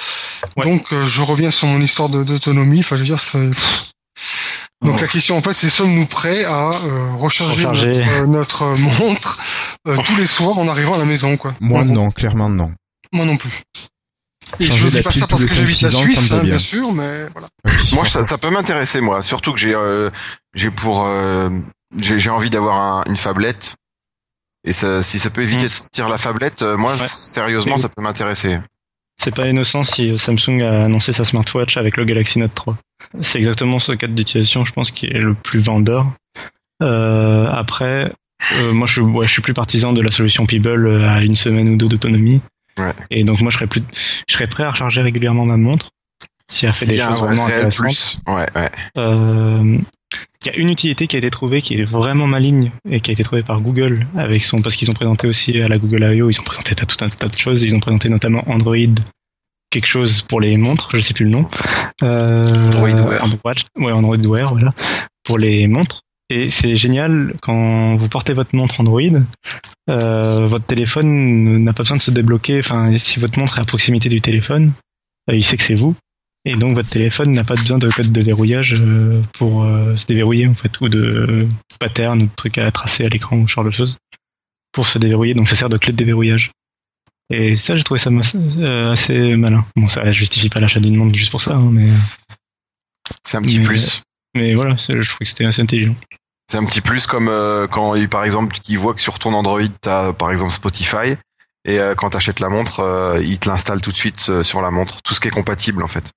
Ouais. Donc euh, je reviens sur mon histoire de, d'autonomie. Enfin, je veux dire, c'est... Donc Oh. la question en fait, c'est sommes-nous prêts à euh, recharger, Recharger. notre, euh, notre montre euh, tous les soirs en arrivant à la maison, quoi. Moi, En gros. non, clairement, non. Moi non plus. Et Changer je dis la pas pile ça parce tous que les j'habite la cinq six ans, ça me Suisse, va hein, bien. bien sûr, mais voilà. Moi, ça, ça peut m'intéresser, moi. Surtout que j'ai, euh, j'ai pour, euh, j'ai, j'ai envie d'avoir un- une phablette. Et ça, si ça peut éviter Mm. de sortir la phablette, euh, moi, Ouais. sérieusement, Et- ça peut m'intéresser. C'est pas innocent si euh, Samsung a annoncé sa smartwatch avec le Galaxy Note trois. C'est exactement ce cadre d'utilisation, je pense, qui est le plus vendeur. Euh, après, euh, moi, je, ouais, je suis plus partisan de la solution Pebble euh, à une semaine ou deux d'autonomie. Ouais. Et donc, moi, je serais plus, je serais prêt à recharger régulièrement ma montre si elle fait S'il des y a choses un vraiment réel intéressantes. plus. Ouais, ouais. Euh, il y a une utilité qui a été trouvée qui est vraiment maligne et qui a été trouvée par Google avec son parce qu'ils ont présenté aussi à la Google I O, ils ont présenté tout un tas de choses, ils ont présenté notamment Android quelque chose pour les montres, je sais plus le nom. Euh, Android Wear. Android, ouais, Android Wear, voilà, pour les montres. Et c'est génial quand vous portez votre montre Android, euh, votre téléphone n'a pas besoin de se débloquer. Enfin, si votre montre est à proximité du téléphone, euh, il sait que c'est vous. Et donc votre téléphone n'a pas besoin de code de verrouillage euh, pour euh, se déverrouiller en fait, ou de euh, pattern ou de trucs à tracer à l'écran ou ce genre de choses pour se déverrouiller. Donc ça sert de clé de déverrouillage. Et ça, j'ai trouvé ça mas- euh, assez malin. Bon, ça justifie pas l'achat d'une montre juste pour ça, hein, mais C'est un petit Mais- plus. mais voilà, c'est- je trouvais que c'était assez intelligent. C'est un petit plus comme euh, quand, il- par exemple, il voit que sur ton Android, t'as, par exemple, Spotify. Et euh, quand t'achètes la montre, euh, il te l'installe tout de suite euh, sur la montre. Tout ce qui est compatible, en fait.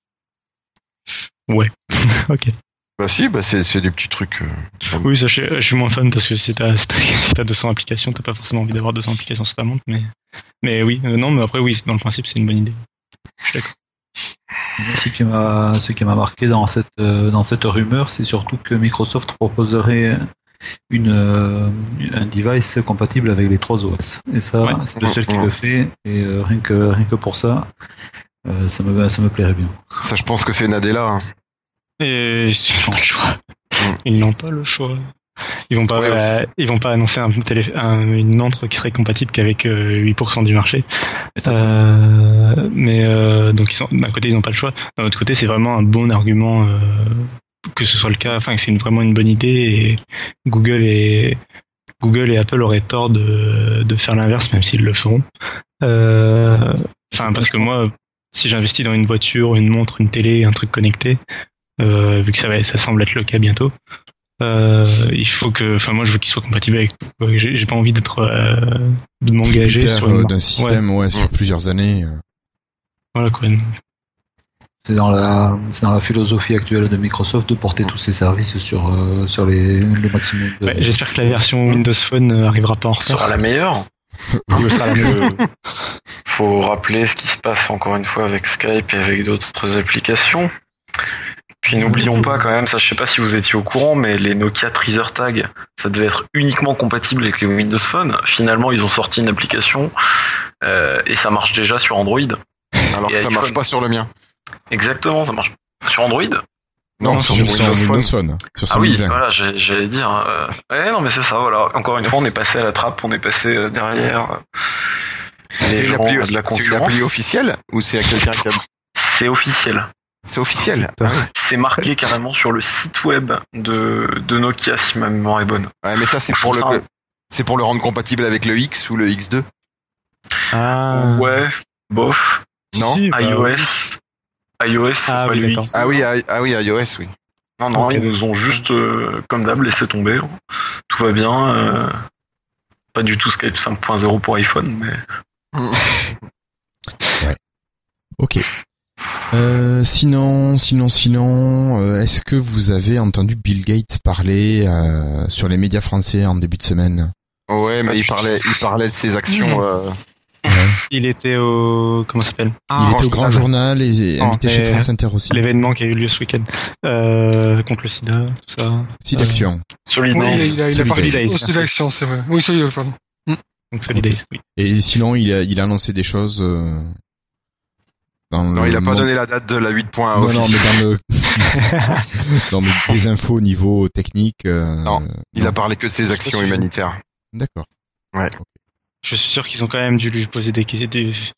Ouais. Ok. Bah si, bah c'est, c'est des petits trucs. euh, Oui, ça, je, je suis moins fan parce que si t'as si t'as si t'as deux cents applications, t'as pas forcément envie d'avoir deux cents applications sur ta montre, mais mais oui, euh, non, mais après oui, dans le principe, c'est une bonne idée. Je suis d'accord. Moi, ce qui m'a, ce qui m'a marqué dans cette, euh, dans cette rumeur, c'est surtout que Microsoft proposerait une, euh, un device compatible avec les trois O S. Et ça, Ouais. c'est le seul qui le fait. Et euh, rien que, rien que pour ça, euh, ça me, ça me plairait bien. Ça, je pense que c'est Nadella. Hein. Et ils n'ont pas le choix. Mm. Ils n'ont pas le choix. Ils vont pas, Ouais, aussi. euh, ils vont pas annoncer un télé, un- une montre qui serait compatible qu'avec euh, huit pour cent du marché. Euh, mais euh, donc ils sont, d'un côté ils n'ont pas le choix. D'un autre côté c'est vraiment un bon argument euh, que ce soit le cas. Enfin c'est une, vraiment une bonne idée et Google et Google et Apple auraient tort de, de faire l'inverse même s'ils le feront. Euh, Enfin parce que moi si j'investis dans une voiture, une montre, une télé, un truc connecté, euh, vu que ça, va, ça semble être le cas bientôt. Euh, il faut que, enfin moi je veux qu'il soit compatible avec tout. quoi. J'ai, j'ai pas envie d'être, euh, de m'engager Tributaire, sur une euh, d'un système, ouais, sur Ouais. plusieurs années. euh. Voilà quoi. C'est dans la, c'est dans la philosophie actuelle de Microsoft de porter tous ses services sur, euh, sur les, le maximum de... Ouais, j'espère que la version Windows Phone euh, arrivera pas en retard. Sera la meilleure. Ou sera la meilleure. Euh, faut rappeler ce qui se passe encore une fois avec Skype et avec d'autres applications. Puis n'oublions pas quand même, ça je sais pas si vous étiez au courant, mais les Nokia Treasure Tag, ça devait être uniquement compatible avec les Windows Phone. Finalement, ils ont sorti une application euh, et ça marche déjà sur Android. Alors Et que ça iPhone. marche pas sur le mien. Exactement, ça marche sur Android. Non, sur, sur Windows Phone. Windows Phone. Sur Ah oui, Windows Phone. voilà, j'ai- j'allais dire. Euh... Ouais, non, mais c'est ça, voilà. Encore une fois, on est passé à la trappe, on est passé euh, derrière euh, les C'est une, gens appli, de la c'est une concurrence. appli officielle ou c'est à quelqu'un qui a... C'est officiel. C'est officiel. Ah oui. C'est marqué carrément sur le site web de, de Nokia, si ma mémoire est bonne. Ouais, mais ça c'est Je pour trouve le, ça- c'est pour le rendre compatible avec le X ou le X deux. Ah. Ouais, bof. Non. Si, bah, iOS. oui. iOS, c'est Ah pas oui, le d'accord. X. Ah oui, I- ah oui, iOS, oui. Non, non, Ok. ils nous ont juste, euh, comme d'hab, laissé tomber. Tout va bien. euh, Pas du tout Skype cinq point zéro pour iPhone, mais. Ok. Euh, sinon, sinon, sinon, euh, est-ce que vous avez entendu Bill Gates parler euh, sur les médias français en début de semaine? Ouais, mais il parlait, il parlait de ses actions. Euh... Il était au, comment ça s'appelle? Il était au Grand Journal et Non, invité chez mais- France Inter aussi. L'événement qui a eu lieu ce week-end euh, contre le sida, tout ça. Si d'action. Solide. Oui, il a, il a, il a Solidaire. participé aussi d'action, c'est vrai. Oui, Solidaire, pardon. Donc Solidays, oui. Et sinon, il a, il a annoncé des choses. Euh, dans Non, le il a pas monde- donné la date de la huit point un Non, non, officielle. mais dans le, dans le- des infos au niveau technique. euh, Non, Il non. a parlé que de ses actions suis- humanitaires. D'accord. Je suis sûr qu'ils ont quand même dû lui poser des questions,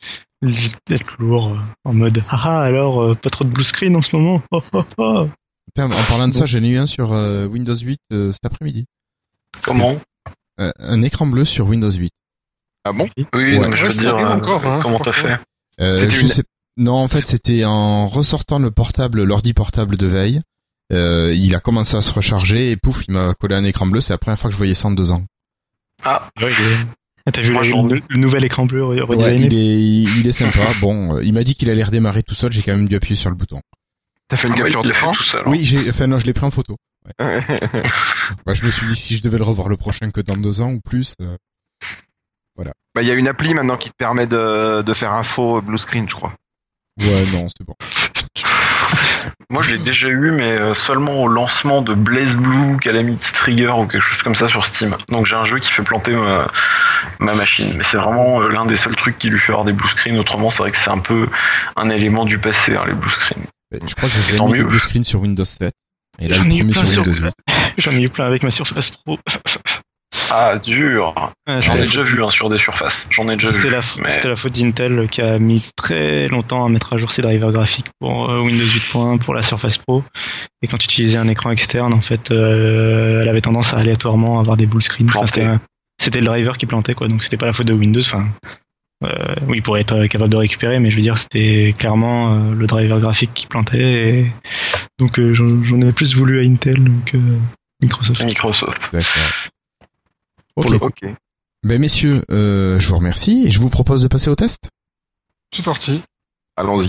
d'être lourd euh, en mode ah alors euh, pas trop de blue screen en ce moment. Oh, oh, oh. Putain, en parlant de ça, j'en ai eu un sur euh, Windows huit euh, cet après-midi. Comment euh, Un écran bleu sur Windows huit. Ah bon? Oui, Ouais. donc je veux Ouais, ça dire, arrive euh, encore, hein, comment t'as fait? Euh, C'était je une- sais- Non, en fait, c'était en ressortant le portable, l'ordi portable de veille. Euh, il a commencé à se recharger et pouf, il m'a collé un écran bleu. C'est la première fois que je voyais ça en deux ans. Ah, Ouais, il est- Ah, t'as vu Moi, le, j'en- le- le nouvel écran bleu re- Ouais, redesigné il est, il est sympa. Bon, euh, il m'a dit qu'il allait redémarrer tout seul. J'ai quand même dû appuyer sur le bouton. T'as fait une ah, capture il l'a fait d'écran? tout seul. hein. Oui, j'ai, enfin non, je l'ai pris en photo. Ouais. Ouais, je me suis dit si je devais le revoir le prochain que dans deux ans ou plus. euh, Bah, il y a une appli maintenant qui te permet de, de faire un faux blue screen, je crois. Ouais, non, c'est bon. Moi, je l'ai déjà eu, mais euh, seulement au lancement de Blaze Blue, Calamity Trigger ou quelque chose comme ça sur Steam. Donc j'ai un jeu qui fait planter ma, ma machine. Mais c'est vraiment euh, l'un des seuls trucs qui lui fait avoir des blue screens. Autrement, c'est vrai que c'est un peu un élément du passé, hein, les blue screens. Ouais, Je crois que j'ai Tant jamais mis de mieux. blue screen sur Windows sept. Et là, J'en le ai eu premier plein sur sur- Windows huit. J'en ai eu plein avec ma Surface Pro. Ah, dur. Ouais, J'en c'était ai la déjà faute- vu hein, sur des surfaces. J'en ai déjà C'était vu. la, mais- c'était la faute d'Intel qui a mis très longtemps à mettre à jour ses drivers graphiques pour euh, Windows huit point un, pour la Surface Pro. Et quand tu utilisais un écran externe, en fait, euh, elle avait tendance à aléatoirement avoir des bull screens. Enfin, Planter. c'était, un- c'était le driver qui plantait, quoi. Donc c'était pas la faute de Windows. Enfin, euh, oui, pour être capable de récupérer, mais je veux dire, c'était clairement euh, le driver graphique qui plantait. Et donc euh, j'en, j'en ai plus voulu à Intel que Microsoft. Microsoft. D'accord. Pour Ok. le- Ok. Ben messieurs, euh, je vous remercie et je vous propose de passer au test. C'est parti. Allons-y.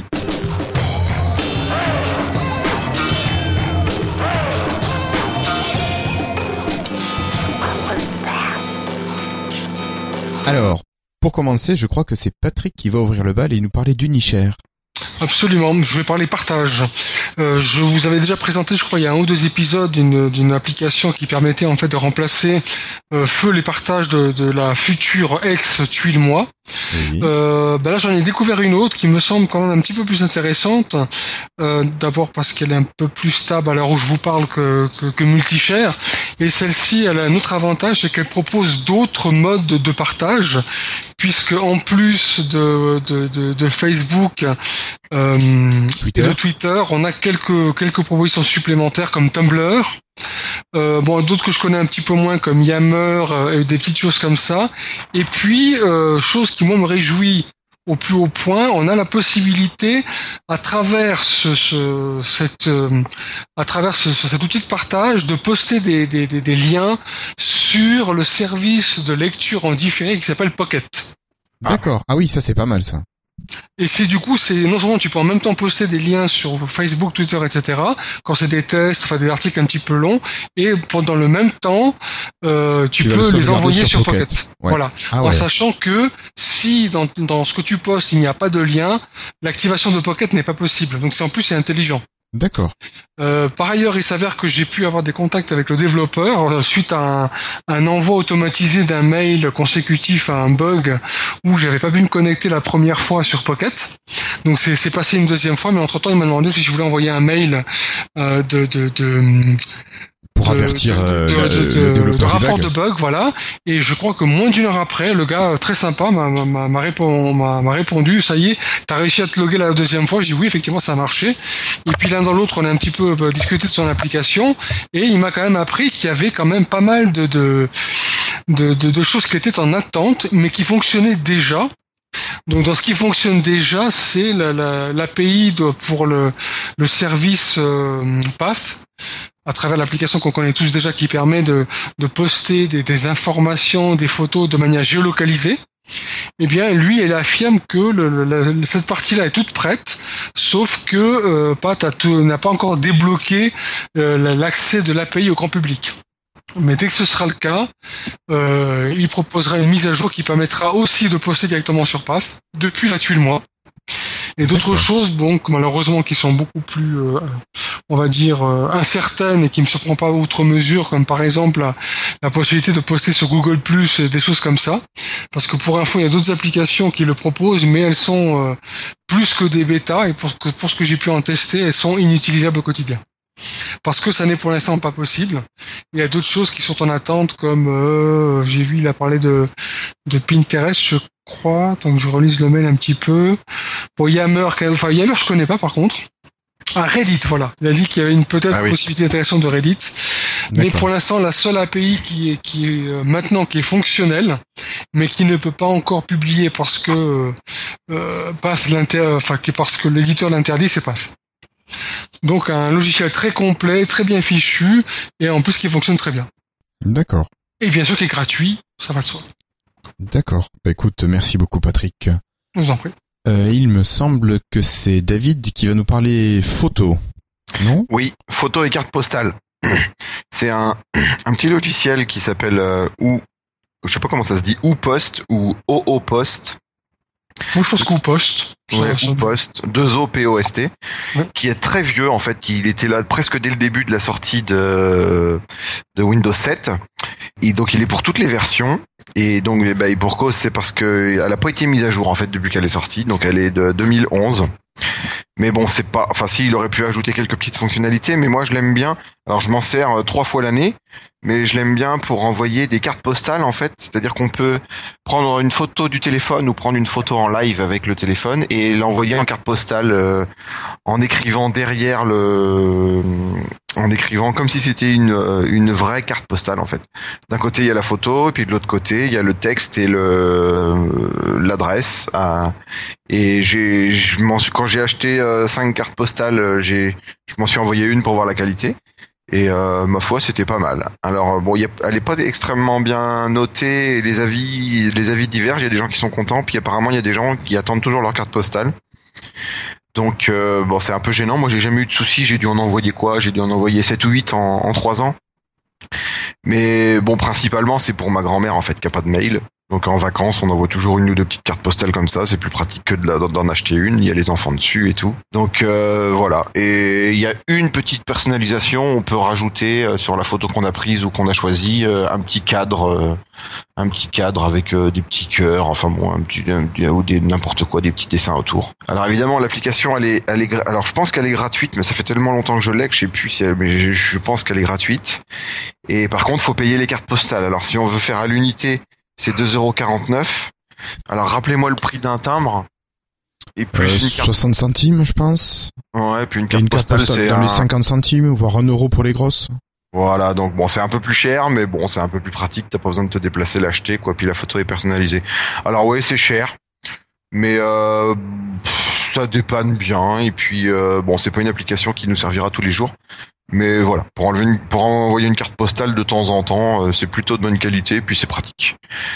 Alors, pour commencer, je crois que c'est Patrick qui va ouvrir le bal et nous parler d'Unicher. Absolument, je vais parler partage. Euh, je vous avais déjà présenté, je crois, il y a un ou deux épisodes d'une d'une application qui permettait en fait de remplacer euh, feu les partages de, de la future ex Tuile-moi. Oui. Euh, ben là, j'en ai découvert une autre qui me semble quand même un petit peu plus intéressante. Euh, D'abord parce qu'elle est un peu plus stable à l'heure où je vous parle que, que, que Multishare. Et celle-ci, elle a un autre avantage, c'est qu'elle propose d'autres modes de, de partage, puisque en plus de, de, de, de Facebook euh, Twitter. et de Twitter, on a quelques quelques propositions supplémentaires comme Tumblr. Euh, bon, d'autres que je connais un petit peu moins comme Yammer euh, et des petites choses comme ça. Et puis, euh, chose qui moi me réjouit au plus haut point, on a la possibilité à travers ce, ce cette euh, à travers ce, ce- cet outil de partage de poster des, des, des, des liens sur le service de lecture en différé qui s'appelle Pocket. D'accord. Ah oui, ça c'est pas mal ça. Et c'est du coup, c'est non seulement tu peux en même temps poster des liens sur Facebook, Twitter, et cetera. Quand c'est des tests, enfin des articles un petit peu longs, et pendant le même temps, euh, tu, Tu vas peux le les sauvegarder envoyer sur sur Pocket. Pocket. Ouais. Voilà. Ah En ouais. sachant que si dans, dans ce que tu postes il n'y a pas de lien, l'activation de Pocket n'est pas possible. Donc c'est en plus c'est intelligent. D'accord. Euh, par ailleurs, il s'avère que j'ai pu avoir des contacts avec le développeur euh, suite à un, un envoi automatisé d'un mail consécutif à un bug où j'avais pas pu me connecter la première fois sur Pocket. Donc c'est c'est passé une deuxième fois, mais entre-temps il m'a demandé si je voulais envoyer un mail euh, de, de, de, Pour de- avertir de, euh, de, la- de- le de- développeur de du rapport bug. de bug, voilà. Et je crois que moins d'une heure après, le gars euh, très sympa m'a m'a- m'a répond- m'a- m'a répondu, ça y est, t'as réussi à te loguer la deuxième fois. J'ai dit oui, effectivement, ça a marché. Et puis l'un dans l'autre, on a un petit peu euh, discuté de son application, et il m'a quand même appris qu'il y avait quand même pas mal de de, de, de, de choses qui étaient en attente, mais qui fonctionnaient déjà. Donc dans ce qui fonctionne déjà, c'est la, la, l'A P I de, pour le, le service euh, Path, à travers l'application qu'on connaît tous déjà, qui permet de, de poster des, des informations, des photos de manière géolocalisée. Eh bien, lui, il affirme que le, le, la- cette partie-là est toute prête, sauf que euh, Path a tout- n'a pas encore débloqué euh, la- l'accès de l'A P I au grand public. Mais dès que ce sera le cas, euh, il proposera une mise à jour qui permettra aussi de poster directement sur Path depuis la tuile-moi. Et d'autres D'accord. choses, donc malheureusement, qui sont beaucoup plus, euh, on va dire, euh, incertaines et qui me surprend pas outre mesure, comme par exemple la, la possibilité de poster sur Google Plus et des choses comme ça. Parce que pour info, il y a d'autres applications qui le proposent, mais elles sont euh, plus que des bêtas, et pour, que, pour ce que j'ai pu en tester, elles sont inutilisables au quotidien. Parce que ça n'est pour l'instant pas possible. Il y a d'autres choses qui sont en attente, comme euh, j'ai vu, il a parlé de de Pinterest, je crois, tant que je relise le mail un petit peu. Bon, Yammer, enfin Yammer, je connais pas par contre. Ah, Reddit, voilà. Il a dit qu'il y avait une peut-être ah, oui. possibilité intéressante de Reddit. D'accord. Mais pour l'instant, la seule A P I qui est, qui est euh, maintenant qui est fonctionnelle, mais qui ne peut pas encore publier parce que euh, Path l'inter, enfin parce que l'éditeur l'interdit, c'est Path. Donc un logiciel très complet, très bien fichu, et en plus qui fonctionne très bien. D'accord. Et bien sûr qui est gratuit, ça va de soi. D'accord. Bah écoute, merci beaucoup Patrick. Je vous en prie. Euh, il me semble que c'est David qui va nous parler photo, non ? Oui, photo et carte postale. C'est un, un petit logiciel qui s'appelle euh, ou je sais pas comment ça se dit, ou Post ou O O Post. Moi je pense qu'Ou Post. Ouais, Ou Post, deux O P O S T, ouais. Qui est très vieux en fait. Il était là presque dès le début de la sortie de de Windows sept. Et donc il est pour toutes les versions. Et donc bah, pour cause c'est parce que elle a pas été mise à jour en fait depuis qu'elle est sortie. Donc elle est de deux mille onze. Mais bon c'est pas, enfin si il aurait pu ajouter quelques petites fonctionnalités, mais moi je l'aime bien. Alors je m'en sers euh, trois fois l'année, mais je l'aime bien pour envoyer des cartes postales en fait. C'est-à-dire qu'on peut prendre une photo du téléphone ou prendre une photo en live avec le téléphone et l'envoyer en carte postale euh, en écrivant derrière le, en écrivant comme si c'était une une vraie carte postale en fait. D'un côté il y a la photo et puis de l'autre côté il y a le texte et le l'adresse. À, et j'ai je m'en suis, quand j'ai acheté euh, cinq cartes postales, j'ai je m'en suis envoyé une pour voir la qualité. Et euh, ma foi, c'était pas mal. Alors bon, y a, elle est pas extrêmement bien notée. Et les avis, les avis divergent. Il y a des gens qui sont contents, puis apparemment il y a des gens qui attendent toujours leur carte postale. Donc euh, bon, c'est un peu gênant. Moi, j'ai jamais eu de soucis. J'ai dû en envoyer quoi J'ai dû en envoyer sept ou huit en, en trois ans. Mais bon, principalement, c'est pour ma grand-mère en fait qui a pas de mail. Donc en vacances, on envoie toujours une ou deux petites cartes postales comme ça. C'est plus pratique que de la, d'en acheter une. Il y a les enfants dessus et tout. Donc euh, voilà. Et il y a une petite personnalisation. On peut rajouter euh, sur la photo qu'on a prise ou qu'on a choisie euh, un petit cadre, euh, un petit cadre avec euh, des petits cœurs. Enfin bon, un petit un, ou des n'importe quoi, des petits dessins autour. Alors évidemment, l'application, elle est, elle est. Alors je pense qu'elle est gratuite, mais ça fait tellement longtemps que je l'ai que je sais plus si. Elle, mais je, je pense qu'elle est gratuite. Et par contre, faut payer les cartes postales. Alors si on veut faire à l'unité, c'est deux euros quarante-neuf. Alors rappelez-moi le prix d'un timbre. Et plus euh, une carte... soixante centimes, je pense. Ouais, puis une carte, une carte postale, postale c'est dans un... les cinquante centimes, voire un euro pour les grosses. Voilà, donc bon, c'est un peu plus cher, mais bon, c'est un peu plus pratique. T'as pas besoin de te déplacer, l'acheter, quoi. Puis la photo est personnalisée. Alors ouais, c'est cher, mais euh, ça dépanne bien. Et puis euh, bon, c'est pas une application qui nous servira tous les jours. Mais voilà, pour enlever une, pour envoyer une carte postale de temps en temps, euh, c'est plutôt de bonne qualité, puis c'est pratique.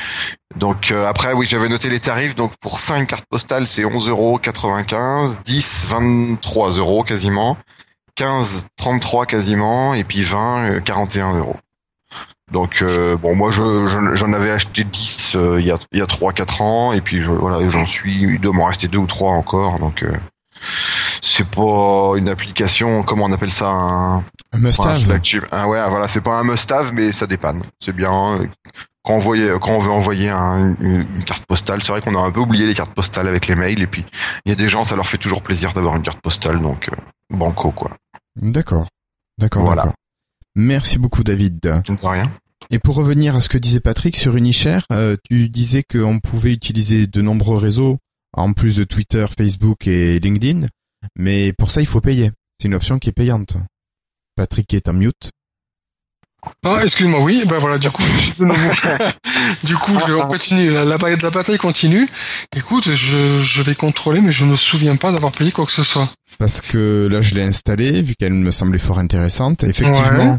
Donc euh, après, oui, j'avais noté les tarifs. Donc pour cinq cartes postales, c'est onze euros quatre-vingt-quinze, dix, vingt-trois euros quasiment, quinze, trente-trois quasiment, et puis vingt, quarante et un euros. Donc euh, bon, moi je, je j'en avais acheté dix euh, il y a il y a trois quatre ans, et puis je, voilà, j'en suis, il doit m'en rester deux ou trois encore, donc. Euh, c'est pas une application, comment on appelle ça, un, un must-have. Ah ouais, voilà, c'est pas un must-have, mais ça dépanne. C'est bien. Quand on, voyait, quand on veut envoyer un, une, une carte postale, c'est vrai qu'on a un peu oublié les cartes postales avec les mails, et puis il y a des gens, ça leur fait toujours plaisir d'avoir une carte postale, donc euh, banco quoi. D'accord, d'accord, voilà. D'accord. Merci beaucoup David. De rien. Et pour revenir à ce que disait Patrick sur Unishare, euh, tu disais qu'on pouvait utiliser de nombreux réseaux en plus de Twitter, Facebook et LinkedIn, mais pour ça il faut payer. C'est une option qui est payante. Patrick est en mute. Ah, excuse-moi, oui, ben voilà, du coup, je suis de nouveau. Du coup, je vais continuer. La, la, la bataille continue. Écoute, je, je vais contrôler, mais je ne me souviens pas d'avoir payé quoi que ce soit. Parce que là, je l'ai installée, vu qu'elle me semblait fort intéressante. Effectivement, ouais.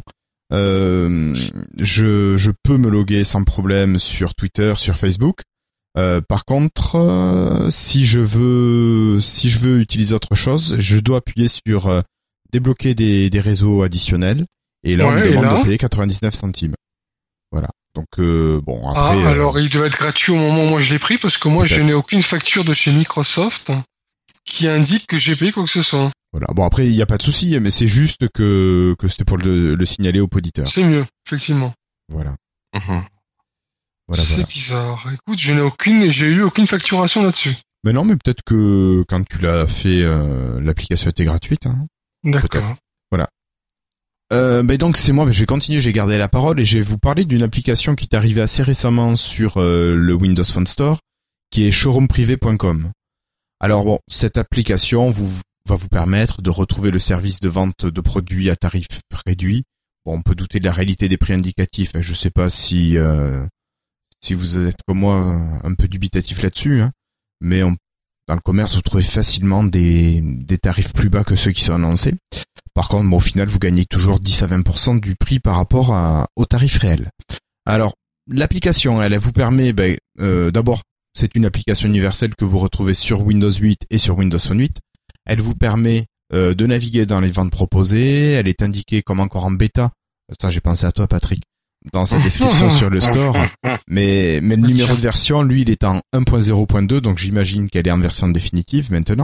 euh, je, je peux me loguer sans problème sur Twitter, sur Facebook. Euh, par contre, euh, si je veux, si je veux utiliser autre chose, je dois appuyer sur euh, débloquer des, des réseaux additionnels. Et là, ouais, on me demande de payer quatre-vingt-dix-neuf centimes. Voilà. Donc, euh, bon, après... Ah, alors euh, il devait être gratuit au moment où moi je l'ai pris, parce que moi, peut-être. Je n'ai aucune facture de chez Microsoft qui indique que j'ai payé quoi que ce soit. Voilà. Bon, après, il n'y a pas de souci, mais c'est juste que, que c'était pour le, le signaler au poditeur. C'est mieux, effectivement. Voilà. Mmh. Voilà, c'est voilà. Bizarre. Écoute, je n'ai aucune, j'ai eu aucune facturation là-dessus. Mais non, mais peut-être que quand tu l'as fait, euh, l'application était gratuite. Hein. D'accord. Peut-être. Voilà. Euh, ben donc c'est moi, ben je vais continuer, j'ai gardé la parole et je vais vous parler d'une application qui est arrivée assez récemment sur euh, le Windows Phone Store, qui est showroom privé point com. Alors bon, cette application vous, va vous permettre de retrouver le service de vente de produits à tarif réduit. Bon, on peut douter de la réalité des prix indicatifs, je sais pas si euh, si vous êtes comme moi un peu dubitatif là-dessus, hein, mais on, dans le commerce vous trouvez facilement des, des tarifs plus bas que ceux qui sont annoncés. Par contre, bon, au final, vous gagnez toujours dix à vingt pour cent du prix par rapport à, au tarif réel. Alors, l'application, elle, elle vous permet, ben, euh, d'abord, c'est une application universelle que vous retrouvez sur Windows huit et sur Windows Phone huit. Elle vous permet euh, de naviguer dans les ventes proposées. Elle est indiquée comme encore en bêta. Ça, j'ai pensé à toi, Patrick, dans sa description sur le store. Mais, mais le numéro de version, lui, il est en un point zéro point deux, donc j'imagine qu'elle est en version définitive maintenant.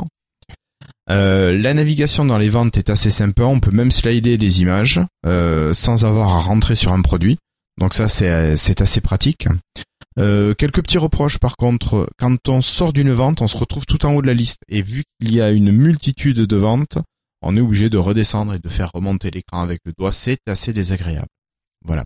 Euh, la navigation dans les ventes est assez sympa, on peut même slider les images euh, sans avoir à rentrer sur un produit, donc ça c'est, c'est assez pratique. Euh, quelques petits reproches par contre, quand on sort d'une vente, on se retrouve tout en haut de la liste, et vu qu'il y a une multitude de ventes, on est obligé de redescendre et de faire remonter l'écran avec le doigt, c'est assez désagréable. Voilà.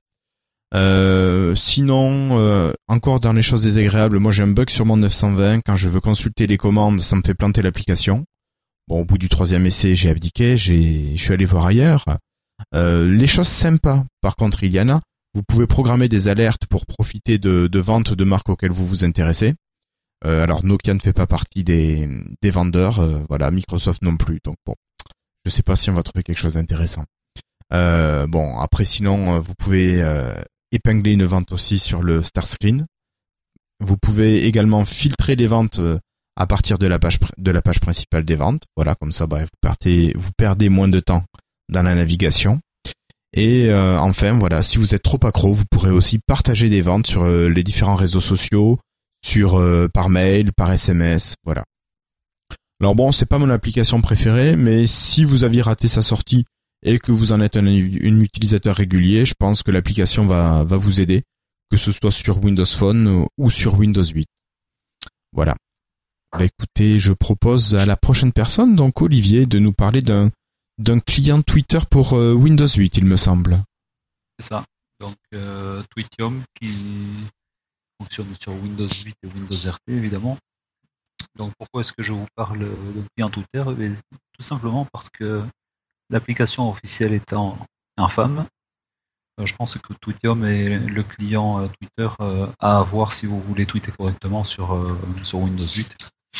Euh, sinon, euh, encore dans les choses désagréables, moi j'ai un bug sur mon neuf cent vingt, quand je veux consulter les commandes, ça me fait planter l'application. Bon, au bout du troisième essai, j'ai abdiqué, j'ai, je suis allé voir ailleurs. Euh, les choses sympas, par contre, il y en a. Vous pouvez programmer des alertes pour profiter de, de ventes de marques auxquelles vous vous intéressez. Euh, alors, Nokia ne fait pas partie des, des vendeurs, euh, voilà, Microsoft non plus. Donc bon, je sais pas si on va trouver quelque chose d'intéressant. Euh, bon, après, sinon, vous pouvez euh, épingler une vente aussi sur le Start Screen. Vous pouvez également filtrer les ventes euh, à partir de la page de la page principale des ventes. Voilà, comme ça, bref, vous perdez, vous perdez moins de temps dans la navigation. Et euh, enfin, voilà, si vous êtes trop accro, vous pourrez aussi partager des ventes sur euh, les différents réseaux sociaux, sur euh, par mail, par S M S, voilà. Alors bon, c'est pas mon application préférée, mais si vous aviez raté sa sortie et que vous en êtes un, un utilisateur régulier, je pense que l'application va va vous aider, que ce soit sur Windows Phone ou sur Windows huit. Voilà. Bah écoutez, je propose à la prochaine personne, donc Olivier, de nous parler d'un d'un client Twitter pour euh, Windows huit, il me semble. C'est ça. Donc euh, Tweetium qui fonctionne sur Windows huit et Windows R T évidemment. Donc pourquoi est-ce que je vous parle d'un client Twitter ? Tout simplement parce que l'application officielle étant infâme, euh, je pense que Tweetium est le client euh, Twitter euh, à avoir si vous voulez tweeter correctement sur, euh, sur Windows huit.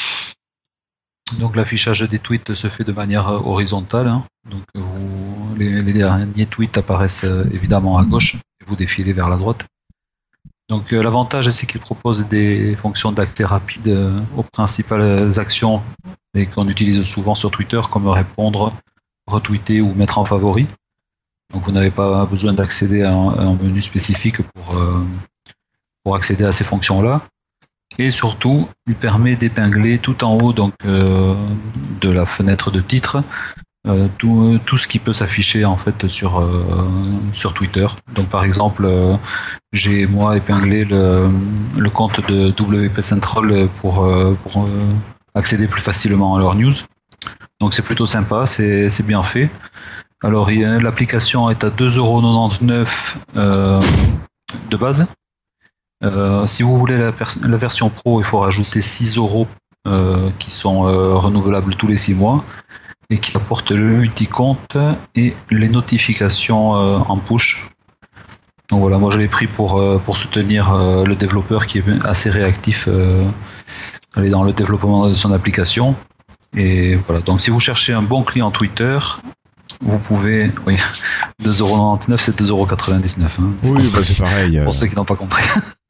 Donc l'affichage des tweets se fait de manière horizontale. Hein. Donc vous, les, les derniers tweets apparaissent euh, évidemment à gauche et vous défilez vers la droite. Donc euh, l'avantage c'est qu'il propose des fonctions d'accès rapide euh, aux principales actions et qu'on utilise souvent sur Twitter comme répondre, retweeter ou mettre en favori. Donc vous n'avez pas besoin d'accéder à un, à un menu spécifique pour, euh, pour accéder à ces fonctions-là. Et surtout, il permet d'épingler tout en haut donc euh, de la fenêtre de titre euh, tout, tout ce qui peut s'afficher en fait sur euh, sur Twitter. Donc par exemple, euh, j'ai moi épinglé le, le compte de W P Central pour euh, pour euh, accéder plus facilement à leurs news. Donc c'est plutôt sympa, c'est c'est bien fait. Alors il, l'application est à deux euros quatre-vingt-dix-neuf euh, de base. Euh, si vous voulez la, pers- la version pro, il faut rajouter six euros euh, qui sont euh, renouvelables tous les six mois et qui apportent le multi-compte et les notifications euh, en push. Donc voilà, moi je l'ai pris pour, euh, pour soutenir euh, le développeur qui est assez réactif euh, dans le développement de son application. Et voilà, donc si vous cherchez un bon client Twitter, vous pouvez, oui, deux euros quatre-vingt-dix-neuf, c'est deux euros quatre-vingt-dix-neuf. Hein. Oui, bah c'est pareil. Pour euh... ceux qui n'ont pas compris.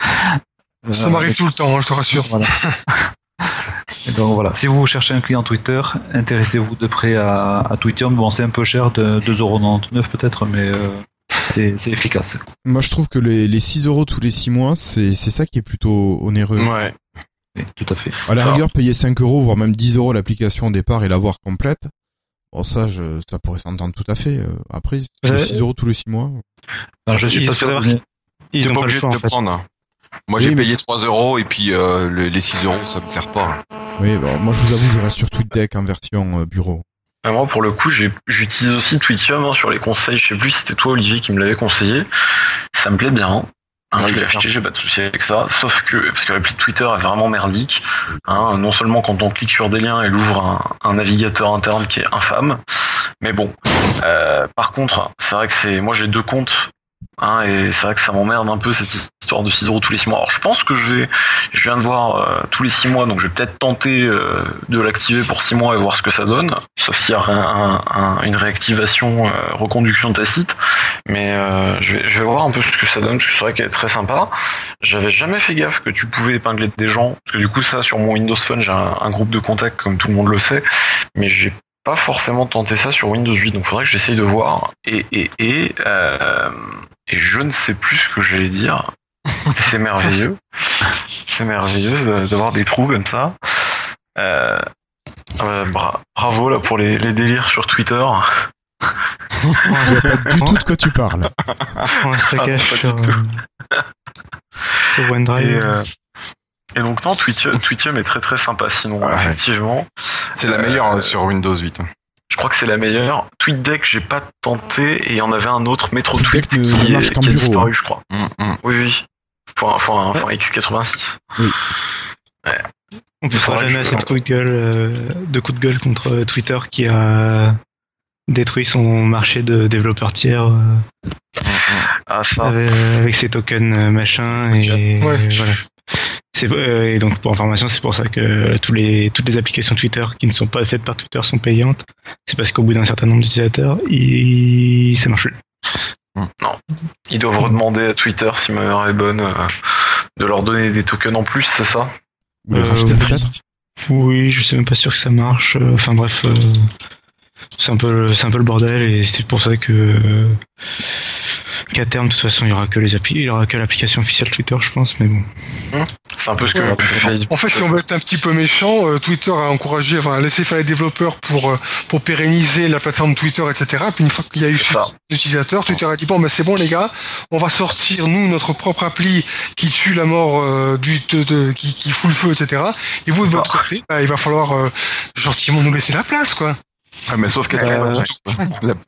Ça euh, m'arrive tout le temps, hein, je te rassure. Voilà. Et donc voilà, si vous cherchez un client Twitter, intéressez-vous de près à, à Tweetium. Bon, c'est un peu cher, de deux euros quatre-vingt-dix-neuf peut-être, mais euh, c'est, c'est efficace. Moi, je trouve que les, les six euros tous les six mois, c'est, c'est ça qui est plutôt onéreux. Ouais. Oui, tout à fait. À la rigueur, payer cinq euros, voire même dix euros l'application au départ et l'avoir complète. Bon, ça, je, ça pourrait s'entendre tout à fait. Après, euh, six euros tous les six mois. Ben, je suis ils pas sûr. Ils T'es ont pas pas obligé le choix, de en le fait. prendre. Moi, Oui, j'ai mais... payé trois euros et puis euh, le, les six euros, ça me sert pas. Oui, bon, moi, je vous avoue, je reste sur TweetDeck en version euh, bureau. Et moi, pour le coup, j'ai, j'utilise aussi Twitium hein, sur les conseils. Je sais plus si c'était toi, Olivier, qui me l'avait conseillé. Ça me plaît bien. Hein. Hein, je l'ai acheté, j'ai pas de souci avec ça. Sauf que, parce que l'appli de Twitter est vraiment merdique. Hein, non seulement quand on clique sur des liens, elle ouvre un, un navigateur interne qui est infâme. Mais bon. Euh, par contre, c'est vrai que c'est, moi j'ai deux comptes. Hein, et c'est vrai que ça m'emmerde un peu cette histoire de six euros tous les six mois. Alors je pense que je vais, je viens de voir euh, tous les six mois, donc je vais peut-être tenter euh, de l'activer pour six mois et voir ce que ça donne. Sauf s'il y a un, un, un, une réactivation, euh, reconduction tacite. Mais euh, je, vais, je vais voir un peu ce que ça donne, parce que c'est vrai qu'elle est très sympa. J'avais jamais fait gaffe que tu pouvais épingler des gens, parce que du coup ça sur mon Windows Phone j'ai un, un groupe de contacts comme tout le monde le sait, mais j'ai pas forcément tenté ça sur Windows huit, donc faudrait que j'essaye de voir. Et et et euh, et je ne sais plus ce que j'allais dire. C'est merveilleux, c'est merveilleux d'avoir des trous comme ça. Euh, euh, bra- bravo là pour les, les délires sur Twitter. Je vois pas du tout de quoi tu parles. On se cache Ah, sur, euh, sur OneDrive. Et, euh, et donc non, Twitium, Twitium est très très sympa sinon, Ouais. effectivement. C'est la meilleure euh, sur Windows huit. Je crois que c'est la meilleure. TweetDeck, j'ai pas tenté, et il y en avait un autre, MetroTweet, TweetDeck ne qui, marche est- qu'en qui a bureau, disparu, hein. je crois. Mm, mm. Oui, oui. Enfin, enfin, enfin X quatre-vingt-six. On ne fera Faudrait jamais que je- assez de coups de gueule, euh, de coups de gueule contre euh, Twitter qui a détruit son marché de développeurs tiers euh, Ah, ça. avec, avec ses tokens euh, machin et Ouais. voilà. C'est, euh, et donc pour information, c'est pour ça que tous les, toutes les applications Twitter qui ne sont pas faites par Twitter sont payantes. C'est parce qu'au bout d'un certain nombre d'utilisateurs, il... ça marche plus. Ils doivent redemander à Twitter, si ma mémoire est bonne, euh, de leur donner des tokens en plus, c'est ça? Ou les Euh, racheter oui. peut-être. Oui, je suis même pas sûr que ça marche. Euh, Enfin bref, euh, c'est un peu, le- c'est un peu le bordel et c'est pour ça que euh, qu'à terme, de toute façon, il y aura que les applis, il y aura que l'application officielle Twitter, je pense. Mais bon. C'est un peu ce que Ouais. Facebook. En fait, si on veut être un petit peu méchant, euh, Twitter a encouragé, enfin, a laissé faire les développeurs pour euh, pour pérenniser la plateforme Twitter, et cetera. Puis une fois qu'il y a eu C'est ça. l'utilisateur, Twitter a dit bon, ben c'est bon les gars, on va sortir nous notre propre appli qui tue la mort euh, du de, de- qui, qui fout le feu, et cetera. Et vous de votre Ah. côté, bah, il va falloir euh, gentiment nous laisser la place, quoi. Ouais, mais sauf qu'est-ce Euh, que la-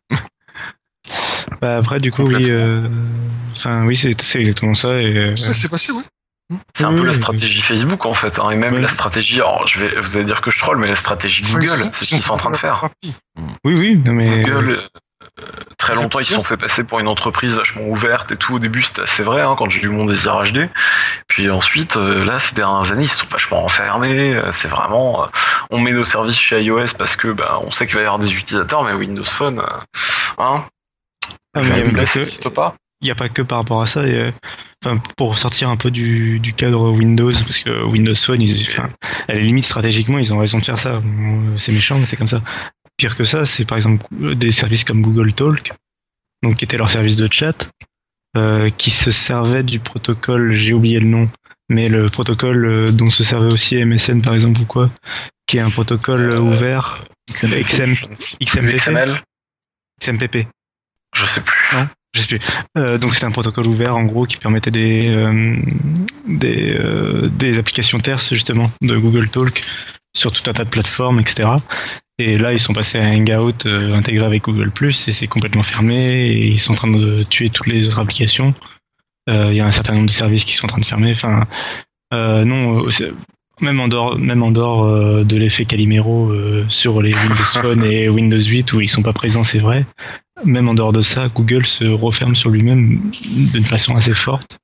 Bah après, du coup, oui. Complètement. euh, Enfin, oui, c'est c'est exactement ça. Et, euh, Ça s'est passé, ouais. C'est un Oui, peu la oui. stratégie Facebook en fait, hein, et même Oui. la stratégie. Alors, je vais, vous allez dire que je troll, mais la stratégie Google, c'est ce qu'ils sont en train de faire. Oui, oui, non mais. Google, euh, très longtemps, ils se sont fait passer pour une entreprise vachement ouverte et tout. Au début, c'était assez vrai, hein, quand j'ai eu mon désir H D. Puis ensuite, euh, là, ces dernières années, ils se sont vachement enfermés. Euh, C'est vraiment, euh, on met nos services chez iOS parce que, bah, on sait qu'il va y avoir des utilisateurs, mais Windows Phone, euh, hein, Ah, mais il y a là, même pas ça que- n'existe pas. il n'y a pas que par rapport à ça. Et, euh, enfin, pour sortir un peu du, du cadre Windows, parce que Windows Phone, ils, enfin, à la limite stratégiquement, ils ont raison de faire ça. Bon, c'est méchant, mais c'est comme ça. Pire que ça, c'est par exemple des services comme Google Talk, donc qui était leur service de chat, euh, qui se servait du protocole, j'ai oublié le nom, mais le protocole euh, dont se servait aussi M S N par exemple ou quoi, qui est un protocole Euh, ouvert, X M, Je ne sais X M P P. plus. X M L, X M P P. je sais plus. Je sais plus. Euh, donc c'est un protocole ouvert en gros qui permettait des euh, des, euh, des applications tierces justement de Google Talk sur tout un tas de plateformes, et cetera. Et là ils sont passés à Hangout euh, intégré avec Google Plus et c'est complètement fermé et ils sont en train de tuer toutes les autres applications. Euh, Il y a un certain nombre de services qui sont en train de fermer. Enfin euh, non, euh, c'est- même en dehors même en dehors euh, de l'effet Calimero euh, sur les Windows Phone et Windows huit où ils sont pas présents, c'est vrai. Même en dehors de ça, Google se referme sur lui-même d'une façon assez forte.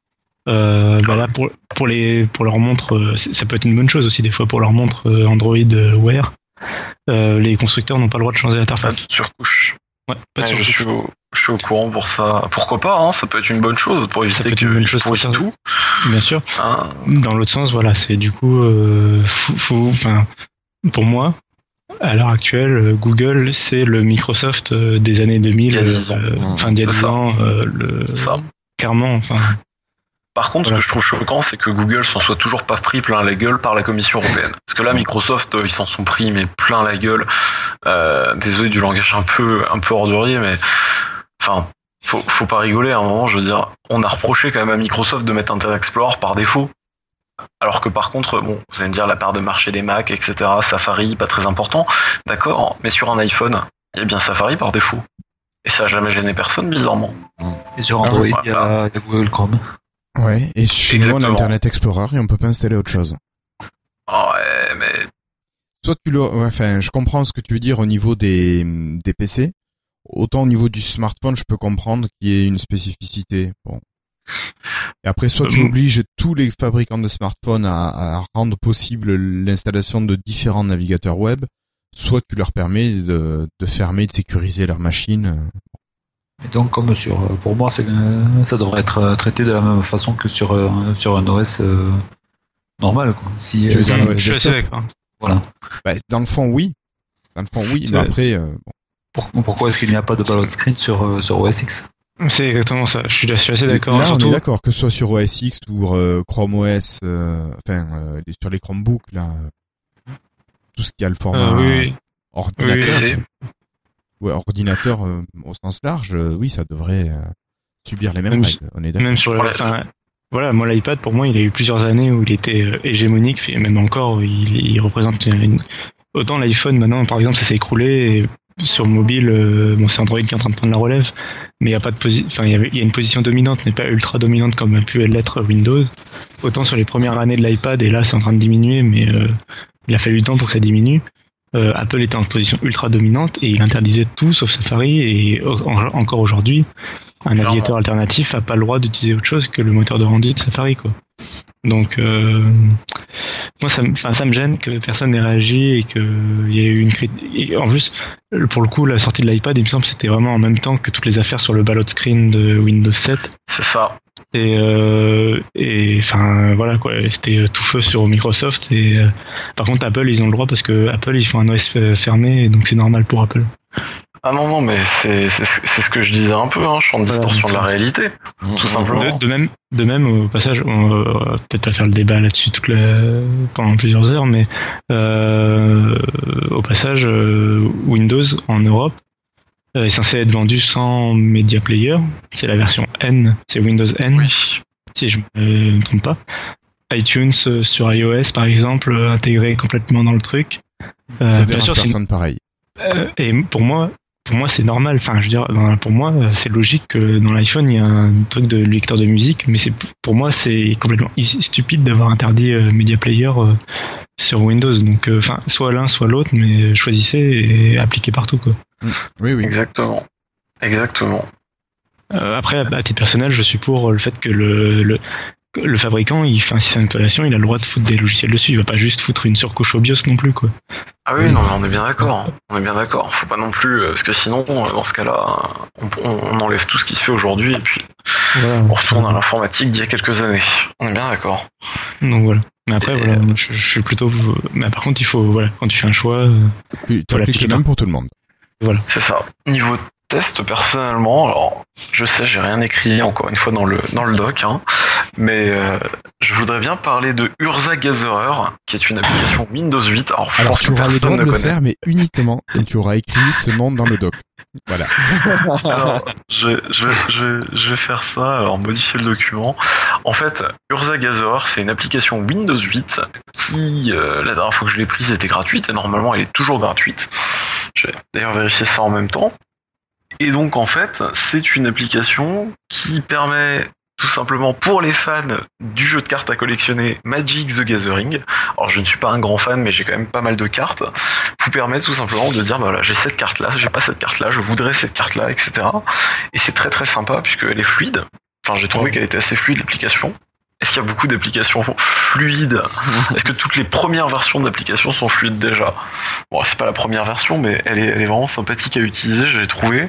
Euh, bah là, pour, pour, les, pour leur montre, euh, ça peut être une bonne chose aussi des fois pour leur montre euh, Android euh, Wear. Euh, les constructeurs n'ont pas le droit de changer Pas l'interface. de surcouche. Ouais, pas de Ouais, je, surcouche. suis au, je suis au courant pour ça. Pourquoi pas, hein, ça peut être une bonne chose pour peut éviter être que une bonne chose ils pourrissent pour ça. tout. Bien sûr. Hein. Dans l'autre sens, voilà, c'est du coup, euh, fou, fou- enfin, pour moi, à l'heure actuelle, euh, Google, c'est le Microsoft euh, des années deux mille, Il y a dix ans. euh, enfin, d'il y a C'est dix ça. ans, euh, le, C'est ça. clairement, enfin, Par contre, Voilà. ce que je trouve choquant, c'est que Google s'en soit toujours pas pris plein la gueule par la Commission européenne. Parce que là, Microsoft, euh, ils s'en sont pris mais plein la gueule. Euh, désolé du langage un peu, un peu ordurier, mais enfin, faut, faut pas rigoler à un moment. Je veux dire, on a reproché quand même à Microsoft de mettre Internet Explorer par défaut. Alors que par contre, bon, vous allez me dire la part de marché des Mac, et cetera, Safari, pas très important, d'accord, mais sur un iPhone, il y a bien Safari par défaut. Et ça a jamais gêné personne, bizarrement. Et sur Android, il y, a, il y a Google Chrome. Ouais, et chez nous, on a Internet Explorer et on peut pas installer autre chose. Ouais, mais... Soit tu le... ouais, enfin, je comprends ce que tu veux dire au niveau des, des P C. Autant au niveau du smartphone, je peux comprendre qu'il y ait une spécificité. Bon. Et après, soit tu obliges tous les fabricants de smartphones à, à rendre possible l'installation de différents navigateurs web, soit tu leur permets de, de fermer, de sécuriser leur machine. Et donc, comme sur, pour moi, c'est, ça devrait être traité de la même façon que sur, sur un O S euh, normal, quoi. Si, tu veux dire un O S je desktop. sais, quoi. Voilà. Bah, dans le fond, oui. Dans le fond, oui, mais après... Euh, bon. Pour, pourquoi est-ce qu'il n'y a pas de ballot screen sur, sur O S X ? C'est exactement ça, je suis, je suis assez d'accord. Là, surtout... on est d'accord, que ce soit sur O S X ou euh, Chrome O S, euh, enfin, euh, sur les Chromebooks, là, euh, tout ce qui a le format euh, oui, oui. ordinateur, oui, ouais, ordinateur euh, au sens large, euh, oui, ça devrait euh, subir les mêmes même, règles, on est d'accord. Même sur le, enfin, voilà, moi l'iPad, pour moi, il a eu plusieurs années où il était euh, hégémonique, et même encore, il, il représente une... Autant l'iPhone, maintenant, par exemple, ça s'est écroulé, et sur mobile, euh, bon, c'est Android qui est en train de prendre la relève, mais il y a pas de posi- enfin, il y, avait, il y a une position dominante, mais pas ultra dominante comme a pu l'être Windows. Autant sur les premières années de l'iPad, et là, c'est en train de diminuer, mais euh, il a fallu du temps pour que ça diminue. Euh, Apple était en position ultra dominante et il interdisait tout sauf Safari, et en, encore aujourd'hui, un navigateur alternatif a pas le droit d'utiliser autre chose que le moteur de rendu de Safari, quoi. Donc, euh, moi, ça, enfin, ça me gêne que personne n'ait réagi et qu'il y ait eu une critique. En plus, pour le coup, la sortie de l'iPad, il me semble, c'était vraiment en même temps que toutes les affaires sur le ballot screen de Windows sept. C'est ça. Et, euh, et enfin, voilà, quoi. C'était tout feu sur Microsoft. Et euh, par contre, Apple, ils ont le droit parce que Apple, ils font un O S fermé, et donc c'est normal pour Apple. Ah non, non, mais c'est, c'est, c'est ce que je disais un peu, hein, champ de distorsion de la réalité, tout simplement. De, de même, de même, au passage, on va peut-être pas faire le débat là-dessus toute la, pendant plusieurs heures, mais euh, au passage, euh, Windows en Europe euh, est censé être vendu sans Media Player. C'est la version N, c'est Windows N, Oui. si je me euh, trompe pas. iTunes euh, sur iOS, par exemple, euh, intégré complètement dans le truc. Euh, Ça bien sûr, c'est personne pareil. Euh, et pour moi, pour moi, c'est normal. Enfin, je veux dire, pour moi, c'est logique que dans l'iPhone, il y a un truc de lecteur de musique, mais c'est, pour moi, c'est complètement stupide d'avoir interdit euh, Media Player euh, sur Windows. Donc, enfin, euh, soit l'un, soit l'autre, mais choisissez et appliquez partout, quoi. Oui, oui. Exactement. Exactement. Euh, après, à titre personnel, je suis pour le fait que le, le le fabricant, il fait un système d'installation, il a le droit de foutre des logiciels dessus. Il va pas juste foutre une surcouche au BIOS non plus, quoi. Ah oui, non, mais on est bien d'accord. On est bien d'accord. Faut pas non plus, parce que sinon, dans ce cas-là, on, on enlève tout ce qui se fait aujourd'hui et puis voilà, on retourne à l'informatique d'il y a quelques années. On est bien d'accord. Donc voilà. Mais après, et voilà, euh... je, je suis plutôt. Mais par contre, il faut, voilà, quand tu fais un choix, tu appliques le même pour tout le monde. Voilà. C'est ça. Niveau test, personnellement, alors je sais, j'ai rien écrit encore une fois dans le dans le doc, hein, mais euh, je voudrais bien parler de Urza Gatherer, qui est une application Windows huit. Alors, je alors pense tu que auras le droit de le connaît. faire, mais uniquement quand tu auras écrit ce nom dans le doc. Voilà. Alors, je, je, je, je vais faire ça, alors modifier le document. En fait, Urza Gatherer, c'est une application Windows huit qui, euh, la dernière fois que je l'ai prise, était gratuite, et normalement elle est toujours gratuite. Je vais d'ailleurs vérifier ça en même temps. Et donc en fait, c'est une application qui permet tout simplement pour les fans du jeu de cartes à collectionner Magic the Gathering. Alors je ne suis pas un grand fan, mais j'ai quand même pas mal de cartes. Vous permet tout simplement de dire bah voilà, j'ai cette carte là, j'ai pas cette carte là, je voudrais cette carte là, et cetera. Et c'est très très sympa puisqu'elle est fluide. Enfin, j'ai trouvé qu'elle était assez fluide l'application. Est-ce qu'il y a beaucoup d'applications fluides ? Est-ce que toutes les premières versions d'applications sont fluides déjà ? Bon, c'est pas la première version, mais elle est, elle est vraiment sympathique à utiliser, je l'ai trouvé.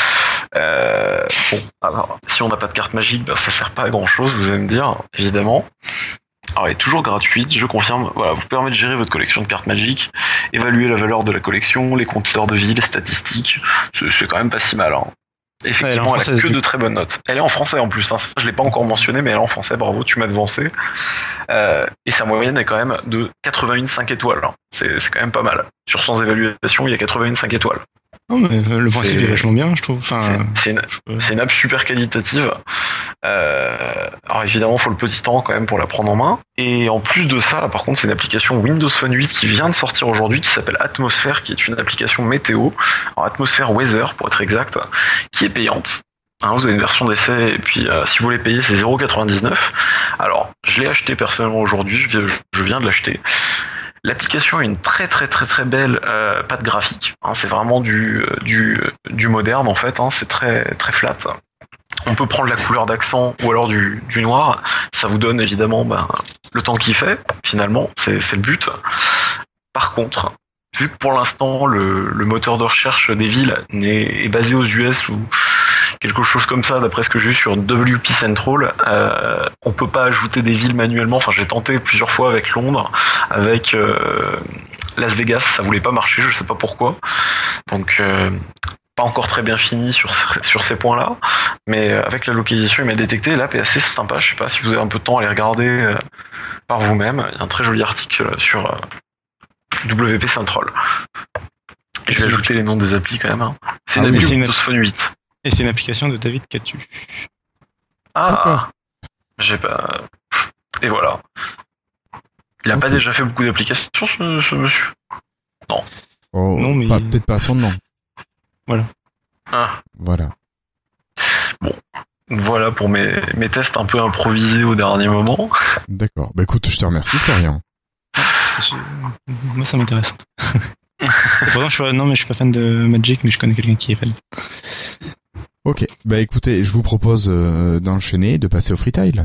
Euh, bon, alors, si on n'a pas de carte magique, ben, ça sert pas à grand chose, vous allez me dire, évidemment. Alors, elle est toujours gratuite, je confirme. Voilà, vous permet de gérer votre collection de cartes magiques, évaluer la valeur de la collection, les compteurs de vie, les statistiques. C'est, c'est quand même pas si mal, hein. Effectivement, ouais, elle, elle a que de très bonnes notes. Elle est en français en plus, hein. Je l'ai pas encore mentionné, mais elle est en français, bravo, tu m'as devancé. Euh, et sa moyenne est quand même de quatre-vingt-un virgule cinq étoiles. Hein. C'est, c'est quand même pas mal. Sur cent évaluations, il y a quatre-vingt-un virgule cinq étoiles. Non, mais le principe C'est- est vachement bien, je trouve. Enfin, C'est c'est une, je- c'est une app super qualitative. Euh, alors évidemment, faut le petit temps quand même pour la prendre en main. Et en plus de ça, là, par contre, c'est une application Windows Phone huit qui vient de sortir aujourd'hui, qui s'appelle Atmosphere, qui est une application météo, alors Atmosphere Weather pour être exact, qui est payante. Hein, vous avez une version d'essai, et puis euh, si vous voulez payer, c'est zéro virgule quatre-vingt-dix-neuf. Alors, je l'ai acheté personnellement aujourd'hui, je viens, je viens de l'acheter. L'application a une très très très très belle euh, patte graphique. Hein, c'est vraiment du, du, du moderne en fait, hein, c'est très très flat. On peut prendre la couleur d'accent ou alors du, du noir. Ça vous donne évidemment ben, le temps qu'il fait, finalement, c'est, c'est le but. Par contre, vu que pour l'instant le, le moteur de recherche des villes n'est, est basé aux U S ou quelque chose comme ça, d'après ce que j'ai vu sur W P Central, euh, on peut pas ajouter des villes manuellement. Enfin, j'ai tenté plusieurs fois avec Londres, avec euh, Las Vegas, ça voulait pas marcher, je sais pas pourquoi. Donc, euh, pas encore très bien fini sur sur ces points-là, mais avec la localisation, il m'a détecté. L'app est assez sympa. Je sais pas si vous avez un peu de temps à aller regarder euh, par vous-même. Il y a un très joli article sur euh, W P Central. Je vais ajouter les noms des applis quand même. Hein. C'est Ah une oui, appli c'est une Windows Phone huit. Et c'est une application de David Catu. Ah, D'accord. j'ai pas. Et voilà. Il a Ok. pas déjà fait beaucoup d'applications, ce, ce monsieur. Oh, Non, mais- pas- peut-être pas son nom. Ah, Voilà. voilà pour mes, mes tests un peu improvisés au dernier moment. D'accord. Bah écoute, je te remercie, Florian. Je- Moi, ça m'intéresse. Et pourtant, je suis... non, mais je suis pas fan de Magic, mais je connais quelqu'un qui est fan. Ok. Bah écoutez, je vous propose euh, d'enchaîner, de passer au freetail.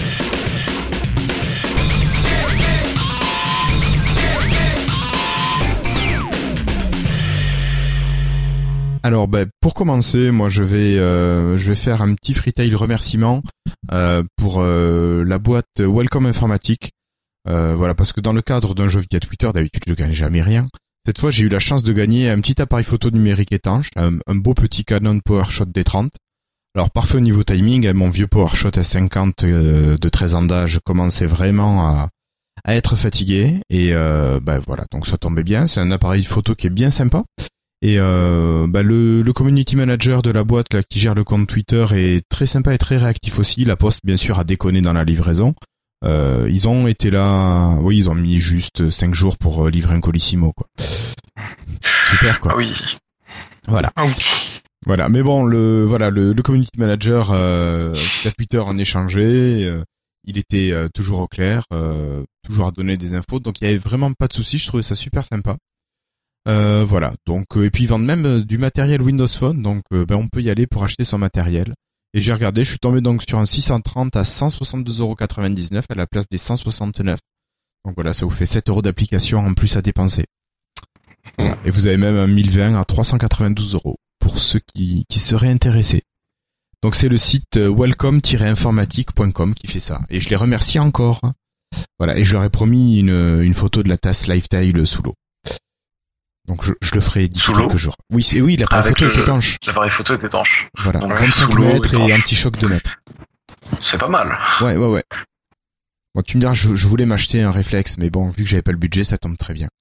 Alors, bah, pour commencer, moi, je vais, euh, je vais faire un petit freetail remerciement euh, pour euh, la boîte Welcome Informatique. Euh, voilà, parce que dans le cadre d'un jeu via Twitter, d'habitude, je gagne jamais rien. Cette fois, j'ai eu la chance de gagner un petit appareil photo numérique étanche, un, un beau petit Canon PowerShot D trente. Alors, parfait au niveau timing, mon vieux PowerShot S cinquante euh, de treize ans d'âge commençait vraiment à, à être fatigué. Et euh, bah, voilà, donc ça tombait bien. C'est un appareil photo qui est bien sympa. Et euh, bah, le, le community manager de la boîte là, qui gère le compte Twitter est très sympa et très réactif aussi. La Poste, bien sûr, a déconné dans la livraison. Euh, ils ont été là, oui, ils ont mis juste cinq jours pour livrer un Colissimo, quoi. Super, quoi. Ah oui. Voilà. Ouch. Voilà, mais bon, le voilà, le, le community manager euh, qui a Twitter en échangé, euh, il était euh, toujours au clair, euh, toujours à donner des infos, donc il y avait vraiment pas de souci. Je trouvais ça super sympa. Euh, voilà, donc euh, et puis ils vendent même euh, du matériel Windows Phone, donc euh, ben on peut y aller pour acheter son matériel. Et j'ai regardé, je suis tombé donc sur un six cent trente à cent soixante-deux euros quatre-vingt-dix-neuf à la place des cent soixante-neuf. Donc voilà, ça vous fait sept euros d'application en plus à dépenser. Voilà. Et vous avez même un mille vingt à trois cent quatre-vingt-douze euros pour ceux qui, qui seraient intéressés. Donc c'est le site welcome tiret informatique point com qui fait ça. Et je les remercie encore. Voilà, et je leur ai promis une, une photo de la tasse Lifestyle sous l'eau. Donc je, je le ferai d'ici Sous l'eau quelques jours. Oui, c'est, oui, l'appareil Avec photo le- est étanche. L'appareil photo est étanche. Voilà, Donc, vingt-cinq sous l'eau, mètres et étanche. un petit choc de mètre. C'est pas mal. Ouais, ouais, ouais. Bon, tu me diras, je, je voulais m'acheter un réflexe, mais bon, vu que j'avais pas le budget, ça tombe très bien.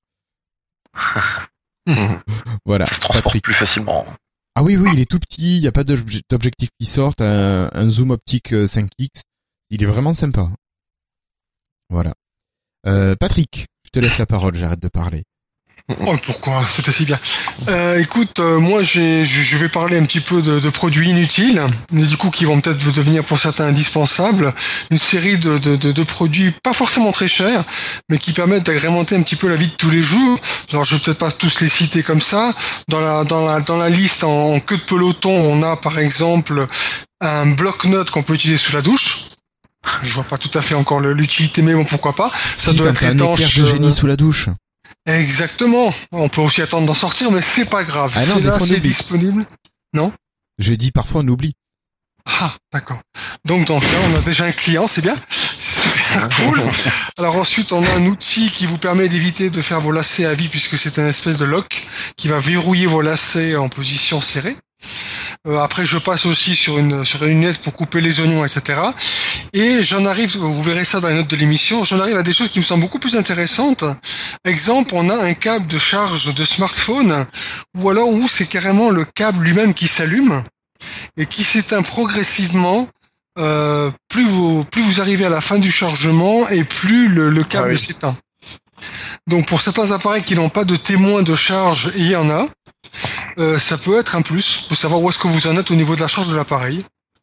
Voilà, Ça se transporte Patrick. plus facilement. Ah oui, oui, il est tout petit, il n'y a pas d'obje- d'objectif qui sortent, un, un zoom optique euh, cinq X. Il est vraiment sympa. Voilà. Euh, Patrick, je te laisse la parole, j'arrête de parler. Oh, pourquoi? C'était si bien. Euh, écoute, euh, moi, j'ai, je je vais parler un petit peu de, de produits inutiles, mais du coup, qui vont peut-être devenir pour certains indispensables. Une série de, de, de, de produits pas forcément très chers, mais qui permettent d'agrémenter un petit peu la vie de tous les jours. Alors, je vais peut-être pas tous les citer comme ça. Dans la, dans la, dans la liste en, en queue de peloton, on a par exemple un bloc-notes qu'on peut utiliser sous la douche. Je vois pas tout à fait encore le- l'utilité, mais bon, pourquoi pas. Ça Si, doit quand être t'as un éclair étanche. de génie euh, sous la douche. Exactement. On peut aussi attendre d'en sortir, mais c'est pas grave. Ah non, c'est des là, fois, on c'est oublie. disponible. J'ai dit parfois on oublie. Ah, d'accord. Donc dans ce cas, on a déjà un client, c'est bien. C'est super cool. Alors ensuite, on a un outil qui vous permet d'éviter de faire vos lacets à vie, puisque c'est un espèce de lock qui va verrouiller vos lacets en position serrée. Euh, après, je passe aussi sur une sur une lunette pour couper les oignons, et cetera. Et j'en arrive, vous verrez ça dans les notes de l'émission, j'en arrive à des choses qui me semblent beaucoup plus intéressantes. Exemple, on a un câble de charge de smartphone, ou alors où c'est carrément le câble lui-même qui s'allume et qui s'éteint progressivement. Euh, plus vous plus vous arrivez à la fin du chargement et plus le, le câble ah oui. s'éteint. Donc pour certains appareils qui n'ont pas de témoin de charge, et il y en a, euh, ça peut être un plus pour savoir où est-ce que vous en êtes au niveau de la charge de l'appareil.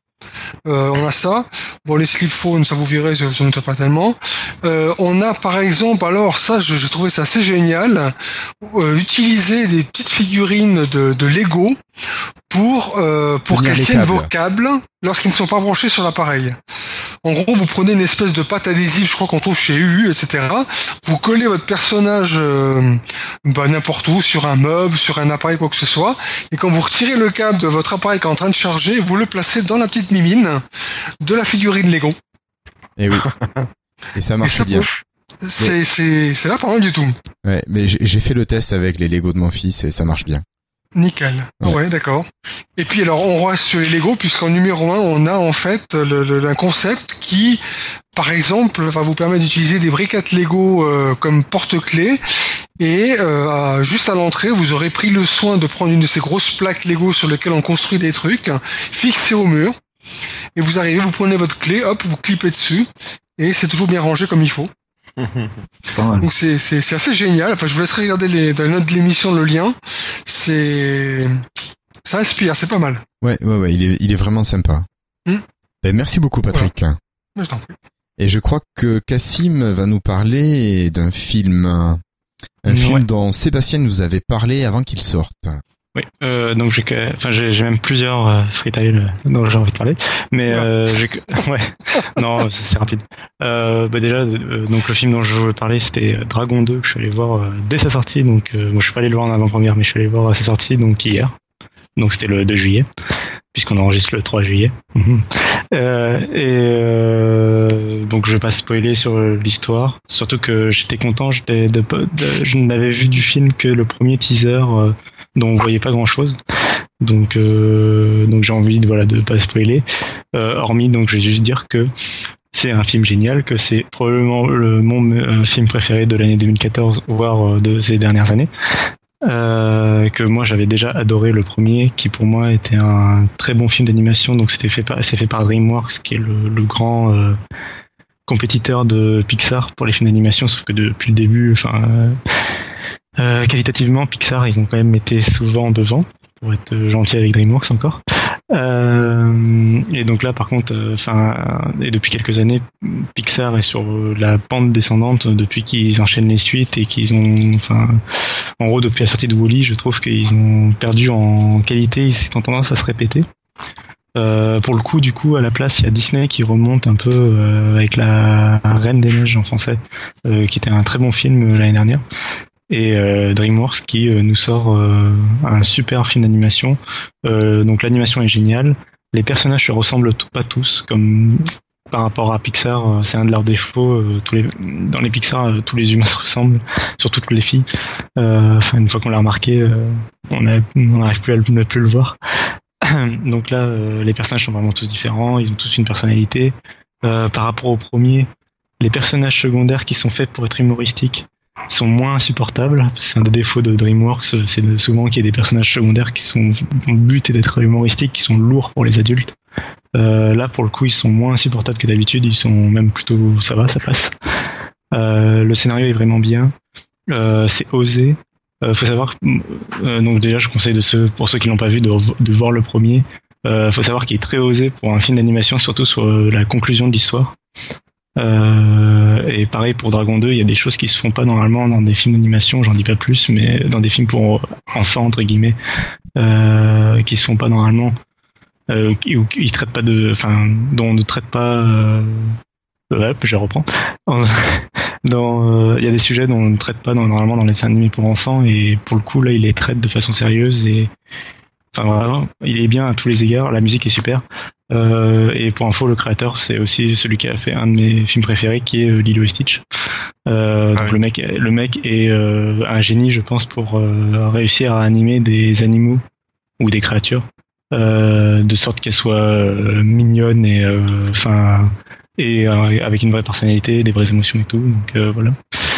Euh, on a ça. Bon, les slip phones, ça vous verrez, je ne sais pas tellement. Euh, on a par exemple, alors ça, je, j'ai trouvé ça assez génial, euh, utiliser des petites figurines de, de Lego pour euh, pour qu'elles tiennent vos câbles lorsqu'ils ne sont pas branchés sur l'appareil. En gros, vous prenez une espèce de pâte adhésive, je crois qu'on trouve chez U U, et cetera. Vous collez votre personnage euh, bah, n'importe où, sur un meuble, sur un appareil, quoi que ce soit. Et quand vous retirez le câble de votre appareil qui est en train de charger, vous le placez dans la petite mimine de la figurine Lego. Et oui. Et ça marche et ça bien. Peut... C'est, mais... c'est, c'est là pas mal du tout. Ouais, mais j'ai fait le test avec les Lego de mon fils et ça marche bien. Nickel. Ouais. ouais, d'accord. Et puis alors on reste sur les Lego puisqu'en numéro un on a en fait le, le, un concept qui, par exemple, va vous permettre d'utiliser des briquettes Lego euh, comme porte-clés et euh, à, juste à l'entrée vous aurez pris le soin de prendre une de ces grosses plaques Lego sur lesquelles on construit des trucs, fixées au mur et vous arrivez, vous prenez votre clé, hop, vous clipez dessus et c'est toujours bien rangé comme il faut. Donc c'est, c'est, c'est assez génial. Enfin, je vous laisserai regarder les, dans les notes de l'émission le lien. C'est, ça inspire, c'est pas mal. Ouais, ouais, ouais, il est, il est vraiment sympa. Mm. Ben, merci beaucoup, Patrick. Voilà. Je t'en prie. Et je crois que Cassim va nous parler d'un film, un ouais. film dont Sébastien nous avait parlé avant qu'il sorte. Oui, euh, donc j'ai, enfin j'ai, j'ai même plusieurs euh, freetiles dont j'ai envie de parler, mais euh, j'ai, ouais, non, c'est, c'est rapide. Euh, bah déjà, euh, donc le film dont je voulais parler, c'était Dragon deux que je suis allé voir euh, dès sa sortie. Donc, euh, moi je suis pas allé le voir en avant-première, mais je suis allé le voir à sa sortie, donc hier. Donc c'était le deux juillet, puisqu'on enregistre le trois juillet. euh, et euh, donc je vais pas spoiler sur l'histoire, surtout que j'étais content, j'étais de, de, de, je n'avais vu du film que le premier teaser. Euh, dont on voyait pas grand chose, donc euh, donc j'ai envie de voilà de pas spoiler, euh, hormis donc je vais juste dire que c'est un film génial, que c'est probablement le mon euh, film préféré de l'année deux mille quatorze, voire euh, de ces dernières années, euh, que moi j'avais déjà adoré le premier, qui pour moi était un très bon film d'animation. Donc c'était fait par, c'est fait par DreamWorks, qui est le, le grand euh, compétiteur de Pixar pour les films d'animation, sauf que depuis le début, enfin euh, Euh, qualitativement, Pixar, ils ont quand même été souvent devant, pour être gentil avec DreamWorks encore. Euh, et donc là, par contre, enfin, euh, et depuis quelques années, Pixar est sur la pente descendante depuis qu'ils enchaînent les suites et qu'ils ont, enfin, en gros, depuis la sortie de Wall-E, je trouve qu'ils ont perdu en qualité, ils ont tendance à se répéter. Euh, pour le coup, du coup, à la place, il y a Disney qui remonte un peu euh, avec la Reine des Neiges en français, euh, qui était un très bon film euh, l'année dernière. Et euh, DreamWorks qui euh, nous sort euh, un super film d'animation. Euh, donc l'animation est géniale. Les personnages se ressemblent t- pas tous, comme par rapport à Pixar, euh, c'est un de leurs défauts. Euh, tous les, dans les Pixar, euh, tous les humains se ressemblent, surtout toutes les filles. Euh, enfin, une fois qu'on l'a remarqué, euh, on n'arrive plus à le, ne plus le voir. Donc là, euh, les personnages sont vraiment tous différents. Ils ont tous une personnalité. Euh, par rapport au premier, les personnages secondaires qui sont faits pour être humoristiques sont moins insupportables. C'est un des défauts de DreamWorks, c'est de, souvent qu'il y a des personnages secondaires qui sont, dont le but est d'être humoristiques, qui sont lourds pour les adultes. Euh, là, pour le coup, ils sont moins insupportables que d'habitude, ils sont même plutôt, ça va, ça passe. Euh, le scénario est vraiment bien, euh, c'est osé. Euh, faut savoir, euh, donc déjà, je conseille de ceux, pour ceux qui l'ont pas vu, de, de voir le premier. Euh, faut savoir qu'il est très osé pour un film d'animation, surtout sur la conclusion de l'histoire. Euh, et pareil pour Dragon deux, il y a des choses qui se font pas normalement dans des films d'animation, j'en dis pas plus, mais dans des films pour enfants entre guillemets, euh, qui se font pas normalement, euh, qui, ou qui traitent pas de, enfin, dont on ne traite pas. Euh, ouais, je reprends. Dans, il euh, y a des sujets dont on ne traite pas dans, normalement dans les dessins animés pour enfants, et pour le coup là, il les traite de façon sérieuse et, enfin vraiment, il est bien à tous les égards. La musique est super. Euh, et pour info, le créateur, c'est aussi celui qui a fait un de mes films préférés, qui est euh, Lilo et Stitch. Euh, ah donc oui. le mec, le mec est euh, un génie, je pense, pour euh, réussir à animer des animaux ou des créatures euh, de sorte qu'elle soit euh, mignonne et enfin et euh, avec une vraie personnalité, des vraies émotions et tout. Donc euh, voilà.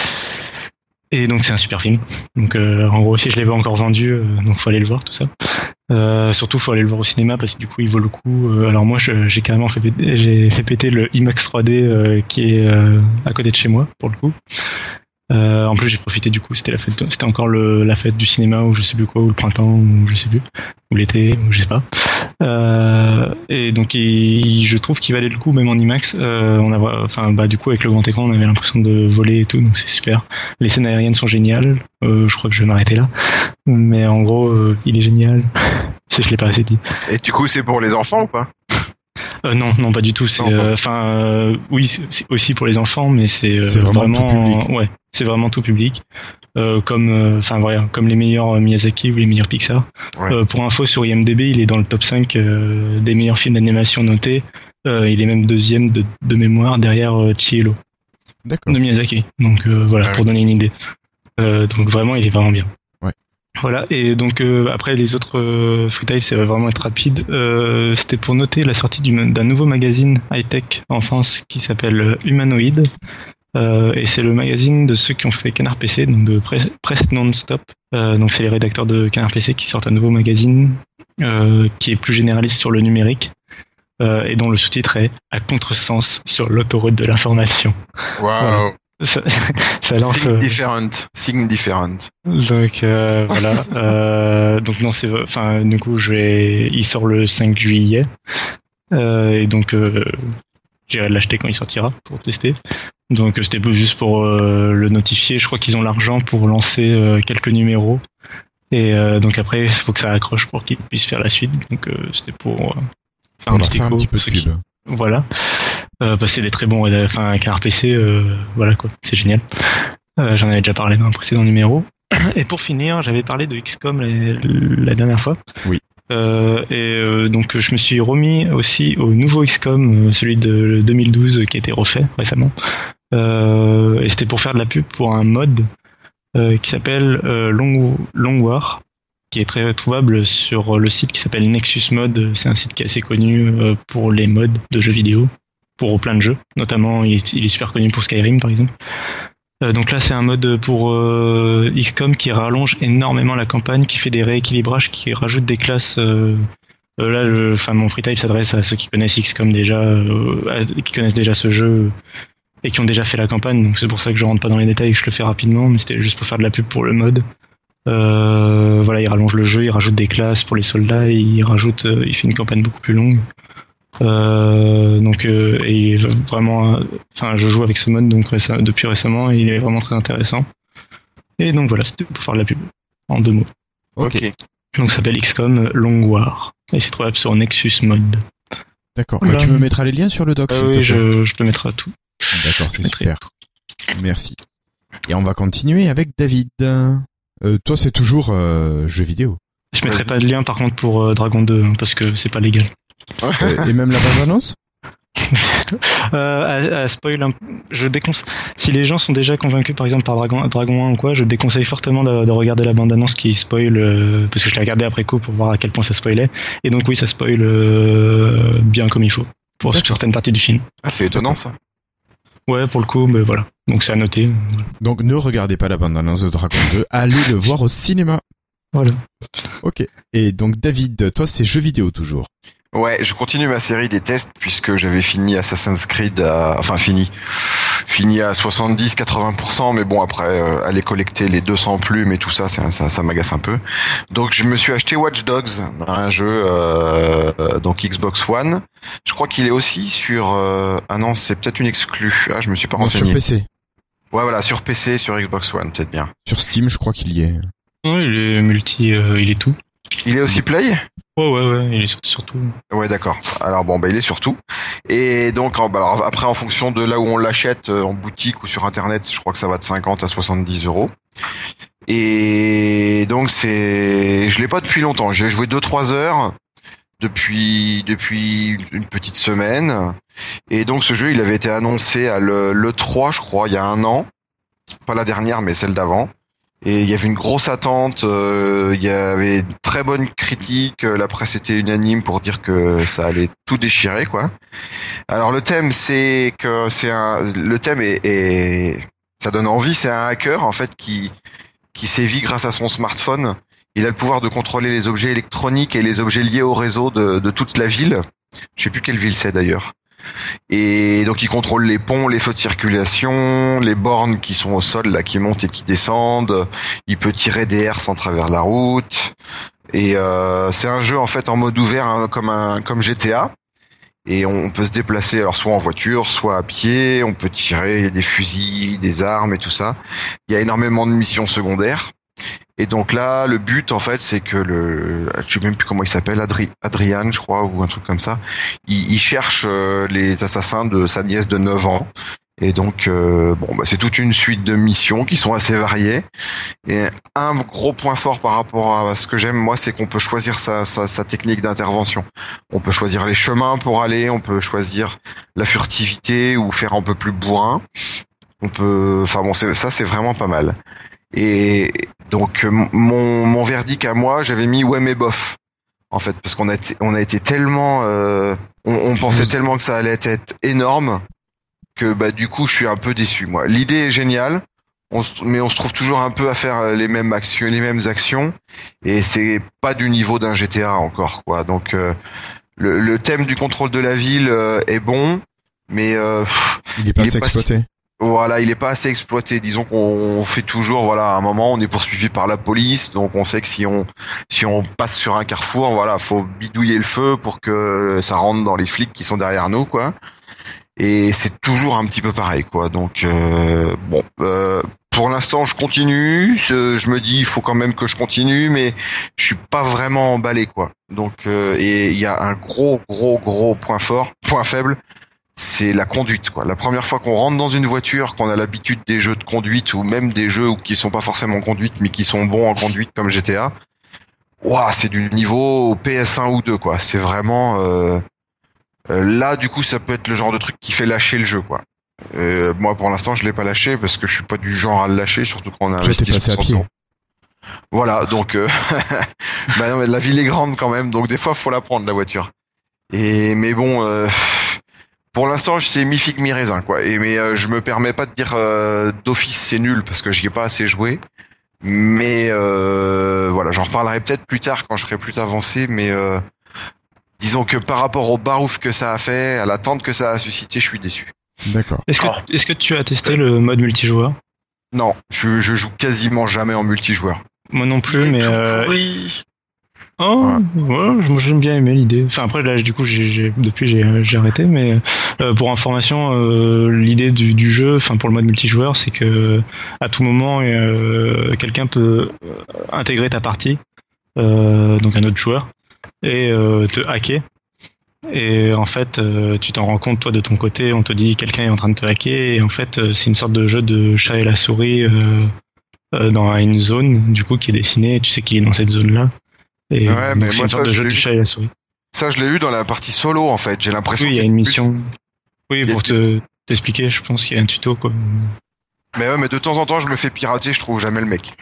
Et donc c'est un super film. Donc euh, en gros, si je l'ai pas encore vendu, euh, donc faut aller le voir tout ça. Euh, surtout faut aller le voir au cinéma parce que du coup il vaut le coup. Euh, alors moi je, j'ai carrément fait péter, j'ai fait péter le IMAX trois D euh, qui est euh, à côté de chez moi pour le coup. Euh, en plus j'ai profité du coup, c'était la fête, c'était encore le, la fête du cinéma ou je sais plus quoi, ou le printemps ou je sais plus, ou l'été ou je sais pas. Euh, et donc il, je trouve qu'il valait le coup même en IMAX. Euh, on a, enfin bah du coup avec le grand écran on avait l'impression de voler et tout, donc c'est super. Les scènes aériennes sont géniales. Euh, je crois que je vais m'arrêter là. Mais en gros euh, il est génial. C'est je l'ai pas assez dit. Et du coup c'est pour les enfants ou pas? Euh, non, non, pas du tout. C'est, enfin, euh, euh, oui, c'est aussi pour les enfants, mais c'est, euh, c'est vraiment, vraiment tout public. Ouais, c'est vraiment tout public. Euh, comme, enfin euh, voilà, comme les meilleurs Miyazaki ou les meilleurs Pixar. Ouais. Euh, pour info, sur I M D B, il est dans le top cinq euh, des meilleurs films d'animation notés. Euh, il est même deuxième de, de mémoire derrière euh, Chihiro. D'accord. De Miyazaki. Donc euh, voilà, ouais. Pour donner une idée. Euh, donc vraiment, il est vraiment bien. Voilà, et donc euh, après les autres euh, freetiles, ça va vraiment être rapide. Euh, c'était pour noter la sortie du, d'un nouveau magazine high-tech en France qui s'appelle Humanoid. Euh, et c'est le magazine de ceux qui ont fait Canard P C, donc de Presse, Presse Non-Stop. Euh, donc c'est les rédacteurs de Canard P C qui sortent un nouveau magazine euh, qui est plus généraliste sur le numérique. Euh, et dont le sous-titre est « À contresens sur l'autoroute de l'information ». Waouh. Voilà. Ça, ça lance. Think different. Think different. Donc euh, voilà. Euh, donc non, c'est, enfin du coup, je vais, il sort le cinq juillet, euh, et donc euh, j'irai l'acheter quand il sortira pour tester. Donc c'était juste pour euh, le notifier. Je crois qu'ils ont l'argent pour lancer euh, quelques numéros, et euh, donc après il faut que ça accroche pour qu'ils puissent faire la suite. Donc euh, c'était pour euh, faire on un petit, faire un petit peu de pub. Qui... Voilà. Euh, parce que c'est des très bons, enfin un Canard P C, euh, voilà quoi, c'est génial. Euh, j'en avais déjà parlé dans un précédent numéro. Et pour finir, j'avais parlé de X COM la, la dernière fois. Oui. Euh, et euh, donc je me suis remis aussi au nouveau X COM, celui de deux mille douze qui a été refait récemment. Euh, et c'était pour faire de la pub pour un mod euh, qui s'appelle euh, Long, Long War, qui est très trouvable sur le site qui s'appelle Nexus Mod. C'est un site qui est assez connu euh, pour les mods de jeux vidéo. Pour plein de jeux, notamment il est, il est super connu pour Skyrim par exemple. Euh, donc là c'est un mode pour euh, X COM qui rallonge énormément la campagne, qui fait des rééquilibrages, qui rajoute des classes. Euh, euh, là, le, enfin mon freetile s'adresse à ceux qui connaissent X COM déjà, euh, à, qui connaissent déjà ce jeu et qui ont déjà fait la campagne. Donc c'est pour ça que je rentre pas dans les détails et que je le fais rapidement, mais c'était juste pour faire de la pub pour le mode. Euh, voilà, il rallonge le jeu, il rajoute des classes pour les soldats, et il rajoute, euh, il fait une campagne beaucoup plus longue. Euh, donc euh, et vraiment, enfin, euh, je joue avec ce mode donc récem- depuis récemment et il est vraiment très intéressant. Et donc voilà, c'était pour faire de la pub en deux mots. Ok. Donc ça s'appelle X COM Long War et c'est trouvable sur Nexus Mod. D'accord. Voilà. Bah, tu me mettras les liens sur le doc. Euh, oui, je, je te mettrai tout. D'accord, c'est super. Tout. Merci. Et on va continuer avec David. Euh, toi, c'est toujours euh, jeux vidéo. Je mettrai pas de lien par contre pour euh, Dragon deux hein, parce que c'est pas légal. euh, et même la bande-annonce euh, à, à spoil un... je déconseille. Si les gens sont déjà convaincus par exemple par Dragon, Dragon un ou quoi, je déconseille fortement de, de regarder la bande-annonce qui spoil euh, parce que je l'ai regardé après coup pour voir à quel point ça spoilait. Et donc oui, ça spoil euh, bien comme il faut pour D'accord. certaines parties du film. Ah, c'est étonnant ça. Ouais, pour le coup, mais voilà. Donc c'est à noter. Voilà. Donc ne regardez pas la bande-annonce de Dragon deux, allez le voir au cinéma. Voilà. Ok. Et donc David, toi c'est jeux vidéo toujours. Ouais, je continue ma série des tests puisque j'avais fini Assassin's Creed à... Enfin fini. Fini à soixante-dix à quatre-vingts pour cent, mais bon après, euh, aller collecter les deux cents plumes et tout ça, ça, ça, ça m'agace un peu. Donc je me suis acheté Watch Dogs, un jeu euh, donc Xbox One. Je crois qu'il est aussi sur... Euh... Ah non, c'est peut-être une exclue. Ah, je me suis pas non, renseigné. Sur P C. Ouais, voilà, sur P C, sur Xbox One, peut-être bien. Sur Steam, je crois qu'il y est. Ouais, il est multi, euh, il est tout. Il est aussi Play ? Ouais, ouais, ouais, il est sur tout. Ouais, d'accord. Alors bon, bah il est sur tout. Et donc, alors, après, en fonction de là où on l'achète, en boutique ou sur Internet, je crois que ça va de cinquante à soixante-dix euros. Et donc, c'est... Je l'ai pas depuis longtemps. J'ai joué deux trois heures depuis depuis une petite semaine. Et donc, ce jeu, il avait été annoncé à le, le trois, je crois, il y a un an. Pas la dernière, mais celle d'avant. Et il y avait une grosse attente, euh, il y avait de très bonnes critiques, la presse était unanime pour dire que ça allait tout déchirer, quoi. Alors le thème, c'est que c'est un, le thème est, est, ça donne envie, c'est un hacker en fait qui qui sévit grâce à son smartphone. Il a le pouvoir de contrôler les objets électroniques et les objets liés au réseau de, de toute la ville. Je sais plus quelle ville c'est d'ailleurs. Et donc il contrôle les ponts, les feux de circulation, les bornes qui sont au sol, là, qui montent et qui descendent. Il peut tirer des herses en travers de la route. Et euh, c'est un jeu en fait en mode ouvert, hein, comme un comme G T A. Et on peut se déplacer alors soit en voiture, soit à pied. On peut tirer des fusils, des armes et tout ça. Il y a énormément de missions secondaires. Et donc là, le but, en fait, c'est que le, je sais même plus comment il s'appelle, Adri, Adrian, je crois, ou un truc comme ça. Il, il cherche euh, les assassins de sa nièce de neuf ans. Et donc, euh, bon, bah, c'est toute une suite de missions qui sont assez variées. Et un gros point fort par rapport à ce que j'aime, moi, c'est qu'on peut choisir sa, sa, sa technique d'intervention. On peut choisir les chemins pour aller, on peut choisir la furtivité ou faire un peu plus bourrin. On peut, enfin bon, c'est, ça, c'est vraiment pas mal. Et donc mon mon verdict à moi, j'avais mis ouais mais bof en fait parce qu'on a été, on a été tellement euh, on, on pensait tellement que ça allait être énorme que bah du coup je suis un peu déçu moi. L'idée est géniale, on se, mais on se trouve toujours un peu à faire les mêmes actions les mêmes actions et c'est pas du niveau d'un G T A encore quoi. Donc euh, le, le thème du contrôle de la ville euh, est bon mais euh, il est pas assez exploité. Si... Voilà, il est pas assez exploité. Disons qu'on fait toujours, voilà, à un moment, on est poursuivi par la police, donc on sait que si on si on passe sur un carrefour, voilà, faut bidouiller le feu pour que ça rentre dans les flics qui sont derrière nous, quoi. Et c'est toujours un petit peu pareil, quoi. Donc euh, bon, euh, pour l'instant, je continue. Je me dis, il faut quand même que je continue, mais je suis pas vraiment emballé, quoi. Donc euh, et il y a un gros, gros, gros point fort, point faible. C'est la conduite, quoi. La première fois qu'on rentre dans une voiture, qu'on a l'habitude des jeux de conduite ou même des jeux qui sont pas forcément conduite mais qui sont bons en conduite comme G T A, ouah, c'est du niveau P S un ou deux, quoi. C'est vraiment euh... là, du coup, ça peut être le genre de truc qui fait lâcher le jeu, quoi. Euh, moi, pour l'instant, je l'ai pas lâché parce que je suis pas du genre à le lâcher, surtout quand on a investi soixante euros. Voilà, donc euh... bah non, mais la ville est grande quand même, donc des fois, faut la prendre la voiture. Et mais bon. Euh... Pour l'instant, c'est mi figue mi raisin, quoi. Et mais euh, je me permets pas de dire euh, d'office c'est nul parce que j'y ai pas assez joué. Mais euh, voilà, j'en reparlerai peut-être plus tard quand je serai plus avancé. Mais euh, disons que par rapport au barouf que ça a fait, à l'attente que ça a suscité, je suis déçu. D'accord. Est-ce que est-ce que tu as testé le mode multijoueur ? Non, je, je joue quasiment jamais en multijoueur. Moi non plus, mais euh... oui. Oh, ouais, ouais moi j'aime bien aimer l'idée. Enfin après là du coup j'ai, j'ai depuis j'ai, j'ai arrêté, mais euh, pour information, euh, l'idée du, du jeu, enfin pour le mode multijoueur, c'est que à tout moment euh, quelqu'un peut intégrer ta partie, euh, donc un autre joueur, et euh, te hacker. Et en fait, euh, tu t'en rends compte toi de ton côté, on te dit quelqu'un est en train de te hacker, et en fait euh, c'est une sorte de jeu de chat et la souris euh, euh, dans une zone du coup qui est dessinée. Et tu sais qu'il est dans cette zone là. Et ouais, mais moi, ça, de jeu de chat et la souris. Ça, je l'ai eu dans la partie solo, en fait. J'ai l'impression. Oui, il y a une mission. Oui, pour te t'expliquer, je pense qu'il y a un tuto, quoi. Mais ouais, mais de temps en temps, je me fais pirater, je trouve jamais le mec.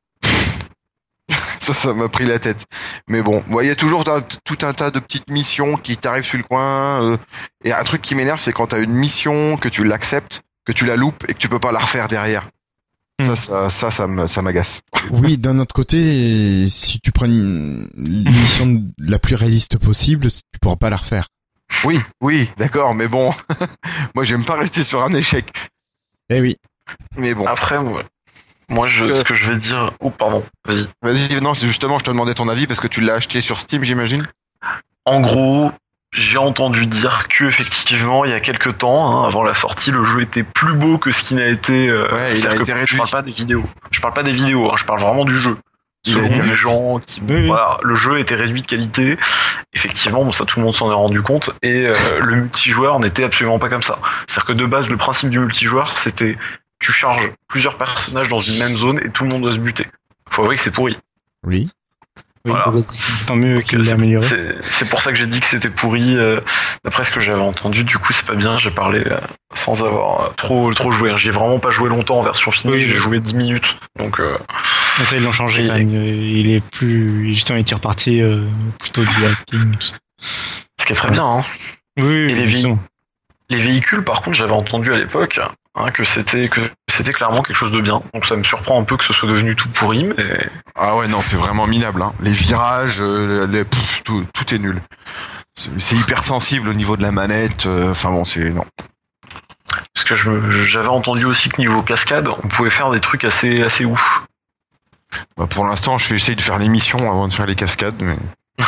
ça, ça m'a pris la tête. Mais bon, il y a toujours tout un tas de petites missions qui t'arrivent sur le coin. Euh, et un truc qui m'énerve, c'est quand t'as une mission, que tu l'acceptes, que tu la loupes et que tu peux pas la refaire derrière. Ça, ça, ça, ça, me, ça m'agace. Oui, d'un autre côté, si tu prends une, une mission la plus réaliste possible, tu pourras pas la refaire. Oui, oui, d'accord, mais bon, moi j'aime pas rester sur un échec. Eh oui. Mais bon. Après, moi, moi je, que... ce que je vais dire... Oh, pardon, vas-y. Vas-y, non, c'est justement, je te demandais ton avis parce que tu l'as acheté sur Steam, j'imagine. En gros... J'ai entendu dire que effectivement, il y a quelques temps, hein, avant la sortie, le jeu était plus beau que ce qui n'a été. Euh, ouais, il a été réduit. Je parle pas des vidéos. Je parle pas des vidéos. Hein, je parle vraiment du jeu. Il Selon a été les gens qui, oui, voilà, le jeu était réduit de qualité. Effectivement, bon, ça tout le monde s'en est rendu compte. Et euh, le multijoueur n'était absolument pas comme ça. C'est-à-dire que de base, le principe du multijoueur, c'était tu charges plusieurs personnages dans une même zone et tout le monde doit se buter. Faut avouer que c'est pourri. Oui. Voilà. Tant mieux qu'il l'ait amélioré. C'est, c'est pour ça que j'ai dit que c'était pourri. Euh, d'après ce que j'avais entendu, du coup, c'est pas bien. J'ai parlé euh, sans avoir euh, trop trop joué. Hein. J'y ai vraiment pas joué longtemps en version finie. Oui, j'ai joué dix minutes. Donc, euh, Mais ça, ils l'ont changé Et- quand même. Il est plus. Justement, il tire parti euh, plutôt du acting. tout ça. Ce qui est très bien, hein. Oui, oui, Et les justement. Les véhicules, par contre, j'avais entendu à l'époque hein, que c'était que c'était clairement quelque chose de bien. Donc ça me surprend un peu que ce soit devenu tout pourri, mais Ah ouais, non, c'est vraiment minable. Hein. Les virages, euh, les, pff, tout, tout est nul. C'est, c'est hyper sensible au niveau de la manette. euh, Enfin bon, c'est non. parce que je me- j'avais entendu aussi que niveau cascade, on pouvait faire des trucs assez assez ouf. Bah, pour l'instant, je vais essayer de faire l'émission avant de faire les cascades, mais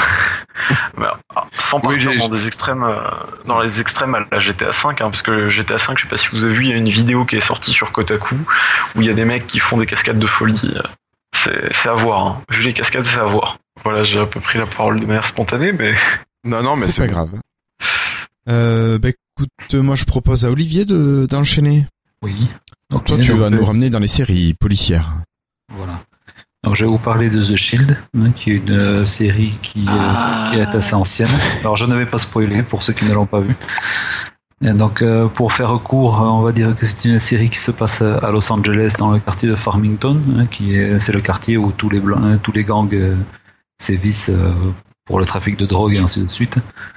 Bah, sans Oui, partir j'ai- dans des extrêmes, euh, dans les extrêmes à la G T A cinq, hein, parce que G T A cinq, je sais pas si vous avez vu, il y a une vidéo qui est sortie sur Kotaku où il y a des mecs qui font des cascades de folie. C'est, c'est à voir. Hein. Vu les cascades, c'est à voir. Voilà, j'ai un peu pris la parole de manière spontanée, mais non, non, mais c'est c'est pas bon. grave. Euh, bah écoute, moi je propose à Olivier de d'enchaîner. Oui. Donc Ok, toi tu donc, vas euh, nous ramener dans les séries policières. Voilà. Donc je vais vous parler de The Shield, hein, qui est une euh, série qui, euh, qui est assez ancienne. Alors je ne vais pas spoiler pour ceux qui ne l'ont pas vu. Et donc euh, pour faire court, euh, on va dire que c'est une série qui se passe à Los Angeles dans le quartier de Farmington, hein, qui est c'est le quartier où tous les blancs, hein, tous les gangs euh, sévissent euh, pour le trafic de drogue et ainsi de suite.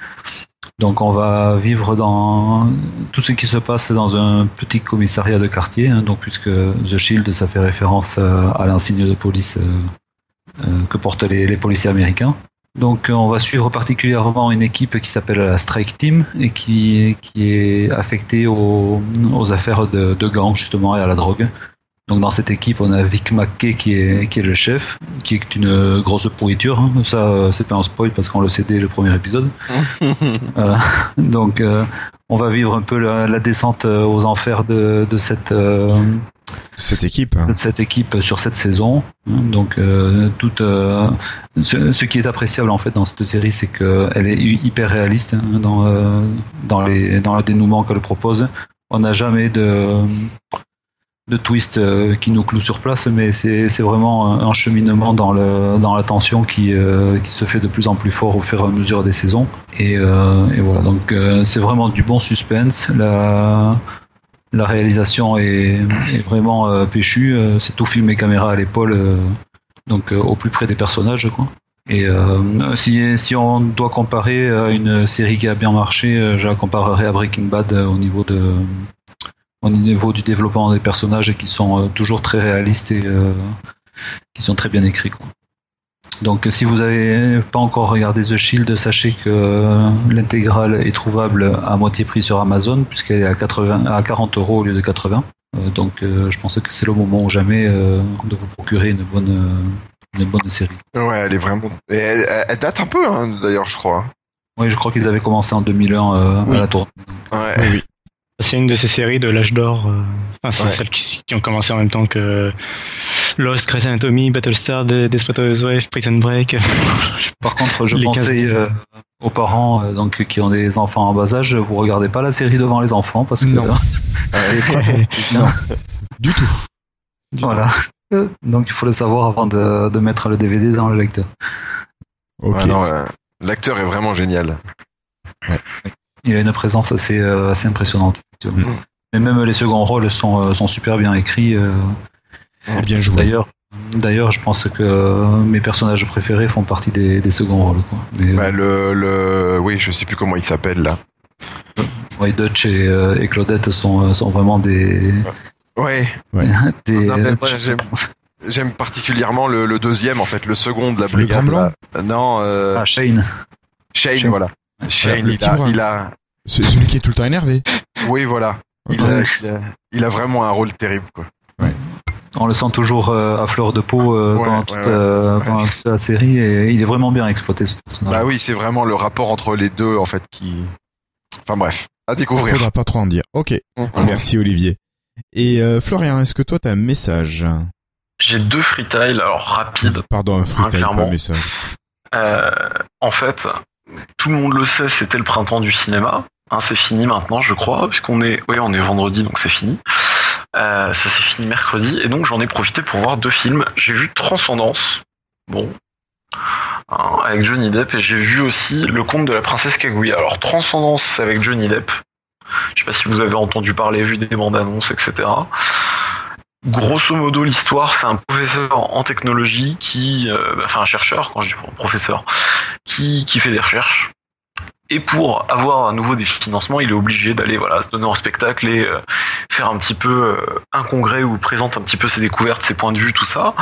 Donc on va vivre dans tout ce qui se passe dans un petit commissariat de quartier, hein, donc puisque The Shield, ça fait référence euh, à l'insigne de police euh, euh, que portent les, les policiers américains. Donc on va suivre particulièrement une équipe qui s'appelle la Strike Team et qui, qui est affectée aux, aux affaires de, de gangs justement et à la drogue. Donc dans cette équipe, on a Vic McKay qui est, qui est le chef, qui est une grosse pourriture. Hein. Ça, c'est pas un spoil parce qu'on le sait dès le premier épisode. euh, donc, euh, on va vivre un peu la, la descente aux enfers de, de cette euh, Cette équipe. hein. de cette équipe sur cette saison. Donc, euh, toute euh, ce, ce qui est appréciable en fait dans cette série, c'est qu'elle est hyper réaliste hein, dans euh, dans les dans le dénouement qu'elle propose. On n'a jamais de de twist euh, qui nous cloue sur place, mais c'est c'est vraiment un, un cheminement dans le dans la tension qui euh, qui se fait de plus en plus fort au fur et à mesure des saisons. Et, euh, et voilà, donc euh, c'est vraiment du bon suspense. La la réalisation est, est vraiment euh, péchue. Euh, c'est tout filmé caméra à l'épaule, euh, donc euh, au plus près des personnages, quoi. Et euh, si si on doit comparer à une série qui a bien marché, euh, je la comparerais à Breaking Bad euh, au niveau de au niveau du développement des personnages qui sont euh, toujours très réalistes et euh, qui sont très bien écrits, quoi. Donc si vous n'avez pas encore regardé The Shield, sachez que euh, l'intégrale est trouvable à moitié prix sur Amazon puisqu'elle est à, quatre-vingts, à quarante euros au lieu de quatre-vingts. Euh, donc euh, je pense que c'est le moment ou jamais euh, de vous procurer une bonne, euh, une bonne série. Ouais, elle est vraiment. Et elle, elle date un peu, hein, d'ailleurs, je crois. Oui, je crois qu'ils avaient commencé en deux mille un euh, Oui. à la tournée. Ouais. Oui, oui. C'est une de ces séries de l'âge d'or. euh, Enfin, c'est Ouais. celles qui, qui ont commencé en même temps que Lost, Grey's Anatomy, Battlestar, The Desperate Housewives, Prison Break. Par contre, je Les conseille euh, aux parents euh, donc qui ont des enfants en bas âge, vous regardez pas la série devant les enfants parce que Non. euh, c'est pas très bien. Du tout. Voilà. Donc il faut le savoir avant de, de mettre le D V D dans le lecteur. Ok. Ouais, non, euh, l'acteur est vraiment génial. Il a une présence assez, euh, assez impressionnante. effectivement. Mm. Mais même les seconds rôles sont, euh, sont super bien écrits. euh. Et bien joué. D'ailleurs, d'ailleurs, je pense que euh, mes personnages préférés font partie des, des seconds rôles, quoi. Mais, Bah, le, le, oui, je sais plus comment il s'appelle là. ouais, Dutch et, euh, et Claudette sont, sont vraiment des. Ouais. des Non, mais euh, moi, j'aime- J'aime particulièrement le, le deuxième, en fait, le second de la Le brigade. grand blanc là. Non, euh, Ah, Shane. Shane, Shane. voilà. Shane, le il petit a, brun. il a, Ce- Celui qui est tout le temps énervé. oui, voilà. Il a, il a, il a vraiment un rôle terrible, quoi. On le sent toujours euh, à fleur de peau euh, Ouais, pendant, ouais, toute, ouais. euh, Ouais. pendant toute la série et il est vraiment bien exploité ce personnage. Bah oui, c'est vraiment le rapport entre les deux, en fait, qui. Enfin bref, à découvrir. Faudra pas trop en dire. Ok. Mhm. Merci Olivier. Et euh, Florian, est-ce que toi t'as un message? j'ai deux freetiles, alors rapides. Pardon, un freestyle, pas clairement. un message. Euh, en fait, tout le monde le sait, c'était le printemps du cinéma. Hein, c'est fini maintenant, je crois, puisqu'on est, oui, on est vendredi, donc c'est fini. Euh, ça s'est fini mercredi, et donc j'en ai profité pour voir deux films. J'ai vu Transcendance, bon, hein, avec Johnny Depp, et j'ai vu aussi Le Conte de la Princesse Kaguya. Alors Transcendance, c'est avec Johnny Depp. Je sais pas si vous avez entendu parler, vu des bandes annonces, et cetera. grosso modo, l'histoire, c'est un professeur en technologie qui, euh, enfin un chercheur, quand je dis professeur, qui, qui fait des recherches. Et pour avoir à nouveau des financements, il est obligé d'aller voilà se donner en spectacle et euh, faire un petit peu euh, un congrès où il présente un petit peu ses découvertes, ses points de vue, tout ça.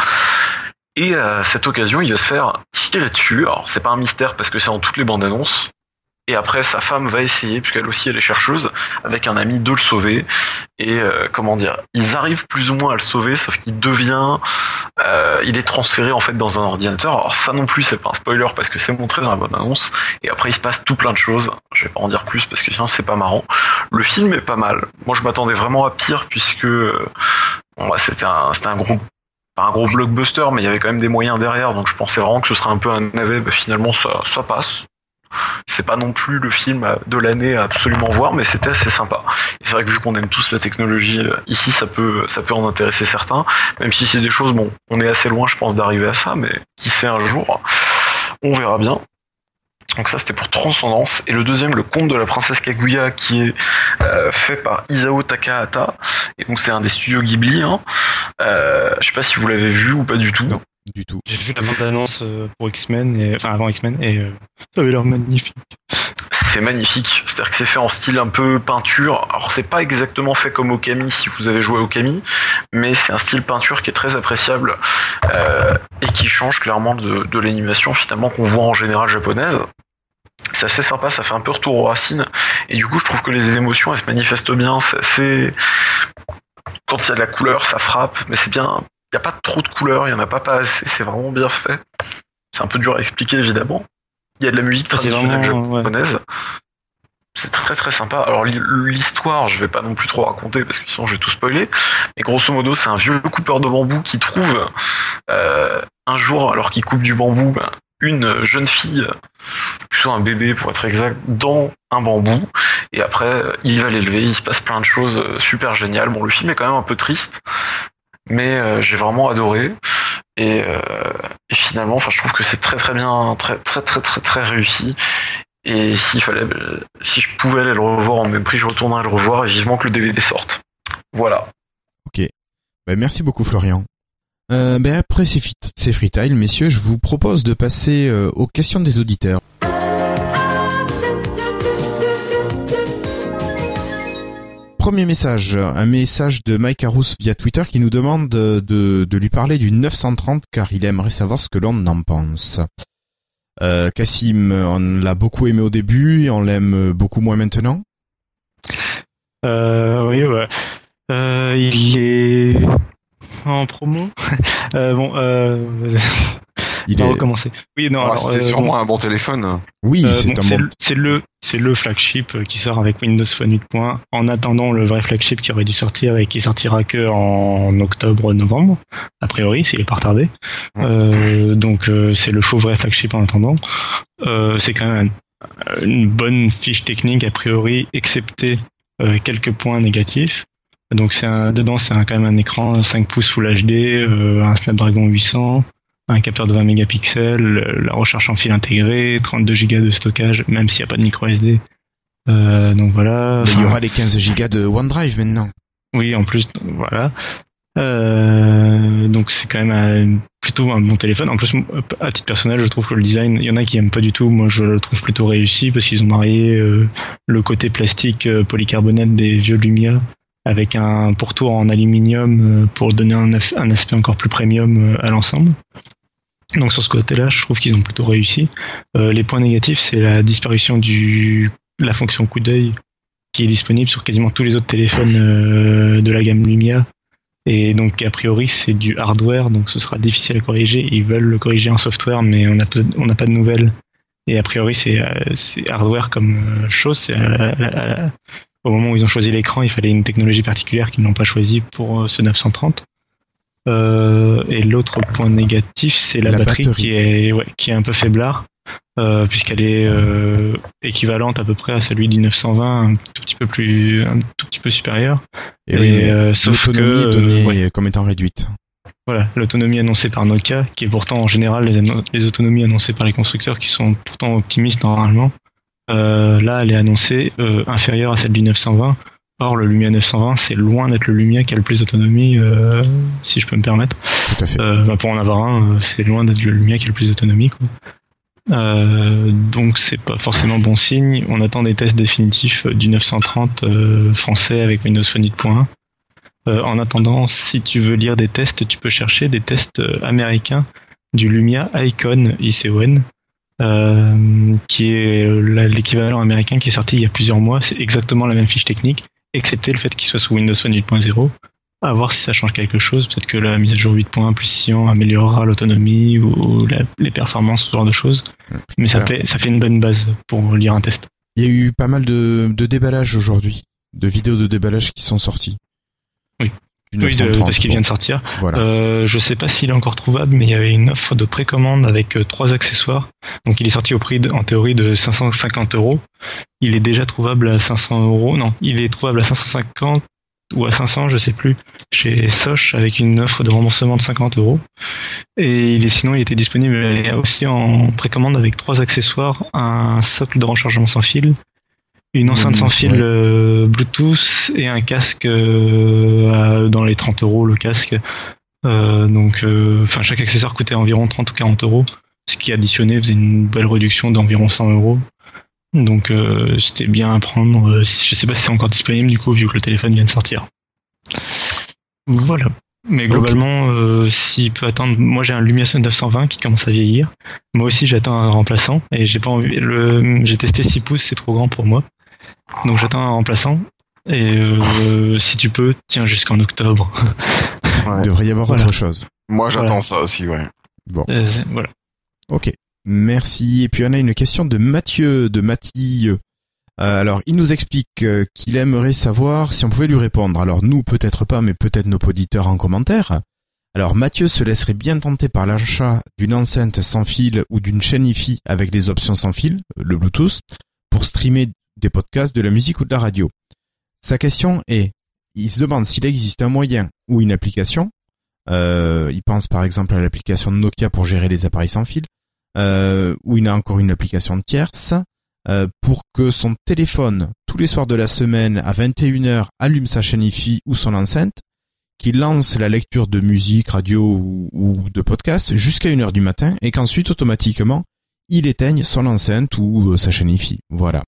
Et à cette occasion, il va se faire tirer dessus. Alors c'est pas un mystère parce que c'est dans toutes les bandes annonces. Et après, sa femme va essayer, puisqu'elle aussi elle est chercheuse, avec un ami de le sauver. Et euh, comment dire, ils arrivent plus ou moins à le sauver, sauf qu'il devient, euh, il est transféré en fait dans un ordinateur. Alors ça non plus, c'est pas un spoiler parce que c'est montré dans la bonne annonce. Et après, il se passe tout plein de choses. Je vais pas en dire plus parce que sinon c'est pas marrant. Le film est pas mal. Moi, je m'attendais vraiment à pire puisque euh, bon, bah, c'était un, c'était un gros. Pas un gros blockbuster, mais il y avait quand même des moyens derrière. Donc je pensais vraiment que ce serait un peu un navet. Bah, finalement, ça, ça passe. C'est pas non plus le film de l'année à absolument voir, mais c'était assez sympa. Et c'est vrai que vu qu'on aime tous la technologie, ici ça peut ça peut en intéresser certains, même si c'est des choses, bon, on est assez loin je pense d'arriver à ça, mais qui sait un jour, on verra bien. Donc ça c'était pour Transcendance. Et le deuxième, le conte de la princesse Kaguya, qui est euh, fait par Isao Takahata, et donc c'est un des studios Ghibli, hein. euh, je sais pas si vous l'avez vu ou pas du tout. Non. Du tout. J'ai vu la bande-annonce pour X-Men, et, enfin avant X-Men, et euh, ça avait l'air magnifique. C'est magnifique, c'est-à-dire que c'est fait en style un peu peinture. Alors c'est pas exactement fait comme Okami si vous avez joué à Okami, mais c'est un style peinture qui est très appréciable euh, et qui change clairement de, de l'animation finalement qu'on voit en général japonaise. C'est assez sympa, ça fait un peu retour aux racines, et du coup je trouve que les émotions elles se manifestent bien. C'est assez... Quand il y a de la couleur, ça frappe, mais c'est bien. Il n'y a pas trop de couleurs, il n'y en a pas pas assez, c'est vraiment bien fait. C'est un peu dur à expliquer évidemment. Il y a de la musique traditionnelle japonaise. Ouais. C'est très très sympa. Alors l'histoire, je vais pas non plus trop raconter parce que sinon je vais tout spoiler. Mais grosso modo, c'est un vieux coupeur de bambou qui trouve euh, un jour, alors qu'il coupe du bambou, ben, une jeune fille, plutôt un bébé pour être exact, dans un bambou. Et après, il va l'élever, il se passe plein de choses super géniales. Bon, le film est quand même un peu triste, mais euh, j'ai vraiment adoré. Et, euh, et finalement, enfin, je trouve que c'est très très bien, très très très très très réussi. Et s'il fallait, si je pouvais aller le revoir en même prix, je retournerais le revoir et vivement que le D V D sorte. Voilà. Ok. Ben, merci beaucoup Florian. Euh, ben après c'est, fit, c'est Freetile, messieurs, je vous propose de passer euh, aux questions des auditeurs. Premier message, un message de Mike Arous via Twitter qui nous demande de, de, de lui parler du neuf cent trente car il aimerait savoir ce que l'on en pense. Euh, Cassim, on l'a beaucoup aimé au début et on l'aime beaucoup moins maintenant. Euh, oui, ouais. Euh, il est en promo. euh, bon, euh... il on va est... recommencer. Oui, non. Ah, alors, c'est euh, sûrement bon. un bon téléphone. Oui, euh, c'est bon, un c'est bon. Le, c'est le, c'est le flagship qui sort avec Windows Phone huit point un, en attendant le vrai flagship qui aurait dû sortir et qui sortira que en octobre-novembre, a priori, s'il est pas retardé. Ouais. Euh, donc, euh, c'est le faux vrai flagship en attendant. Euh, c'est quand même un, une bonne fiche technique, a priori, excepté euh, quelques points négatifs. Donc, c'est un, dedans, c'est un, quand même un écran cinq pouces Full H D, euh, un Snapdragon huit cents, un capteur de vingt mégapixels, la recherche en fil intégrée, trente-deux gigas de stockage, même s'il n'y a pas de micro S D. Euh, donc voilà. Mais il y aura les quinze gigas de OneDrive maintenant. Oui, en plus, voilà. Euh, donc c'est quand même un, plutôt un bon téléphone. En plus, à titre personnel, je trouve que le design, il y en a qui aiment pas du tout. Moi, je le trouve plutôt réussi parce qu'ils ont marié euh, le côté plastique euh, polycarbonate des vieux Lumia avec un pourtour en aluminium euh, pour donner un, un aspect encore plus premium euh, à l'ensemble. Donc sur ce côté-là, je trouve qu'ils ont plutôt réussi. Euh, les points négatifs, c'est la disparition du la fonction coup d'œil qui est disponible sur quasiment tous les autres téléphones euh, de la gamme Lumia. Et donc a priori c'est du hardware, donc ce sera difficile à corriger. Ils veulent le corriger en software, mais on n'a on n'a pas de nouvelles. Et a priori c'est, c'est hardware comme chose. C'est à, à, à, au moment où ils ont choisi l'écran, il fallait une technologie particulière qu'ils n'ont pas choisie pour ce neuf cent trente. Euh, et l'autre point négatif, c'est la, la batterie, batterie qui est ouais, qui est un peu faiblard, euh, puisqu'elle est euh, équivalente à peu près à celui du neuf cent vingt, un tout petit peu plus, un tout petit peu supérieur. Et, et oui, mais euh, sauf l'autonomie que, donnée euh, ouais. comme étant réduite. Voilà, l'autonomie annoncée par Nokia, qui est pourtant en général les, les autonomies annoncées par les constructeurs, qui sont pourtant optimistes normalement. Euh, là, elle est annoncée euh, inférieure à celle du neuf cent vingt. Or, le Lumia neuf cent vingt, c'est loin d'être le Lumia qui a le plus d'autonomie, euh, si je peux me permettre. Tout à fait. Euh, bah pour en avoir un, euh, c'est loin d'être le Lumia qui a le plus d'autonomie, quoi. Euh, donc c'est pas forcément bon signe. On attend des tests définitifs du neuf cent trente euh, français avec Windows Phone huit point un. Euh, en attendant, si tu veux lire des tests, tu peux chercher des tests euh, américains du Lumia Icon, I C O N, euh, qui est euh, l'équivalent américain qui est sorti il y a plusieurs mois. C'est exactement la même fiche technique, excepté le fait qu'il soit sous Windows Phone huit point zéro. À voir si ça change quelque chose. Peut-être que la mise à jour huit point un plus Cyan améliorera l'autonomie ou la, les performances, ce genre de choses. Mais ça, fait, ça fait une bonne base pour lire un test. Il y a eu pas mal de, de déballages aujourd'hui, de vidéos de déballage qui sont sorties. Oui, oui de, parce qu'il vient de sortir. Voilà. Euh, je sais pas s'il est encore trouvable, mais il y avait une offre de précommande avec euh, trois accessoires. Donc il est sorti au prix, de, en théorie, de cinq cent cinquante euros. Il est déjà trouvable à cinq cents euros. Non, il est trouvable à cinq cent cinquante ou à cinq cents, je sais plus, chez Soch avec une offre de remboursement de cinquante euros. Et il est, sinon, il était disponible aussi en précommande avec trois accessoires, un socle de rechargement sans fil, une enceinte mmh, sans fil ouais. euh, Bluetooth et un casque euh, à, dans les trente euros le casque. Euh, donc, enfin, euh, chaque accessoire coûtait environ trente ou quarante euros, ce qui additionné faisait une belle réduction d'environ cent euros. Donc euh, c'était bien à prendre. Je sais pas si c'est encore disponible du coup vu que le téléphone vient de sortir. Voilà. Mais globalement, okay. euh, s'il peut attendre, moi j'ai un Lumia neuf cent vingt qui commence à vieillir. Moi aussi j'attends un remplaçant et j'ai pas envie. Le, j'ai testé six pouces, c'est trop grand pour moi. Donc j'attends un remplaçant. Et euh, si tu peux, tiens jusqu'en octobre. Ouais. Il devrait y avoir voilà. autre chose. Moi j'attends voilà. ça aussi, ouais. Bon. Euh, voilà. Ok. Merci. Et puis on a une question de Mathieu, de Mathille. Euh, alors, il nous explique euh, qu'il aimerait savoir si on pouvait lui répondre. Alors nous, peut-être pas, mais peut-être nos auditeurs en commentaire. Alors Mathieu se laisserait bien tenter par l'achat d'une enceinte sans fil ou d'une chaîne Hi-Fi avec des options sans fil, le Bluetooth, pour streamer des podcasts, de la musique ou de la radio. Sa question est, il se demande s'il existe un moyen ou une application, euh, il pense par exemple à l'application de Nokia pour gérer les appareils sans fil, Euh, où il a encore une application tierce euh, pour que son téléphone, tous les soirs de la semaine à vingt et une heures, allume sa chaîne Hi-Fi ou son enceinte, qu'il lance la lecture de musique, radio ou, ou de podcast jusqu'à une heure du matin et qu'ensuite automatiquement il éteigne son enceinte ou euh, sa chaîne Hi-Fi. Voilà.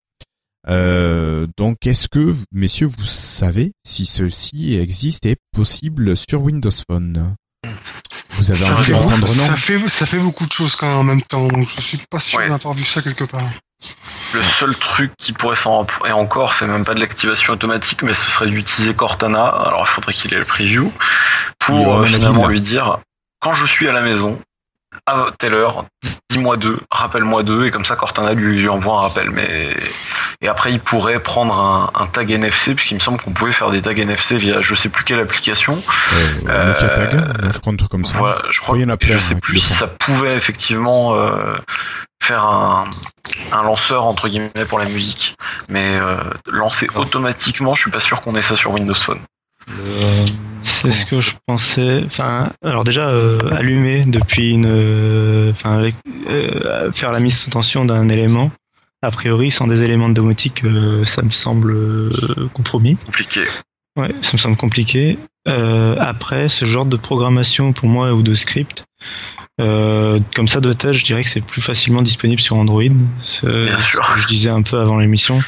Euh, donc est-ce que, messieurs, vous savez si ceci existe et est possible sur Windows Phone ? Vous avez ça envie fait, de répondre non ? ça fait, ça fait beaucoup de choses quand même en même temps, donc je suis pas sûr ouais. d'avoir vu ça quelque part. Le seul truc qui pourrait s'en... Et encore, c'est même pas de l'activation automatique, mais ce serait d'utiliser Cortana, alors il faudrait qu'il ait le preview, pour euh, finalement lui dire, quand je suis à la maison, à telle heure, dis-moi deux, rappelle-moi deux, et comme ça Cortana lui, lui envoie un rappel. Mais et après il pourrait prendre un, un tag N F C, puisqu'il me semble qu'on pouvait faire des tags N F C via je sais plus quelle application. Euh, Nokia euh, Tag, je crois un truc comme ça. Voilà, je crois. Il y en a plein, je sais plus si ça pouvait effectivement euh, faire un, un lanceur entre guillemets pour la musique, mais euh, lancer non. automatiquement, je suis pas sûr qu'on ait ça sur Windows Phone. Le... C'est ce que je pensais. Enfin, alors déjà euh, allumer depuis une, enfin euh, avec euh, faire la mise sous tension d'un élément. A priori, sans des éléments de domotique, euh, ça me semble euh, compromis. Compliqué. Ouais, ça me semble compliqué. Euh, après, ce genre de programmation pour moi ou de script, euh, comme ça de tête, je dirais que c'est plus facilement disponible sur Android. C'est, Bien sûr. Ce que je disais un peu avant l'émission.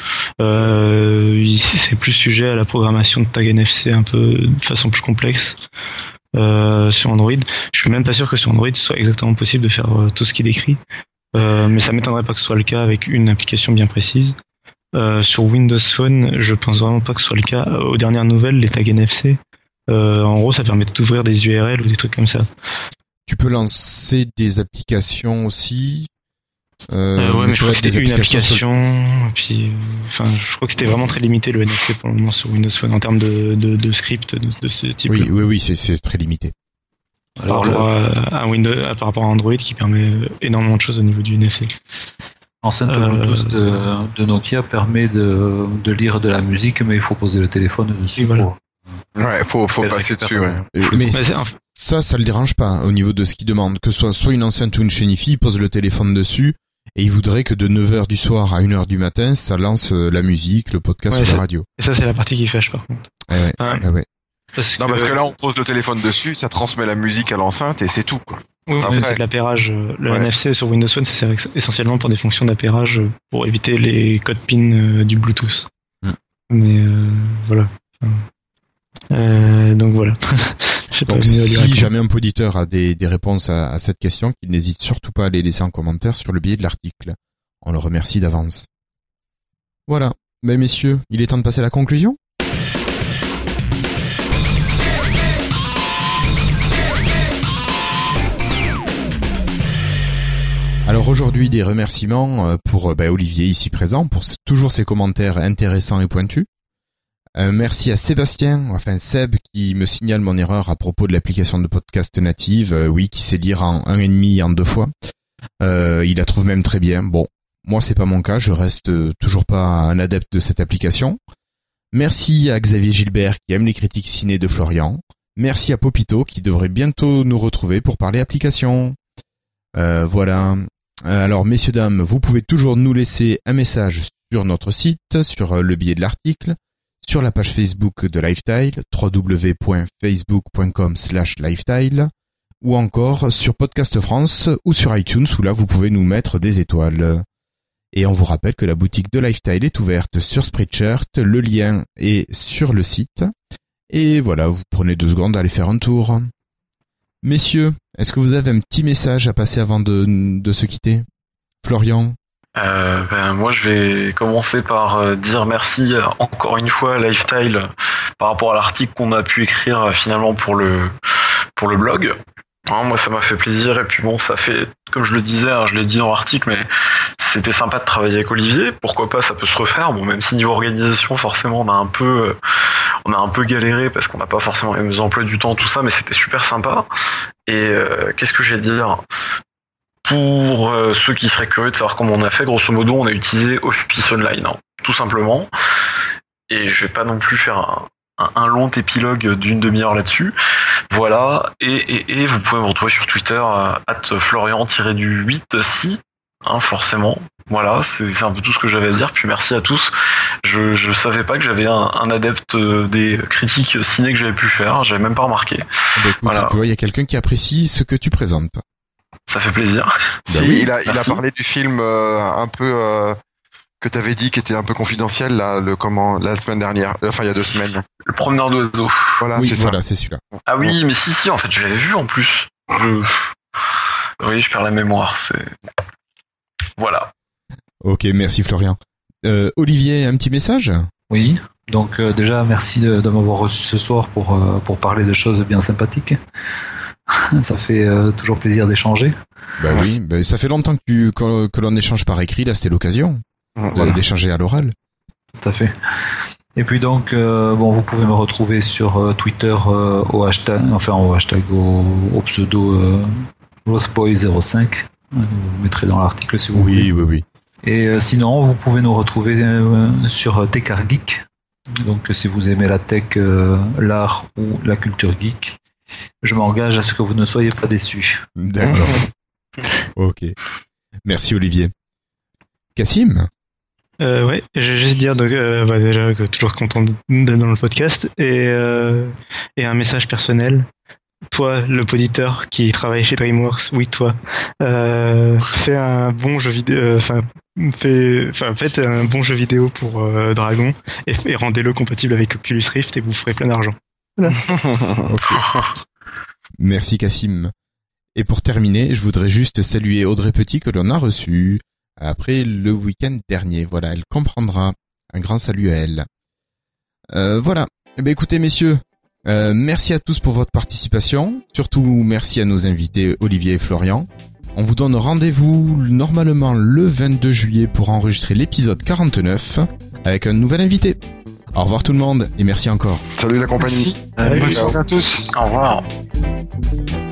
Euh, c'est plus sujet à la programmation de tag N F C un peu de façon plus complexe euh, sur Android. Je suis même pas sûr que sur Android ce soit exactement possible de faire euh, tout ce qui est décrit. Euh, mais ça m'étonnerait pas que ce soit le cas avec une application bien précise. Euh, sur Windows Phone, je pense vraiment pas que ce soit le cas. Aux dernières nouvelles, les tags N F C, euh, en gros, ça permet d'ouvrir des U R L ou des trucs comme ça. Tu peux lancer des applications aussi. Euh, euh, ouais, mais je crois que c'était une application. Sur... Puis, enfin, je crois que c'était vraiment très limité le N F C pour le moment sur Windows Phone en termes de, de, de script de, de ce type. Oui, oui, oui, c'est, c'est très limité. Par rapport à, à Windows, par rapport à Android qui permet énormément de choses au niveau du N F C. L'enceinte euh, Bluetooth de, de Nokia permet de, de lire de la musique, mais il faut poser le téléphone dessus. Oui, voilà. Ouais, faut, faut passer dessus, ouais. Mais ça, ça le dérange pas au niveau de ce qu'il demande. Que ce soit soit une enceinte ou une chaîne Hi-Fi, il pose le téléphone dessus et il voudrait que de neuf heures du soir à une heure du matin, ça lance la musique, le podcast ouais, ou la radio. Et ça, c'est la partie qui fâche, par contre. Eh ouais, ah, eh ouais. Parce non, que... parce que là, on pose le téléphone dessus, ça transmet la musique à l'enceinte et c'est tout, quoi. Oui, Après... c'est de l'appairage. Le ouais. N F C sur Windows Phone, ça sert essentiellement pour des fonctions d'appairage pour éviter les codes PIN du Bluetooth. Mm. Mais euh, voilà. Euh, donc voilà. Je sais donc pas, si jamais un auditeur a des, des réponses à, à cette question, qu'il n'hésite surtout pas à les laisser en commentaire sur le billet de l'article. On le remercie d'avance. Voilà. Mais messieurs, il est temps de passer à la conclusion. Alors aujourd'hui, des remerciements pour bah, Olivier ici présent, pour toujours ses commentaires intéressants et pointus. Euh, merci à Sébastien, enfin Seb, qui me signale mon erreur à propos de l'application de podcast native, euh, oui, qui sait lire en un et demi, en deux fois. Euh, il la trouve même très bien. Bon, moi c'est pas mon cas, je reste toujours pas un adepte de cette application. Merci à Xavier Gilbert, qui aime les critiques ciné de Florian. Merci à Popito, qui devrait bientôt nous retrouver pour parler application. Euh, voilà. Alors messieurs, dames, vous pouvez toujours nous laisser un message sur notre site, sur le billet de l'article, sur la page Facebook de Lifetile, w w w point facebook point com slash lifetile, ou encore sur Podcast France ou sur iTunes, où là vous pouvez nous mettre des étoiles. Et on vous rappelle que la boutique de Lifetile est ouverte sur Spreadshirt, le lien est sur le site. Et voilà, vous prenez deux secondes à aller faire un tour. Messieurs, est-ce que vous avez un petit message à passer avant de, de se quitter ? Florian ? Euh, ben, moi je vais commencer par euh, dire merci euh, encore une fois à Lifetile euh, par rapport à l'article qu'on a pu écrire euh, finalement pour le pour le blog. Hein, moi ça m'a fait plaisir et puis bon ça fait, comme je le disais, hein, je l'ai dit dans l'article, mais c'était sympa de travailler avec Olivier. Pourquoi pas, ça peut se refaire. Bon, même si niveau organisation forcément on a un peu euh, on a un peu galéré parce qu'on n'a pas forcément les mêmes emplois du temps, tout ça, mais c'était super sympa. Et euh, qu'est-ce que j'ai à dire ? Pour euh, ceux qui seraient curieux de savoir comment on a fait, grosso modo, on a utilisé Office Online, hein, tout simplement. Et je vais pas non plus faire un, un, un long épilogue d'une demi-heure là-dessus. Voilà. Et, et, et vous pouvez me retrouver sur Twitter, euh, at Florian du huit si, hein, forcément. Voilà, c'est, c'est un peu tout ce que j'avais à dire. Puis merci à tous. Je, je savais pas que j'avais un, un adepte des critiques ciné que j'avais pu faire. J'avais même pas remarqué. Bah, écoute, voilà. Tu vois, il y a quelqu'un qui apprécie ce que tu présentes. Ça fait plaisir. Si, bah oui, il a, il a parlé du film euh, un peu euh, que t'avais dit qui était un peu confidentiel là, le comment la semaine dernière, enfin il y a deux semaines. Le promeneur d'oiseaux. Voilà, oui, c'est voilà, ça. c'est celui-là. Ah oui, ouais. Mais si, si, en fait, je l'avais vu en plus. Je, oui, je perds la mémoire. C'est voilà. Ok, merci Florian. Euh, Olivier, un petit message ? Oui. Donc euh, déjà, merci de, de m'avoir reçu ce soir pour euh, pour parler de choses bien sympathiques. Ça fait euh, toujours plaisir d'échanger. Bah oui, bah, ça fait longtemps que, tu, que, que l'on échange par écrit, là c'était l'occasion de, voilà. d'échanger à l'oral. Tout à fait. Et puis donc, euh, bon, vous pouvez me retrouver sur euh, Twitter euh, au hashtag, enfin au hashtag, au, au pseudo euh, Lothboy zéro cinq. Vous mettrez dans l'article si vous oui, voulez. Oui, oui, oui. Et euh, sinon, vous pouvez nous retrouver euh, sur Techart Geek. Donc si vous aimez la tech, euh, l'art ou la culture geek, je m'engage à ce que vous ne soyez pas déçus. D'accord. Ok. Merci Olivier. Cassim ? Euh, ouais, je vais juste dire donc, euh, bah, déjà que toujours content d'être dans le podcast et, euh, et un message personnel. Toi, le poditeur qui travaille chez DreamWorks, oui toi, euh, fais un bon jeu vidéo, enfin euh, fait, enfin faites un bon jeu vidéo pour euh, Dragon et, et rendez-le compatible avec Oculus Rift et vous ferez plein d'argent. Voilà. Okay. Merci Cassim. Et pour terminer, je voudrais juste saluer Audrey Petit que l'on a reçue après le week-end dernier. Voilà, elle comprendra. Un grand salut à elle. Euh, voilà. Eh bien, écoutez messieurs, euh, merci à tous pour votre participation. Surtout merci à nos invités Olivier et Florian. On vous donne rendez-vous normalement le vingt-deux juillet pour enregistrer l'épisode quarante-neuf avec un nouvel invité. Au revoir tout le monde et merci encore. Salut la compagnie. Merci. Bonne soirée à tous. Au revoir.